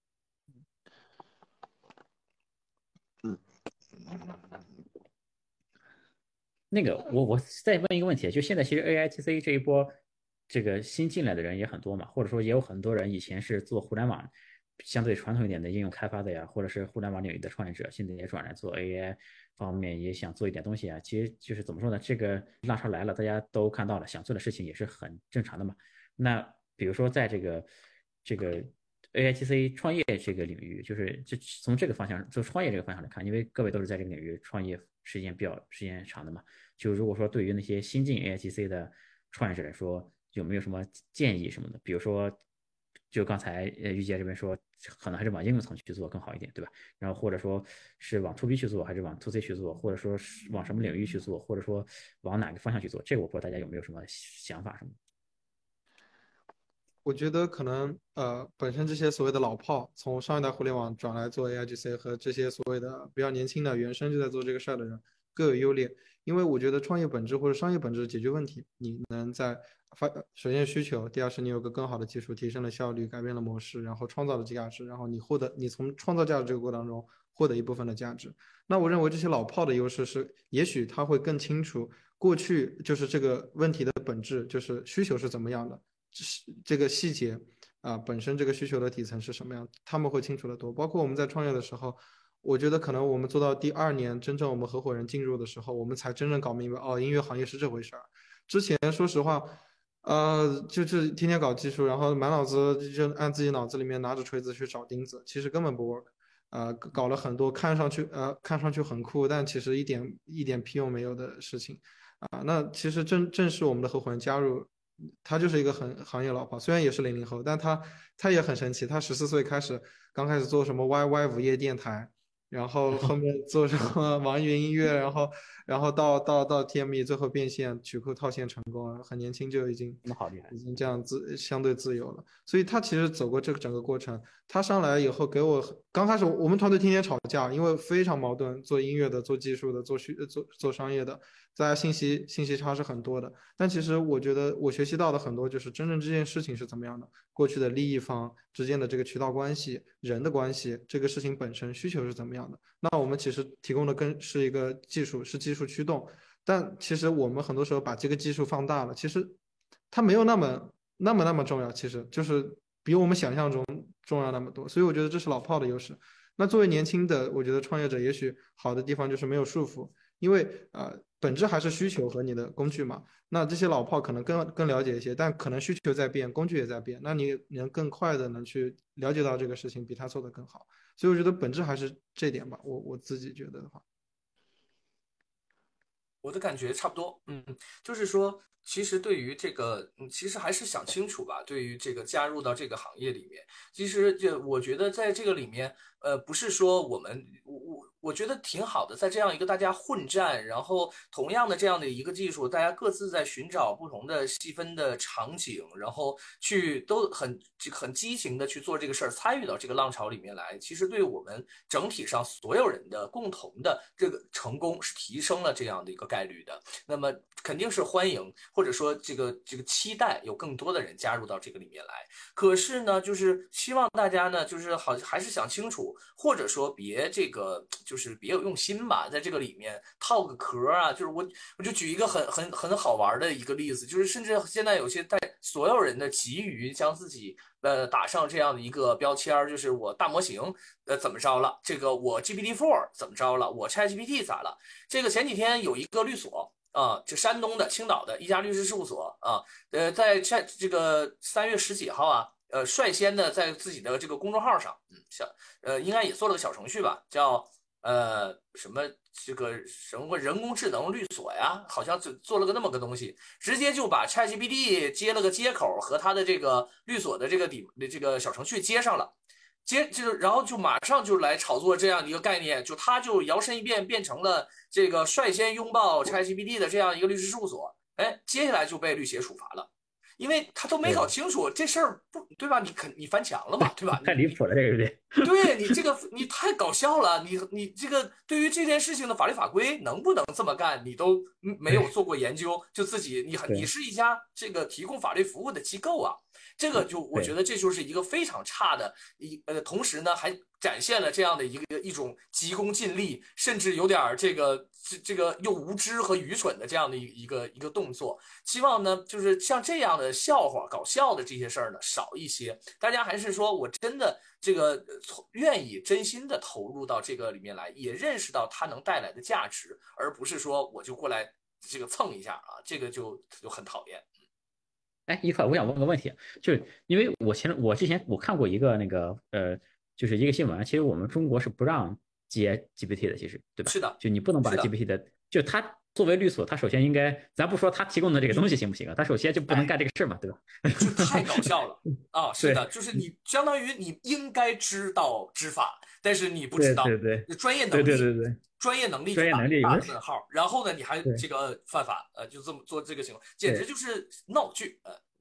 [SPEAKER 7] 嗯。
[SPEAKER 4] 那个，我我再问一个问题，就现在其实 A I G C 这一波，这个新进来的人也很多嘛，或者说也有很多人以前是做互联网相对传统一点的应用开发的呀，或者是互联网领域的创业者，现在也转来做 A I 方面，也想做一点东西啊。其实就是怎么说呢，这个浪潮来了，大家都看到了，想做的事情也是很正常的嘛。那比如说在这个这个 A I G C 创业这个领域，就是就从这个方向，就创业这个方向来看，因为各位都是在这个领域创业时间比较时间长的嘛，就如果说对于那些新进 A I G C 的创业者来说，有没有什么建议什么的？比如说，就刚才呃玉洁这边说，可能还是往应用层去做更好一点，对吧？然后或者说是往 to B 去做，还是往 to C 去做，或者说是往什么领域去做，或者说往哪个方向去做？这个我不知道大家有没有什么想法什么。
[SPEAKER 5] 我觉得可能呃，本身这些所谓的老炮从上一代互联网转来做 A I G C 和这些所谓的比较年轻的原生就在做这个事儿的人各有优劣。因为我觉得创业本质或者商业本质解决问题，你能在发首先需求，第二是你有个更好的技术，提升了效率，改变了模式，然后创造了价值，然后你获得你从创造价值这个过程当中获得一部分的价值。那我认为这些老炮的优势是，也许他会更清楚过去就是这个问题的本质，就是需求是怎么样的，这个细节啊、呃，本身这个需求的底层是什么样，他们会清楚得多。包括我们在创业的时候。我觉得可能我们做到第二年，真正我们合伙人进入的时候，我们才真正搞明白哦，音乐行业是这回事儿。之前说实话，呃，就是天天搞技术，然后满脑子就按自己脑子里面拿着锤子去找钉子，其实根本不 work。呃，搞了很多看上去呃看上去很酷，但其实一点一点屁用没有的事情啊、呃。那其实正正是我们的合伙人加入，他就是一个很行业老炮，虽然也是零零后，但他他也很神奇，他十四岁开始刚开始做什么 Y Y 午夜电台。然后后面做什么网易云音乐，然后然后到到到 T M E， 最后变现曲库套现成功了，很年轻就已经
[SPEAKER 4] 好厉害，
[SPEAKER 5] 已经这样自相对自由了。所以他其实走过这个整个过程，他上来以后给我刚开始我们团队天天吵架，因为非常矛盾，做音乐的、做技术的、做需做做商业的，大家信息信息差是很多的。但其实我觉得我学习到的很多就是真正这件事情是怎么样的，过去的利益方之间的这个渠道关系、人的关系，这个事情本身需求是怎么样的。那我们其实提供的更是一个技术，是技术驱动，但其实我们很多时候把这个技术放大了，其实它没有那么那么那么重要，其实就是比我们想象中重要那么多。所以我觉得这是老炮的优势。那作为年轻的，我觉得创业者也许好的地方就是没有束缚，因为呃本质还是需求和你的工具嘛。那这些老炮可能更更了解一些，但可能需求在变，工具也在变，那你能更快的能去了解到这个事情，比他做得更好。所以我觉得本质还是这点吧，我我自己觉得的话，
[SPEAKER 2] 我的感觉差不多，嗯，就是说，其实对于这个，嗯，其实还是想清楚吧。对于这个加入到这个行业里面，其实这我觉得在这个里面，呃，不是说我们我我我觉得挺好的，在这样一个大家混战，然后同样的这样的一个技术，大家各自在寻找不同的细分的场景，然后去都很很激情的去做这个事儿，参与到这个浪潮里面来。其实对我们整体上所有人的共同的这个成功是提升了这样的一个概率的。那么肯定是欢迎，或者说这个这个期待有更多的人加入到这个里面来。可是呢，就是希望大家呢，就是好还是想清楚，或者说别这个就是别有用心吧，在这个里面套个壳啊。就是我我就举一个很很很好玩的一个例子，就是甚至现在有些在所有人的急于将自己呃打上这样的一个标签，就是我大模型呃怎么着了，这个我 G P T 四 怎么着了，我 ChatGPT 咋了？这个前几天有一个律所。啊，这山东的青岛的一家律师事务所啊，呃，在这这个三月十几号啊，呃，率先的在自己的这个公众号上，嗯，小呃，应该也做了个小程序吧，叫呃什么这个什么人工智能律所呀，好像就做了个那么个东西，直接就把 ChatGPT 接了个接口和它的这个律所的这个底这个小程序接上了。接就然后就马上就来炒作这样的一个概念，就他就摇身一变变成了这个率先拥抱 ChatGPT 的这样一个律师事务所，哎，接下来就被律协处罚了，因为他都没搞清楚这事儿不对吧？你肯你翻墙了嘛，对吧？
[SPEAKER 4] 太离谱了，这个有点。
[SPEAKER 2] 对你这个你太搞笑了，你你这个对于这件事情的法律法规能不能这么干，你都没有做过研究，就自己你你是一家这个提供法律服务的机构啊。这个就我觉得这就是一个非常差的一呃，同时呢还展现了这样的一个一种急功近利，甚至有点这个这这个又无知和愚蠢的这样的一一个一个动作。希望呢就是像这样的笑话搞笑的这些事儿呢少一些，大家还是说我真的这个愿意真心的投入到这个里面来，也认识到它能带来的价值，而不是说我就过来这个蹭一下啊，这个就就很讨厌。
[SPEAKER 4] 哎，一块，我想问个问题，就是因为我前我之前我看过一个那个呃，就是一个新闻，其实我们中国是不让接 G P T 的，其实对吧？
[SPEAKER 2] 是的，
[SPEAKER 4] 就你不能把 G P T 的，就它作为律所，它首先应该，咱不说它提供的这个东西行不行啊，它首先就不能干这个事嘛，对吧？
[SPEAKER 2] 就太搞笑了啊！是的，就是你相当于你应该知道知法，但是你不知道，
[SPEAKER 4] 对对
[SPEAKER 2] 对，专业能力，
[SPEAKER 4] 对对对对，
[SPEAKER 2] 专业能力，
[SPEAKER 4] 专业能力
[SPEAKER 2] 打问号，然后呢，你还这个犯法，呃，就这么做这个行为，简直就是闹剧，呃，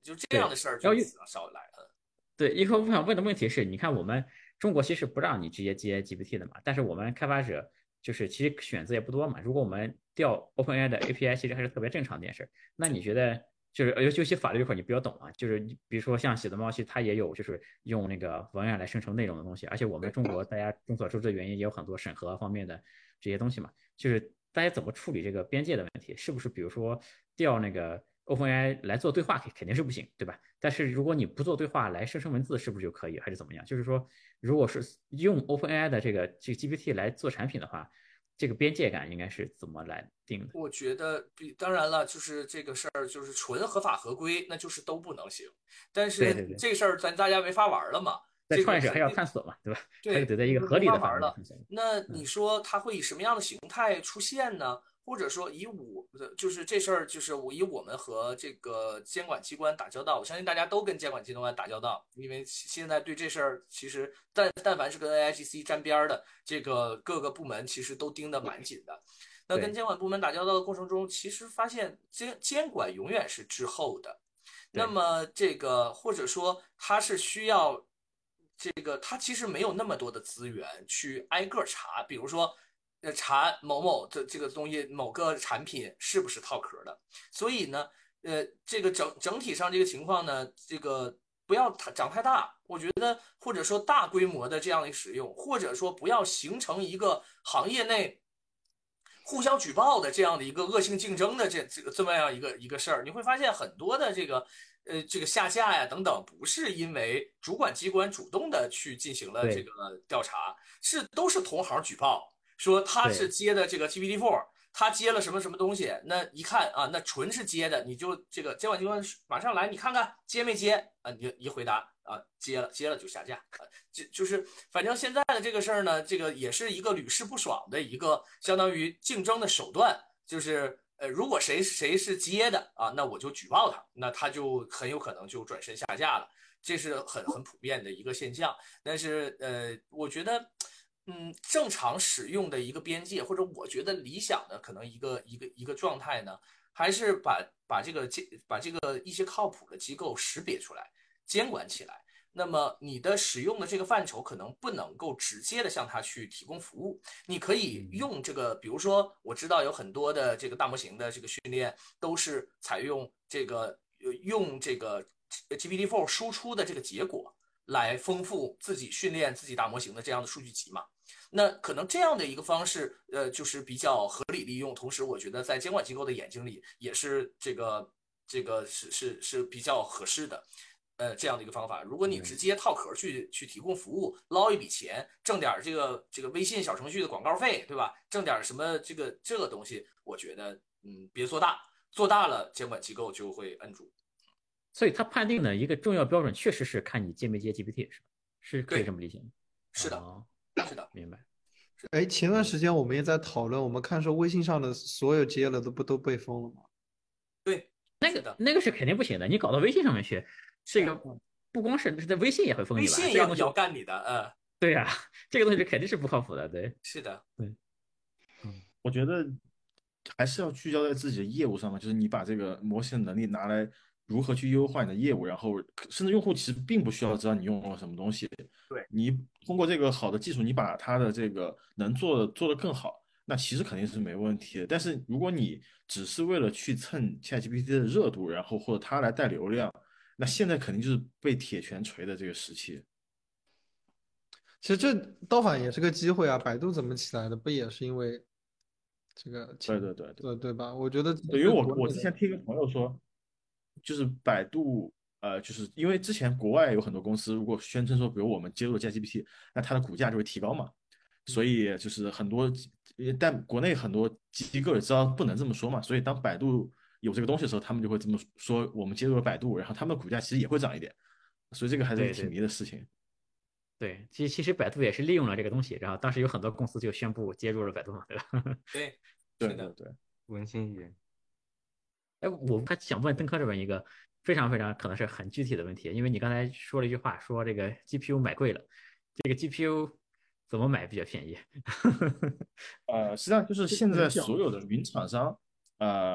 [SPEAKER 2] 就这样的事儿就尽量少来了。
[SPEAKER 4] 对，一个我想问的问题是，你看我们中国其实不让你直接接 G P T 的嘛，但是我们开发者就是其实选择也不多嘛。如果我们调 OpenAI 的 A P I， 其实还是特别正常的一件事。那你觉得就是尤尤其法律这块你比较懂啊，就是你比如说像写字猫，其实它也有就是用那个文案来生成内容的东西，而且我们中国大家众所周知的原因也有很多审核方面的这些东西嘛，就是大家怎么处理这个边界的问题？是不是比如说调那个 OpenAI 来做对话肯肯定是不行，对吧？但是如果你不做对话来生成文字，是不是就可以，还是怎么样？就是说，如果是用 OpenAI 的这个这个 G P T 来做产品的话，这个边界感应该是怎么来定的？
[SPEAKER 2] 我觉得比当然了，就是这个事儿，就是纯合法合规，那就是都不能行。但是这事儿咱大家没法玩了嘛。
[SPEAKER 4] 在创业者还要探索嘛，对吧？
[SPEAKER 2] 对，
[SPEAKER 4] 还得在一个合理的范围内。
[SPEAKER 2] 那你说它会以什么样的形态出现呢？或者说以我就是这事儿，就是我以我们和这个监管机关打交道，我相信大家都跟监管机关打交道，因为现在对这事儿其实但但凡是跟 A I G C 沾边的这个各个部门，其实都盯得蛮紧的。那跟监管部门打交道的过程中，其实发现监监管永远是滞后的。那么这个或者说它是需要这个，它其实没有那么多的资源去挨个查，比如说。查某某的这个东西，某个产品是不是套壳的？所以呢，呃，这个整整体上这个情况呢，这个不要长太大，我觉得或者说大规模的这样的使用，或者说不要形成一个行业内互相举报的这样的一个恶性竞争的这这个这么样一个一个事儿，你会发现很多的这个呃这个下架呀等等，不是因为主管机关主动的去进行了这个调查，是都是同行举报。说他是接的这个 G P T 四，他接了什么什么东西，那一看啊，那纯是接的，你就这个监管机关马上来，你看看接没接啊？你一回答啊，接了，接了就下架啊，就就是反正现在的这个事儿呢，这个也是一个屡试不爽的一个相当于竞争的手段，就是呃，如果谁谁是接的啊，那我就举报他，那他就很有可能就转身下架了，这是很很普遍的一个现象。但是呃，我觉得。嗯，正常使用的一个边界，或者我觉得理想的可能一个一个一个状态呢，还是把把这个把这个一些靠谱的机构识别出来，监管起来。那么你的使用的这个范畴可能不能够直接的向它去提供服务，你可以用这个，比如说我知道有很多的这个大模型的这个训练都是采用这个用这个 G P T 四 输出的这个结果来丰富自己训练自己大模型的这样的数据集嘛。那可能这样的一个方式，呃，就是比较合理利用，同时我觉得在监管机构的眼睛里也是这个这个是是是比较合适的，呃，这样的一个方法。如果你直接套壳去去提供服务，捞一笔钱，挣点这个这个微信小程序的广告费，对吧？挣点什么这个这个东西，我觉得嗯，别做大，做大了监管机构就会摁住。
[SPEAKER 4] 所以他判定的一个重要标准，确实是看你接没接 G P T， 是吧？是可以这么理解吗？
[SPEAKER 2] 是的。
[SPEAKER 4] 哦
[SPEAKER 2] 是的，
[SPEAKER 4] 明白。
[SPEAKER 5] 哎，前段时间我们也在讨论，我们看说微信上的所有接了都不都被封了吗？
[SPEAKER 2] 对，
[SPEAKER 4] 那个那个是肯定不行的，你搞到微信上面去，这个不光是在微信也会封你吧？
[SPEAKER 2] 微信要要干你的，嗯，
[SPEAKER 4] 对呀、啊，这个东西肯定是不靠谱的，对。
[SPEAKER 2] 是的，
[SPEAKER 4] 对，
[SPEAKER 3] 嗯，我觉得还是要聚焦在自己的业务上嘛，就是你把这个模型的能力拿来。如何去优化你的业务，然后甚至用户其实并不需要知道你用了什么东西。
[SPEAKER 2] 对，
[SPEAKER 3] 你通过这个好的技术，你把它的这个能做的做得更好，那其实肯定是没问题的。但是如果你只是为了去蹭 ChatGPT 的热度，然后或者它来带流量，那现在肯定就是被铁拳锤的这个时期。
[SPEAKER 5] 其实这倒反也是个机会啊，百度怎么起来的？不也是因为这个？
[SPEAKER 3] 对对对
[SPEAKER 5] 对对吧？我觉得，
[SPEAKER 3] 因为我我之前听一个朋友说。就是百度，呃，就是因为之前国外有很多公司，如果宣称说，比如我们接入了 ChatGPT，那它的股价就会提高嘛。所以就是很多，但国内很多机构也知道不能这么说嘛。所以当百度有这个东西的时候，他们就会这么说：我们接入了百度，然后他们的股价其实也会涨一点。所以这个还是挺迷的事情。
[SPEAKER 4] 对，其实其实百度也是利用了这个东西，然后当时有很多公司就宣布接入了百度嘛，对吧？
[SPEAKER 2] 对，
[SPEAKER 3] 对对对，
[SPEAKER 9] 文心一言。
[SPEAKER 4] 哎，我还想问邓科这边一个非常非常可能是很具体的问题，因为你刚才说了一句话，说这个 G P U 买贵了，这个 G P U 怎么买比较便宜？
[SPEAKER 3] 呃，实际上就是现在所有的云厂商，呃，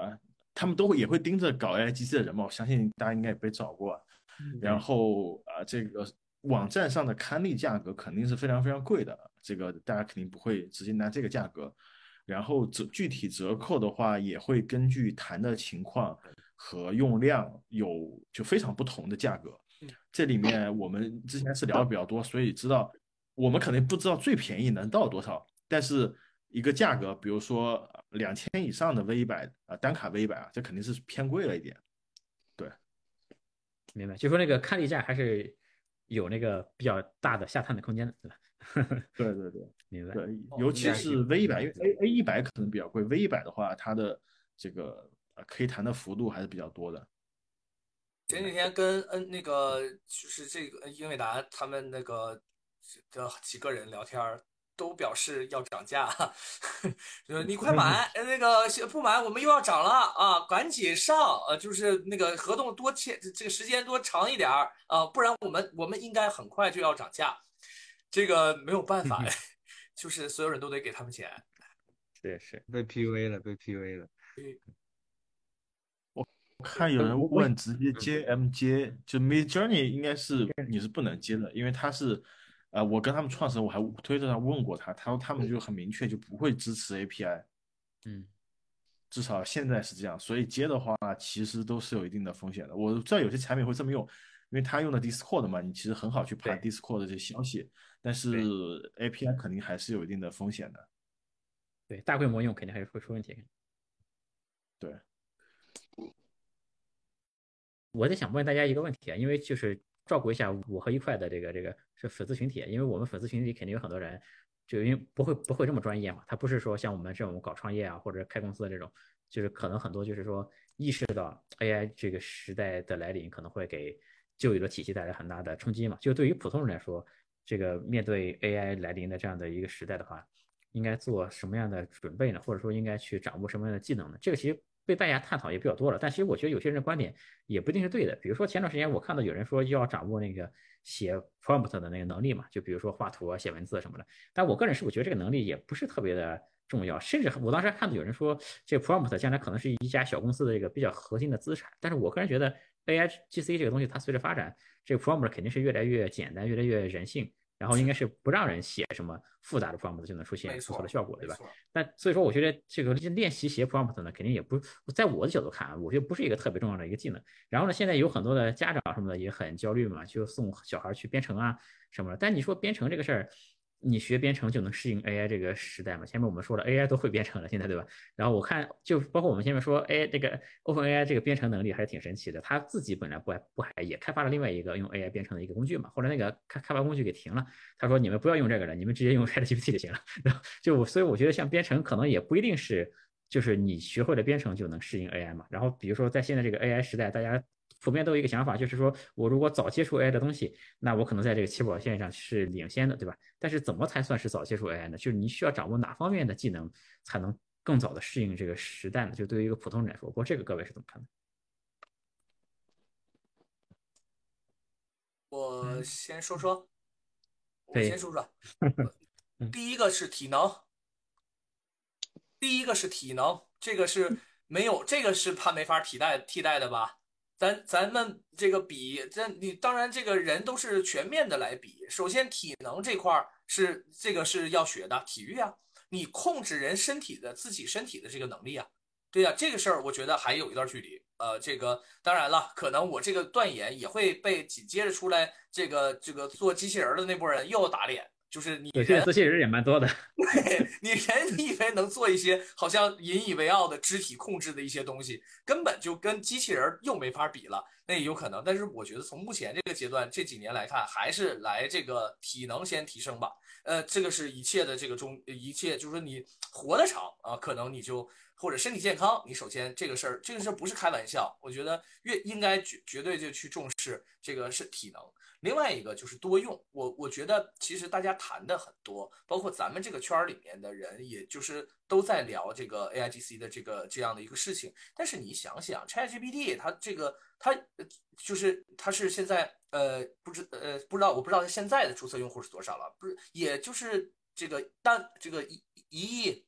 [SPEAKER 3] 他们都会也会盯着搞 A I G C 的人嘛，我相信大家应该也被找过。然后啊、呃，这个网站上的刊例价格肯定是非常非常贵的，这个大家肯定不会直接拿这个价格。然后折具体折扣的话，也会根据谈的情况和用量有就非常不同的价格。这里面我们之前是聊的比较多，所以知道我们肯定不知道最便宜能到多少，但是一个价格，比如说两千以上的 V 一百啊，单卡 V 一百啊，这肯定是偏贵了一点。对，
[SPEAKER 4] 明白，就说那个看例价还是有那个比较大的下探的空间的，对吧？
[SPEAKER 3] 对对对，
[SPEAKER 4] 明白。
[SPEAKER 3] 对，尤其是 V 一百，因为 A A 一百可能比较贵，V 一百的话，它的这个呃可以谈的幅度还是比较多的。
[SPEAKER 2] 前几天跟嗯那个就是这个英伟达他们那个的几个人聊天，都表示要涨价，就是你快买，那个不买我们又要涨了啊，赶紧上，呃，就是那个合同多签，这个时间多长一点啊，不然我们我们应该很快就要涨价，这个没有办法，就是所有人都得给他们钱。
[SPEAKER 4] 是是，
[SPEAKER 9] 被 P U A 了，被 P U A 了。
[SPEAKER 3] 我看有人问直接接 M 接，就 Mid Journey 应该是你是不能接的，因为它是，呃，我跟他们创始人我还推特上问过他，他说他们就很明确就不会支持 A P I，
[SPEAKER 4] 嗯，
[SPEAKER 3] 至少现在是这样，所以接的话其实都是有一定的风险的。我知道有些产品会这么用，因为他用的 Discord 嘛，你其实很好去爬 Discord 的这些消息，但是 A P I 肯定还是有一定的风险的。
[SPEAKER 4] 对，大规模用肯定还是会出问题。
[SPEAKER 3] 对。
[SPEAKER 4] 我在想问大家一个问题啊，因为就是照顾一下我和一块的这个这个是粉丝群体，因为我们粉丝群体肯定有很多人，就因为不会不会这么专业嘛，他不是说像我们这种搞创业啊或者开公司的这种，就是可能很多就是说意识到 A I 这个时代的来临可能会给旧有的体系带来很大的冲击嘛，就对于普通人来说，这个面对 A I 来临的这样的一个时代的话，应该做什么样的准备呢？或者说应该去掌握什么样的技能呢？这个其实被大家探讨也比较多了，但其实我觉得有些人的观点也不一定是对的。比如说前段时间我看到有人说要掌握那个写 prompt 的那个能力嘛，就比如说画图啊、写文字什么的。但我个人是不是觉得这个能力也不是特别的重要，甚至我当时还看到有人说这个 prompt 将来可能是一家小公司的这个比较核心的资产。但是我个人觉得 A I G C 这个东西它随着发展，这个 prompt 肯定是越来越简单、越来越人性。然后应该是不让人写什么复杂的 prompt 就能出现不错的效果，对吧？但所以说，我觉得这个练习写 prompt 呢，肯定也不在我的角度看啊，我觉得不是一个特别重要的一个技能。然后呢，现在有很多的家长什么的也很焦虑嘛，就送小孩去编程啊什么的。但你说编程这个事儿，你学编程就能适应 A I 这个时代嘛？前面我们说了 A I 都会编程了，现在对吧？然后我看就包括我们前面说，哎，这个 OpenAI 这个编程能力还是挺神奇的。他自己本来不还不还也开发了另外一个用 A I 编程的一个工具嘛，后来那个开开发工具给停了。他说你们不要用这个了，你们直接用 ChatGPT 就行了。然后就所以我觉得像编程可能也不一定是就是你学会了编程就能适应 A I 嘛。然后比如说在现在这个 A I 时代，大家普遍都有一个想法，就是说我如果早接触 A I 的东西，那我可能在这个起跑线上是领先的，对吧？但是怎么才算是早接触 A I 呢？就是你需要掌握哪方面的技能，才能更早的适应这个时代呢？就对于一个普通人来说，不过这个各位是怎么看的？
[SPEAKER 2] 我先说说，我
[SPEAKER 4] 对
[SPEAKER 2] 先说说，第一个是体能，第一个是体能，这个是没有，这个是他没法替代替代的吧？咱咱们这个比，这你当然这个人都是全面的来比。首先体能这块是这个是要学的，体育啊，你控制人身体的自己身体的这个能力啊，对呀、啊，这个事儿我觉得还有一段距离。呃，这个当然了，可能我这个断言也会被紧接着出来这个这个做机器人的那波人又打脸。就是你
[SPEAKER 4] 有些机器人也蛮多的，
[SPEAKER 2] 对你人以为能做一些好像引以为傲的肢体控制的一些东西，根本就跟机器人又没法比了，那也有可能。但是我觉得从目前这个阶段这几年来看，还是来这个体能先提升吧。呃，这个是一切的这个中一切，就是说你活得长啊，可能你就或者身体健康，你首先这个事儿这个事儿不是开玩笑，我觉得越应该绝绝对就去重视这个是体能。另外一个就是多用，我我觉得其实大家谈的很多，包括咱们这个圈里面的人，也就是都在聊这个 A I G C 的这个这样的一个事情。但是你想想 ，ChatGPT 它这个它就是它是现在呃不知呃不知道我不知道它现在的注册用户是多少了，不是也就是这个单这个一一亿。一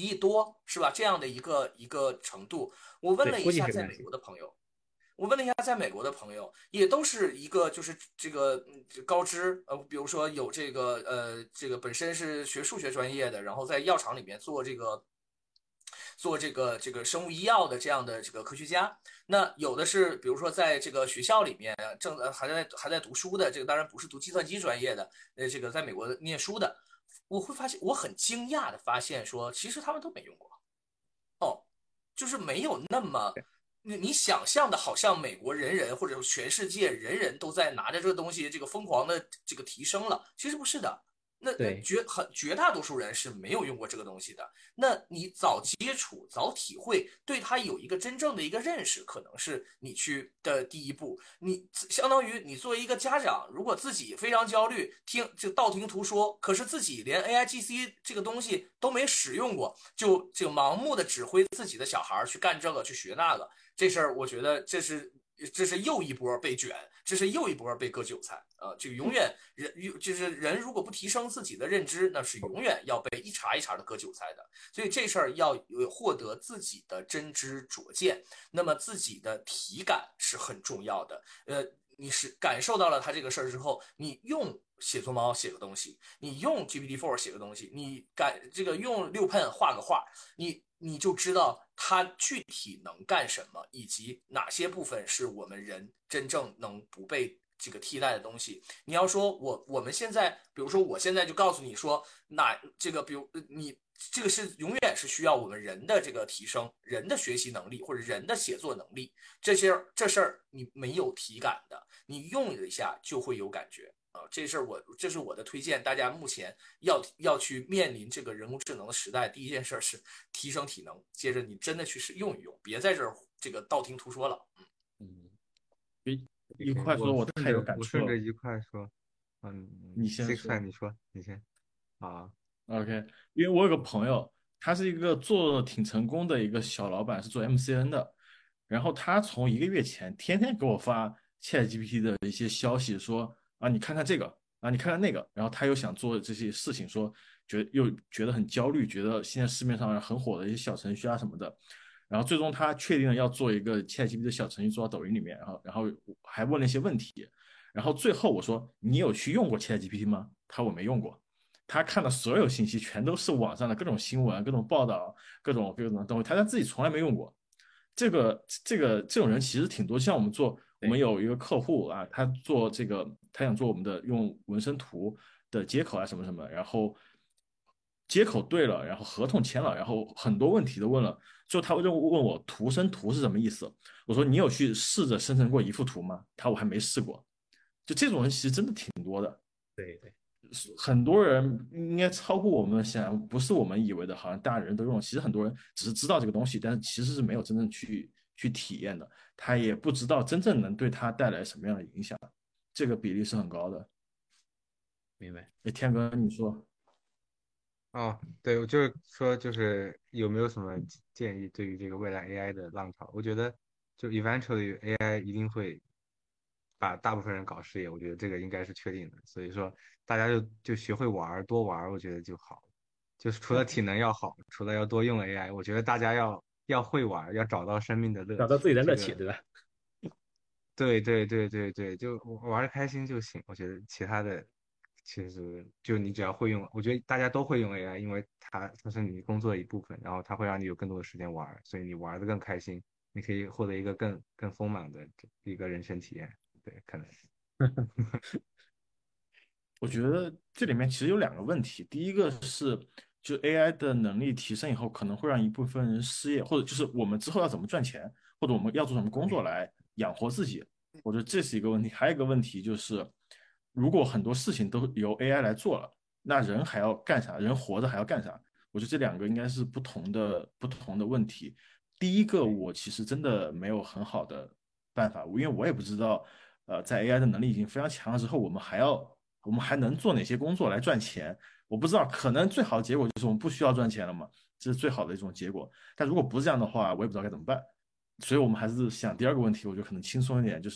[SPEAKER 2] 一亿多是吧？这样的一个一个程度。我问了一下在美国的朋友，我问了一下在美国的朋友，也都是一个就是这个高知，呃，比如说有这个呃这个本身是学数学专业的，然后在药厂里面做这个。做这个这个生物医药的这样的这个科学家，那有的是比如说在这个学校里面正还在还在读书的，这个当然不是读计算机专业的，呃，这个在美国念书的，我会发现我很惊讶的发现说，其实他们都没用过，哦，就是没有那么。你你想象的好像美国人人或者全世界人人都在拿着这个东西这个疯狂的这个提升了，其实不是的。那那绝很绝大多数人是没有用过这个东西的。那你早接触、早体会，对它有一个真正的一个认识，可能是你去的第一步。你相当于你作为一个家长，如果自己非常焦虑，听就道听途说，可是自己连 A I G C 这个东西都没使用过，就就盲目的指挥自己的小孩去干这个去学那个，这事儿我觉得这是。这是又一波被卷，这是又一波被割韭菜啊、呃！就永远人就是人，如果不提升自己的认知，那是永远要被一茬一茬的割韭菜的。所以这事儿要获得自己的真知灼见，那么自己的体感是很重要的。呃，你是感受到了它这个事儿之后，你用写作猫写个东西，你用 G P T 四 写个东西，你感这个用六 pen 画个画，你。你就知道它具体能干什么，以及哪些部分是我们人真正能不被这个替代的东西。你要说我我们现在，比如说我现在就告诉你说，哪这个，比如你这个是永远是需要我们人的这个提升，人的学习能力或者人的写作能力，这些这事儿你没有体感的，你用一下就会有感觉。啊，这事儿我这是我的推荐，大家目前要要去面临这个人工智能的时代，第一件事是提升体能，接着你真的去用一用，别在这儿这个道听途说了。
[SPEAKER 3] 嗯，一一块说，我太有感触了。
[SPEAKER 9] 我顺着一块说，嗯，
[SPEAKER 3] 你先
[SPEAKER 9] 说，你说，你先。啊
[SPEAKER 3] ，OK， 因为我有个朋友，他是一个做挺成功的一个小老板，是做 M C N 的，然后他从一个月前天天给我发 ChatGPT 的一些消息说。啊，你看看这个啊，你看看那个，然后他又想做这些事情，说觉又觉得很焦虑，觉得现在市面上很火的一些小程序啊什么的，然后最终他确定了要做一个 ChatGPT 的小程序做到抖音里面，然后然后还问了一些问题，然后最后我说你有去用过 ChatGPT 吗？他我没用过，他看的所有信息全都是网上的各种新闻、各种报道、各种各种东西，他他自己从来没用过。这个这个这种人其实挺多，像我们做。我们有一个客户啊，他做这个，他想做我们的用纹身图的接口啊什么什么，然后接口对了，然后合同签了，然后很多问题都问了，最后他就问我图生图是什么意思？我说你有去试着生成过一幅图吗？他我还没试过。就这种人其实真的挺多的。
[SPEAKER 4] 对对，
[SPEAKER 3] 很多人应该超乎我们想，不是我们以为的，好像大人都用。其实很多人只是知道这个东西，但是其实是没有真正去。去体验的，他也不知道真正能对他带来什么样的影响，这个比例是很高的。
[SPEAKER 4] 明白？
[SPEAKER 3] 哎，天哥，你说？
[SPEAKER 9] 哦，对，我就是说，就是有没有什么建议对于这个未来 A I 的浪潮？我觉得，就 eventually A I 一定会把大部分人搞失业，我觉得这个应该是确定的。所以说，大家就就学会玩，多玩，我觉得就好。就是除了体能要好，除了要多用 A I，我觉得大家要。要会玩，要找到生命的乐趣，
[SPEAKER 4] 找到自己的乐趣，
[SPEAKER 9] 这个、
[SPEAKER 4] 对吧？
[SPEAKER 9] 对对对对对，就玩的开心就行。我觉得其他的，其实就你只要会用，我觉得大家都会用 A I，因为它它是你工作的一部分，然后它会让你有更多的时间玩，所以你玩的更开心，你可以获得一个更更丰满的一个人生体验。对，可能是。
[SPEAKER 3] 我觉得这里面其实有两个问题，第一个是。就 A I 的能力提升以后，可能会让一部分人失业，或者就是我们之后要怎么赚钱，或者我们要做什么工作来养活自己，我觉得这是一个问题。还有一个问题就是，如果很多事情都由 A I 来做了，那人还要干啥？人活着还要干啥？我觉得这两个应该是不同的不同的问题。第一个，我其实真的没有很好的办法，因为我也不知道，呃，在 A I 的能力已经非常强了之后，我们还要我们还能做哪些工作来赚钱？我不知道，可能最好的结果就是我们不需要赚钱了嘛，这是最好的一种结果。但如果不是这样的话，我也不知道该怎么办。所以我们还是想第二个问题，我觉得可能轻松一点，就是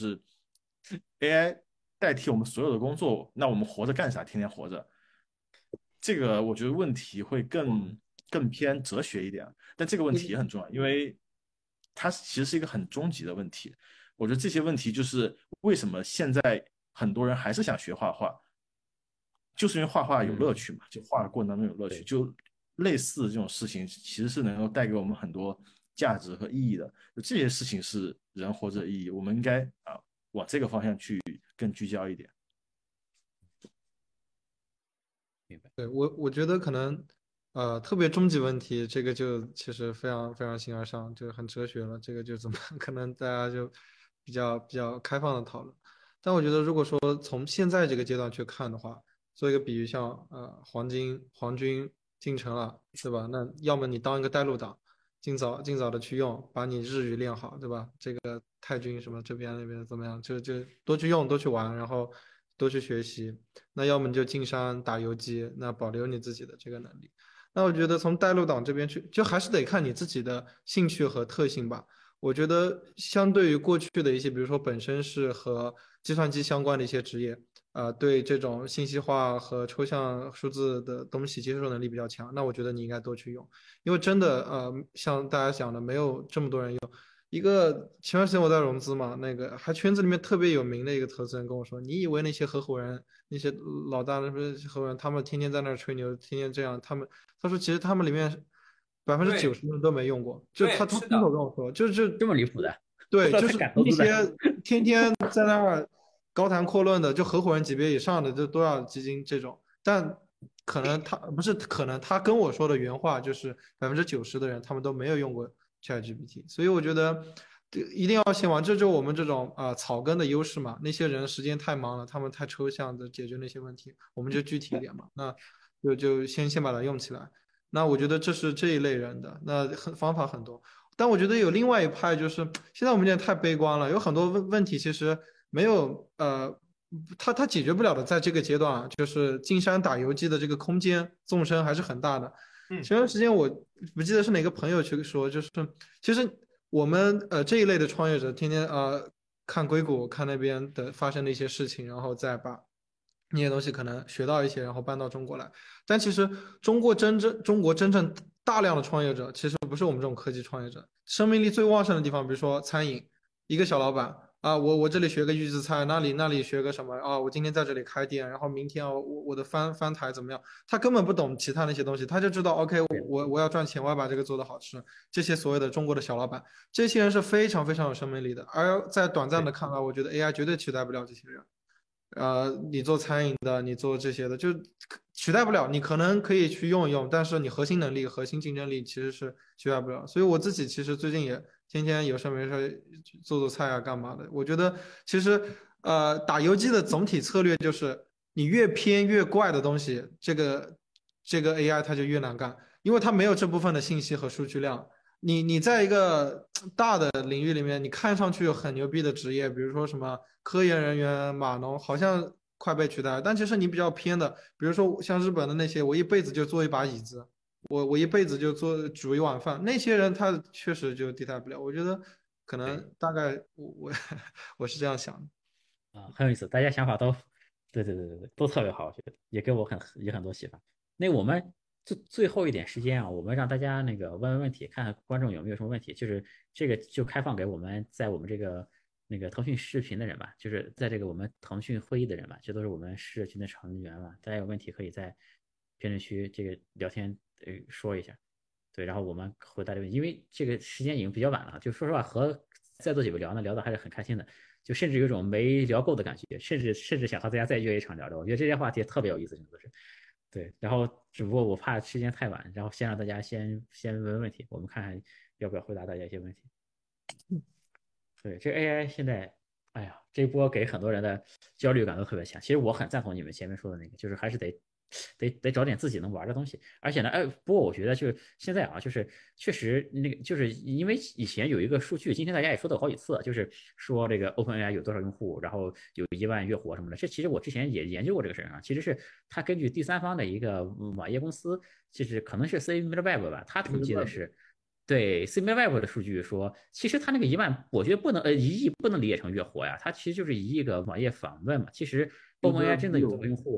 [SPEAKER 3] A I 代替我们所有的工作，那我们活着干啥？天天活着，这个我觉得问题会更更偏哲学一点。但这个问题也很重要，因为它其实是一个很终极的问题。我觉得这些问题就是为什么现在很多人还是想学画画，就是因为画画有乐趣嘛，就画的过程当中有乐趣，就类似这种事情其实是能够带给我们很多价值和意义的。就这些事情是人活着的意义，我们应该啊往这个方向去更聚焦一点。
[SPEAKER 4] 明白。
[SPEAKER 5] 对，我我觉得可能呃特别终极问题，这个就其实非常非常形而上，就很哲学了。这个就怎么可能大家就比较比较开放的讨论。但我觉得如果说从现在这个阶段去看的话，做一个比喻，像呃黄金皇军进城了，对吧？那要么你当一个带路党，尽早尽早的去用，把你日语练好，对吧？这个太君什么这边那边怎么样，就就多去用，多去玩，然后多去学习。那要么你就进山打游击，那保留你自己的这个能力。那我觉得从带路党这边去，就还是得看你自己的兴趣和特性吧。我觉得相对于过去的一些，比如说本身是和计算机相关的一些职业，呃，对这种信息化和抽象数字的东西接受能力比较强，那我觉得你应该多去用，因为真的，呃，像大家讲的，没有这么多人用。一个前段时间我在融资嘛，那个还圈子里面特别有名的一个投资人跟我说，你以为那些合伙人、那些老大那些合伙人，他们天天在那儿吹牛，天天这样，他们他说其实他们里面百分之九十人都没用过，就他他亲口跟我说，就就
[SPEAKER 4] 这么离谱的，
[SPEAKER 5] 对，
[SPEAKER 4] 不知道
[SPEAKER 5] 就是
[SPEAKER 4] 他敢投资的
[SPEAKER 5] 那些天天在那儿高谈阔论的，就合伙人级别以上的，就都要基金这种。但可能他不是可能他跟我说的原话就是百分之九十的人他们都没有用过 ChatGPT， 所以我觉得这一定要先玩，这就是我们这种啊、呃、草根的优势嘛。那些人时间太忙了，他们太抽象的解决那些问题，我们就具体一点嘛。那就就先先把它用起来。那我觉得这是这一类人的，那很方法很多。但我觉得有另外一派，就是现在我们有点太悲观了，有很多问问题其实没有呃，他他解决不了的，在这个阶段啊，就是进山打游击的这个空间纵深还是很大的。
[SPEAKER 2] 嗯，
[SPEAKER 5] 前段时间我不记得是哪个朋友去说，就是其实我们呃这一类的创业者，天天呃看硅谷看那边的发生的一些事情，然后再把那些东西可能学到一些，然后搬到中国来。但其实中国真正中国真正大量的创业者，其实不是我们这种科技创业者，生命力最旺盛的地方，比如说餐饮，一个小老板啊，我我这里学个预制菜，那里那里学个什么啊，我今天在这里开店，然后明天啊，我我的翻翻台怎么样？他根本不懂其他那些东西，他就知道 OK，我我要赚钱，我要把这个做得好吃。这些所谓的中国的小老板，这些人是非常非常有生命力的，而在短暂的看来，我觉得 A I 绝对取代不了这些人。呃，你做餐饮的，你做这些的，就取代不了。你可能可以去用一用，但是你核心能力、核心竞争力其实是取代不了。所以我自己其实最近也天天有事没事做做菜啊，干嘛的。我觉得其实呃，打游击的总体策略就是你越偏越怪的东西，这个这个 A I 它就越难干，因为它没有这部分的信息和数据量。你你在一个大的领域里面，你看上去很牛逼的职业，比如说什么科研人员、码农，好像快被取代了。但其实你比较偏的，比如说像日本的那些，我一辈子就做一把椅子，我我一辈子就做煮一碗饭，那些人他确实就替代不了。我觉得可能大概我我我是这样想的。
[SPEAKER 4] 啊，很有意思，大家想法都，对对对对对，都特别好，我觉得也给我很也很多启发。那我们最最后一点时间啊，我们让大家那个问问问题，看看观众有没有什么问题，就是这个就开放给我们在我们这个那个腾讯视频的人吧，就是在这个我们腾讯会议的人吧，这都是我们社群的成员嘛，大家有问题可以在评论区这个聊天呃说一下，对，然后我们回答这个问题，因为这个时间已经比较晚了，就说实话和在座几位聊呢，聊的还是很开心的。就甚至有种没聊够的感觉，甚至甚至想和大家再约一场聊聊。我觉得这些话题特别有意思，真的是。对，然后只不过我怕时间太晚，然后先让大家先先问问题，我们看看要不要回答大家一些问题。对，这 A I 现在，哎呀，这一波给很多人的焦虑感都特别强。其实我很赞同你们前面说的那个，就是还是得。得得找点自己能玩的东西，而且呢，哎，不过我觉得就是现在啊，就是确实那个，就是因为以前有一个数据，今天大家也说到好几次，就是说这个 OpenAI 有多少用户，然后有一万月活什么的。这其实我之前也研究过这个事儿啊，其实是他根据第三方的一个网页公司，就是可能是 Similarweb 吧，他统计的是。对 Similarweb 的数据说，其实它那个一万，我觉得不能呃一亿不能理解成月活呀，它其实就是一亿个网页访问嘛。其实 OpenAI 真的有多少用户？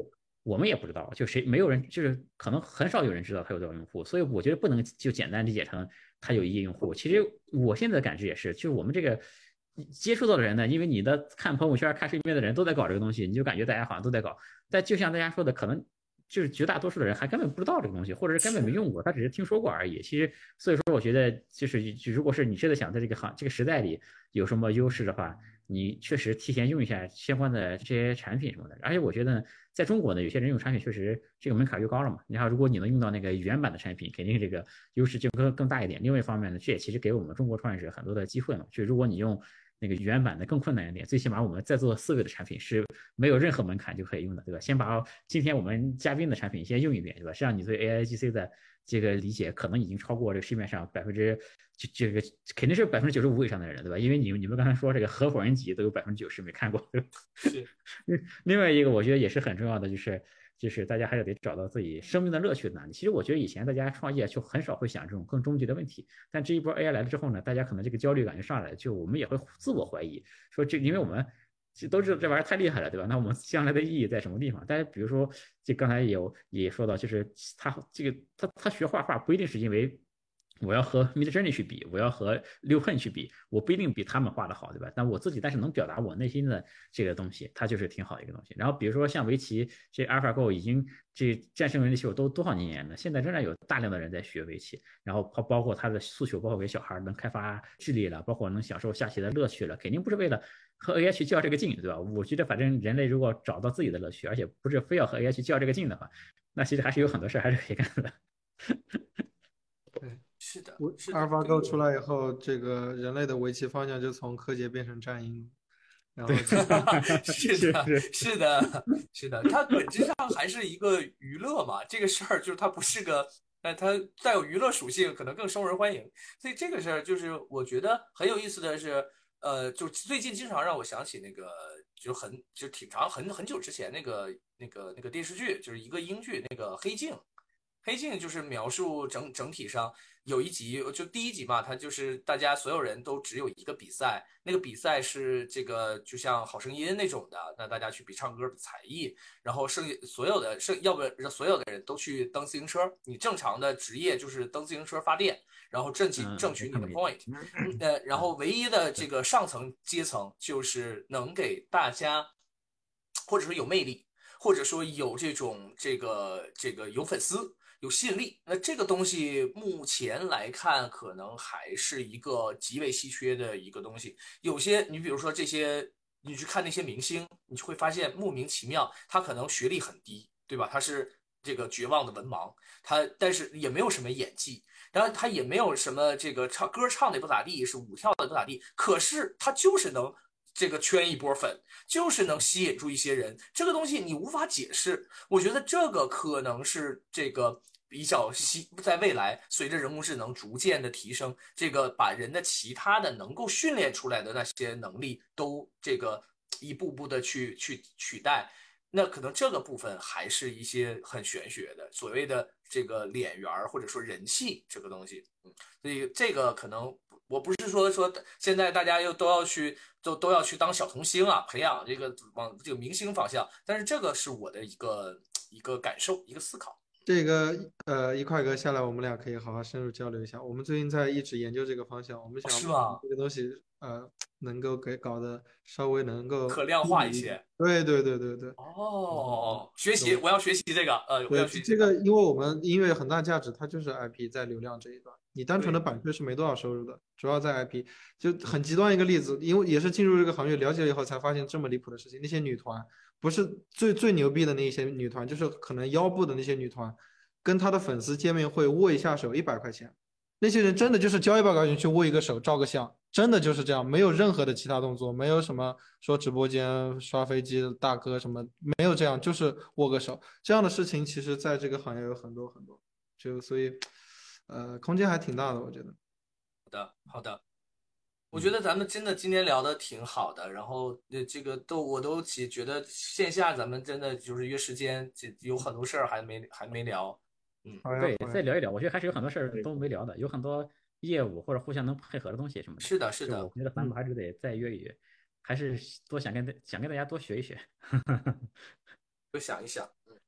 [SPEAKER 4] 我们也不知道，就谁没有人，就是可能很少有人知道它有多少用户，所以我觉得不能就简单理解成它有一亿用户。其实我现在的感知也是，就是我们这个接触到的人呢，因为你的看朋友圈、看视频的人都在搞这个东西，你就感觉大家好像都在搞。但就像大家说的，可能就是绝大多数的人还根本不知道这个东西，或者是根本没用过，他只是听说过而已。其实，所以说我觉得就是如果是你真的想在这个行这个时代里有什么优势的话，你确实提前用一下相关的这些产品什么的。而且我觉得在中国呢，有些人用产品确实这个门槛越高了嘛。你看，如果你能用到那个原版的产品，肯定这个优势就更更大一点。另外一方面呢，这也其实给我们中国创业者很多的机会嘛。就如果你用那个原版的更困难一点，最起码我们在做四个的产品是没有任何门槛就可以用的，对吧？先把今天我们嘉宾的产品先用一遍，对吧？这样你对 A I G C 的这个理解可能已经超过这个市面上百分之这这个肯定是百分之九十五以上的人，对吧？因为你你们刚才说这个合伙人级都有百分之九十没看过，对吧？
[SPEAKER 2] 是。
[SPEAKER 4] 另外一个我觉得也是很重要的，就是就是大家还是得找到自己生命的乐趣在哪里。其实我觉得以前大家创业就很少会想这种更终极的问题，但这一波 A I 来了之后呢，大家可能这个焦虑感就上来了，就我们也会自我怀疑，说这因为我们都知道这玩意儿太厉害了，对吧？那我们将来的意义在什么地方？大家比如说，这刚才也有也说到，就是他这个他他学画画不一定是因为我要和 Midjourney 去比，我要和六恨去比，我不一定比他们画的好，对吧？但我自己但是能表达我内心的这个东西，它就是挺好的一个东西。然后比如说像围棋，这 AlphaGo 已经这战胜人类棋手都多少年了，现在仍然有大量的人在学围棋，然后包包括他的诉求，包括给小孩能开发智力了，包括能享受下棋的乐趣了，肯定不是为了和 A I 去较这个劲，对吧？我觉得反正人类如果找到自己的乐趣，而且不是非要和 A I 去较这个劲的话，那其实还是有很多事还是可以干的。
[SPEAKER 5] 对，
[SPEAKER 2] 是的，
[SPEAKER 5] 我
[SPEAKER 2] 是的。
[SPEAKER 5] 阿尔法狗出来以后，这个人类的围棋方向就从柯洁变成战鹰，然后
[SPEAKER 2] 是的，是的，是的，它本质上还是一个娱乐嘛。这个事儿就是它不是个，呃，它带有娱乐属性，可能更受人欢迎。所以这个事儿就是我觉得很有意思的是，呃，就最近经常让我想起那个，就很就挺长很很久之前那个那个那个电视剧，就是一个英剧，那个《黑镜》。黑镜就是描述整整体上有一集，就第一集嘛，它就是大家所有人都只有一个比赛，那个比赛是这个就像好声音那种的，那大家去比唱歌、比才艺，然后剩下所有的剩要不然所有的人都去蹬自行车，你正常的职业就是蹬自行车发电，然后挣取挣取你的 point，呃，然后唯一的这个上层阶层就是能给大家，或者说有魅力，或者说有这种这个这个有粉丝。有吸引力，那这个东西目前来看，可能还是一个极为稀缺的一个东西。有些你比如说这些，你去看那些明星，你就会发现莫名其妙，他可能学历很低，对吧？他是这个绝望的文盲，他但是也没有什么演技，然后他也没有什么这个唱歌唱的不咋地，是舞跳的不咋地，可是他就是能。这个圈一波粉，就是能吸引住一些人，这个东西你无法解释。我觉得这个可能是这个比较希，在未来随着人工智能逐渐的提升，这个把人的其他的能够训练出来的那些能力都这个一步步的去去取代。那可能这个部分还是一些很玄学的，所谓的这个脸圆或者说人气这个东西，嗯，所以这个可能我不是说说现在大家又都要去都都要去当小童星啊，培养这个往这个明星方向，但是这个是我的一个一个感受，一个思考。
[SPEAKER 5] 这个呃，一块哥下来，我们俩可以好好深入交流一下。我们最近在一直研究这个方向，我们想
[SPEAKER 2] 是吗？
[SPEAKER 5] 这个东西呃，能够给搞得稍微能够
[SPEAKER 2] 可量化一些。
[SPEAKER 5] 对对对对对。
[SPEAKER 2] 哦，学习，我要学习这个，呃，我要学习
[SPEAKER 5] 这个，因为我们音乐很大价值，它就是 I P 在流量这一端，你单纯的版税是没多少收入的，主要在 I P。就很极端一个例子，因为也是进入这个行业了解了以后才发现这么离谱的事情，那些女团。不是最最牛逼的那些女团，就是可能腰部的那些女团，跟她的粉丝见面会握一下手一百块钱，那些人真的就是交一百块钱去握一个手照个相，真的就是这样，没有任何的其他动作，没有什么说直播间刷飞机大哥什么，没有这样，就是握个手。这样的事情其实在这个行业有很多很多，就所以呃空间还挺大的，我觉得。
[SPEAKER 2] 好的，好的。我觉得咱们真的今天聊的挺好的，然后呃这个都我都起觉得线下咱们真的就是约时间，这有很多事儿还没还没聊，嗯，
[SPEAKER 4] 对，再聊一聊，我觉得还是有很多事儿都没聊的，有很多业务或者互相能配合的东西什么的。
[SPEAKER 2] 是的，是的，
[SPEAKER 4] 我觉得咱们还是得再约一约，还是多想跟想跟大家多学一学。
[SPEAKER 2] 多想一想，嗯，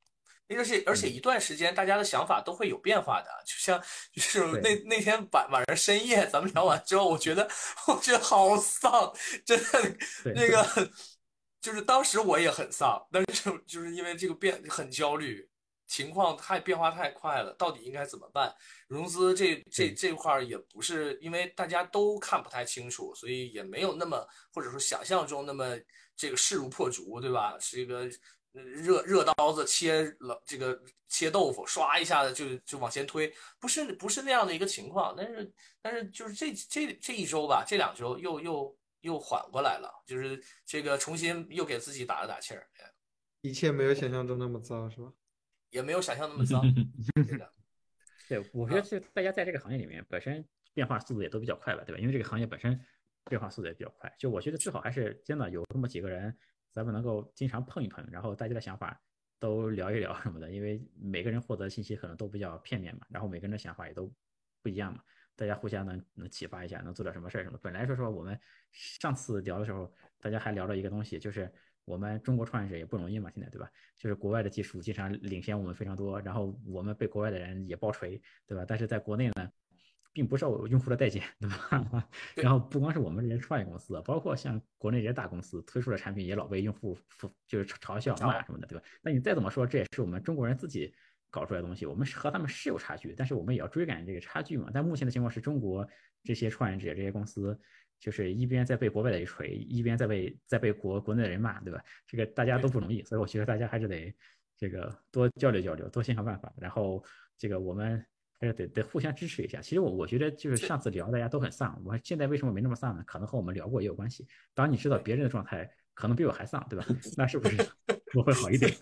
[SPEAKER 2] 而且而且一段时间大家的想法都会有变化的，就像就是那那天晚晚上深夜咱们聊完之后，我觉得我觉得好丧，真的那个就是当时我也很丧，但是就是因为这个变很焦虑，情况太变化太快了，到底应该怎么办？融资这这这块也不是因为大家都看不太清楚，所以也没有那么或者说想象中那么这个势如破竹，对吧？这个。热热刀子切了这个切豆腐，唰一下子就就往前推，不是不是那样的一个情况，但是但是就是这这这一周吧，这两周又又又缓过来了，就是这个重新又给自己打了打气儿。
[SPEAKER 5] 一切没有想象中那么糟，是吧？
[SPEAKER 2] 也没有想象那么糟。对的，
[SPEAKER 4] 对，我觉得是大家在这个行业里面本身变化速度也都比较快吧，对吧？因为这个行业本身变化速度也比较快，就我觉得最好还是真的有这么几个人。咱们能够经常碰一碰，然后大家的想法都聊一聊什么的，因为每个人获得的信息可能都比较片面嘛，然后每个人的想法也都不一样嘛，大家互相能能启发一下，能做点什么事儿什么。本来说说我们上次聊的时候，大家还聊到一个东西，就是我们中国创业者也不容易嘛，现在对吧？就是国外的技术经常领先我们非常多，然后我们被国外的人也爆锤，对吧？但是在国内呢，并不受用户的待见，对吧？然后不光是我们这些创业公司，包括像国内这些大公司推出的产品，也老被用户就是嘲笑骂什么的，对吧？那你再怎么说，这也是我们中国人自己搞出来的东西，我们和他们是有差距，但是我们也要追赶这个差距嘛。但目前的情况是中国这些创业者、这些公司，就是一边在被国外的一锤，一边在被在被国国内的人骂，对吧？这个大家都不容易，所以我觉得大家还是得这个多交流交流，多想想办法，然后这个我们。还是得得互相支持一下。其实我我觉得就是上次聊大家都很丧，我现在为什么没那么丧呢？可能和我们聊过也有关系。当你知道别人的状态可能比我还丧，对吧？那是不是我会好一点？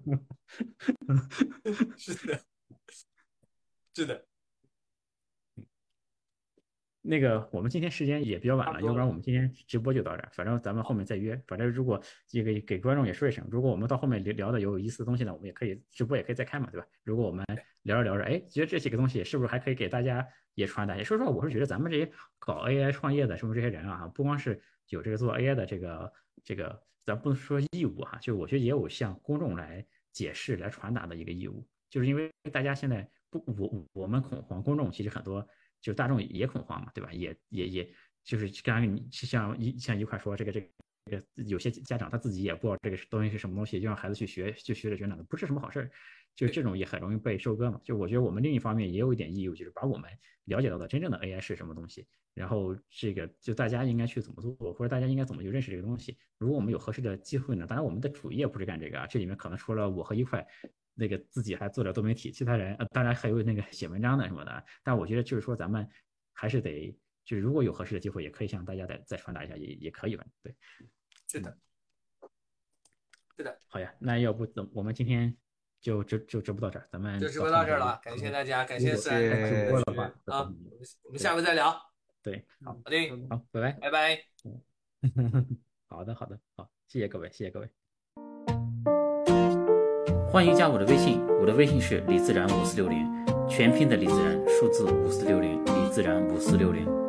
[SPEAKER 2] 是的，是的。
[SPEAKER 4] 那个我们今天时间也比较晚了，要不然我们今天直播就到这儿。反正咱们后面再约。反正如果这个给观众也说一声，如果我们到后面聊的有意思的东西呢，我们也可以直播也可以再开嘛，对吧？如果我们聊着聊着，哎，觉得这几个东西是不是还可以给大家也传达？说实话，我是觉得咱们这些搞 A I 创业的，是不是这些人啊，不光是有这个做 A I 的这个这个，咱不能说义务哈，就我觉得也有向公众来解释、来传达的一个义务，就是因为大家现在不，我我们恐慌，公众其实很多。就大众也恐慌嘛，对吧？也也也就是刚刚你像一像一块说这个这个这个有些家长他自己也不知道这个东西是什么东西，就让孩子去学，就学着学那的，不是什么好事儿。就这种也很容易被收割嘛。就我觉得我们另一方面也有一点义务，就是把我们了解到的真正的 A I 是什么东西，然后这个就大家应该去怎么做，或者大家应该怎么去认识这个东西。如果我们有合适的机会呢，当然我们的主业不是干这个啊，这里面可能除了我和一块。那个自己还做点多媒体，其他人呃当然还有那个写文章的什么的，但我觉得就是说咱们还是得，就是如果有合适的机会，也可以向大家再再传达一下，也也可以吧，对。
[SPEAKER 2] 是的，是的。
[SPEAKER 4] 好呀，那要不怎我们今天就直就直播到这儿，咱们
[SPEAKER 2] 就直播到这儿了，感谢大家，感谢自然
[SPEAKER 4] 直播了吧
[SPEAKER 2] 啊，我们下回再聊。
[SPEAKER 4] 对，好，
[SPEAKER 2] 好的，
[SPEAKER 4] 好，拜拜，
[SPEAKER 2] 拜拜。
[SPEAKER 4] 好的，好的，好，谢谢各位，谢谢各位。欢迎加我的微信，我的微信是李自然五四六零，全拼的李自然，数字五四六零，李自然五四六零。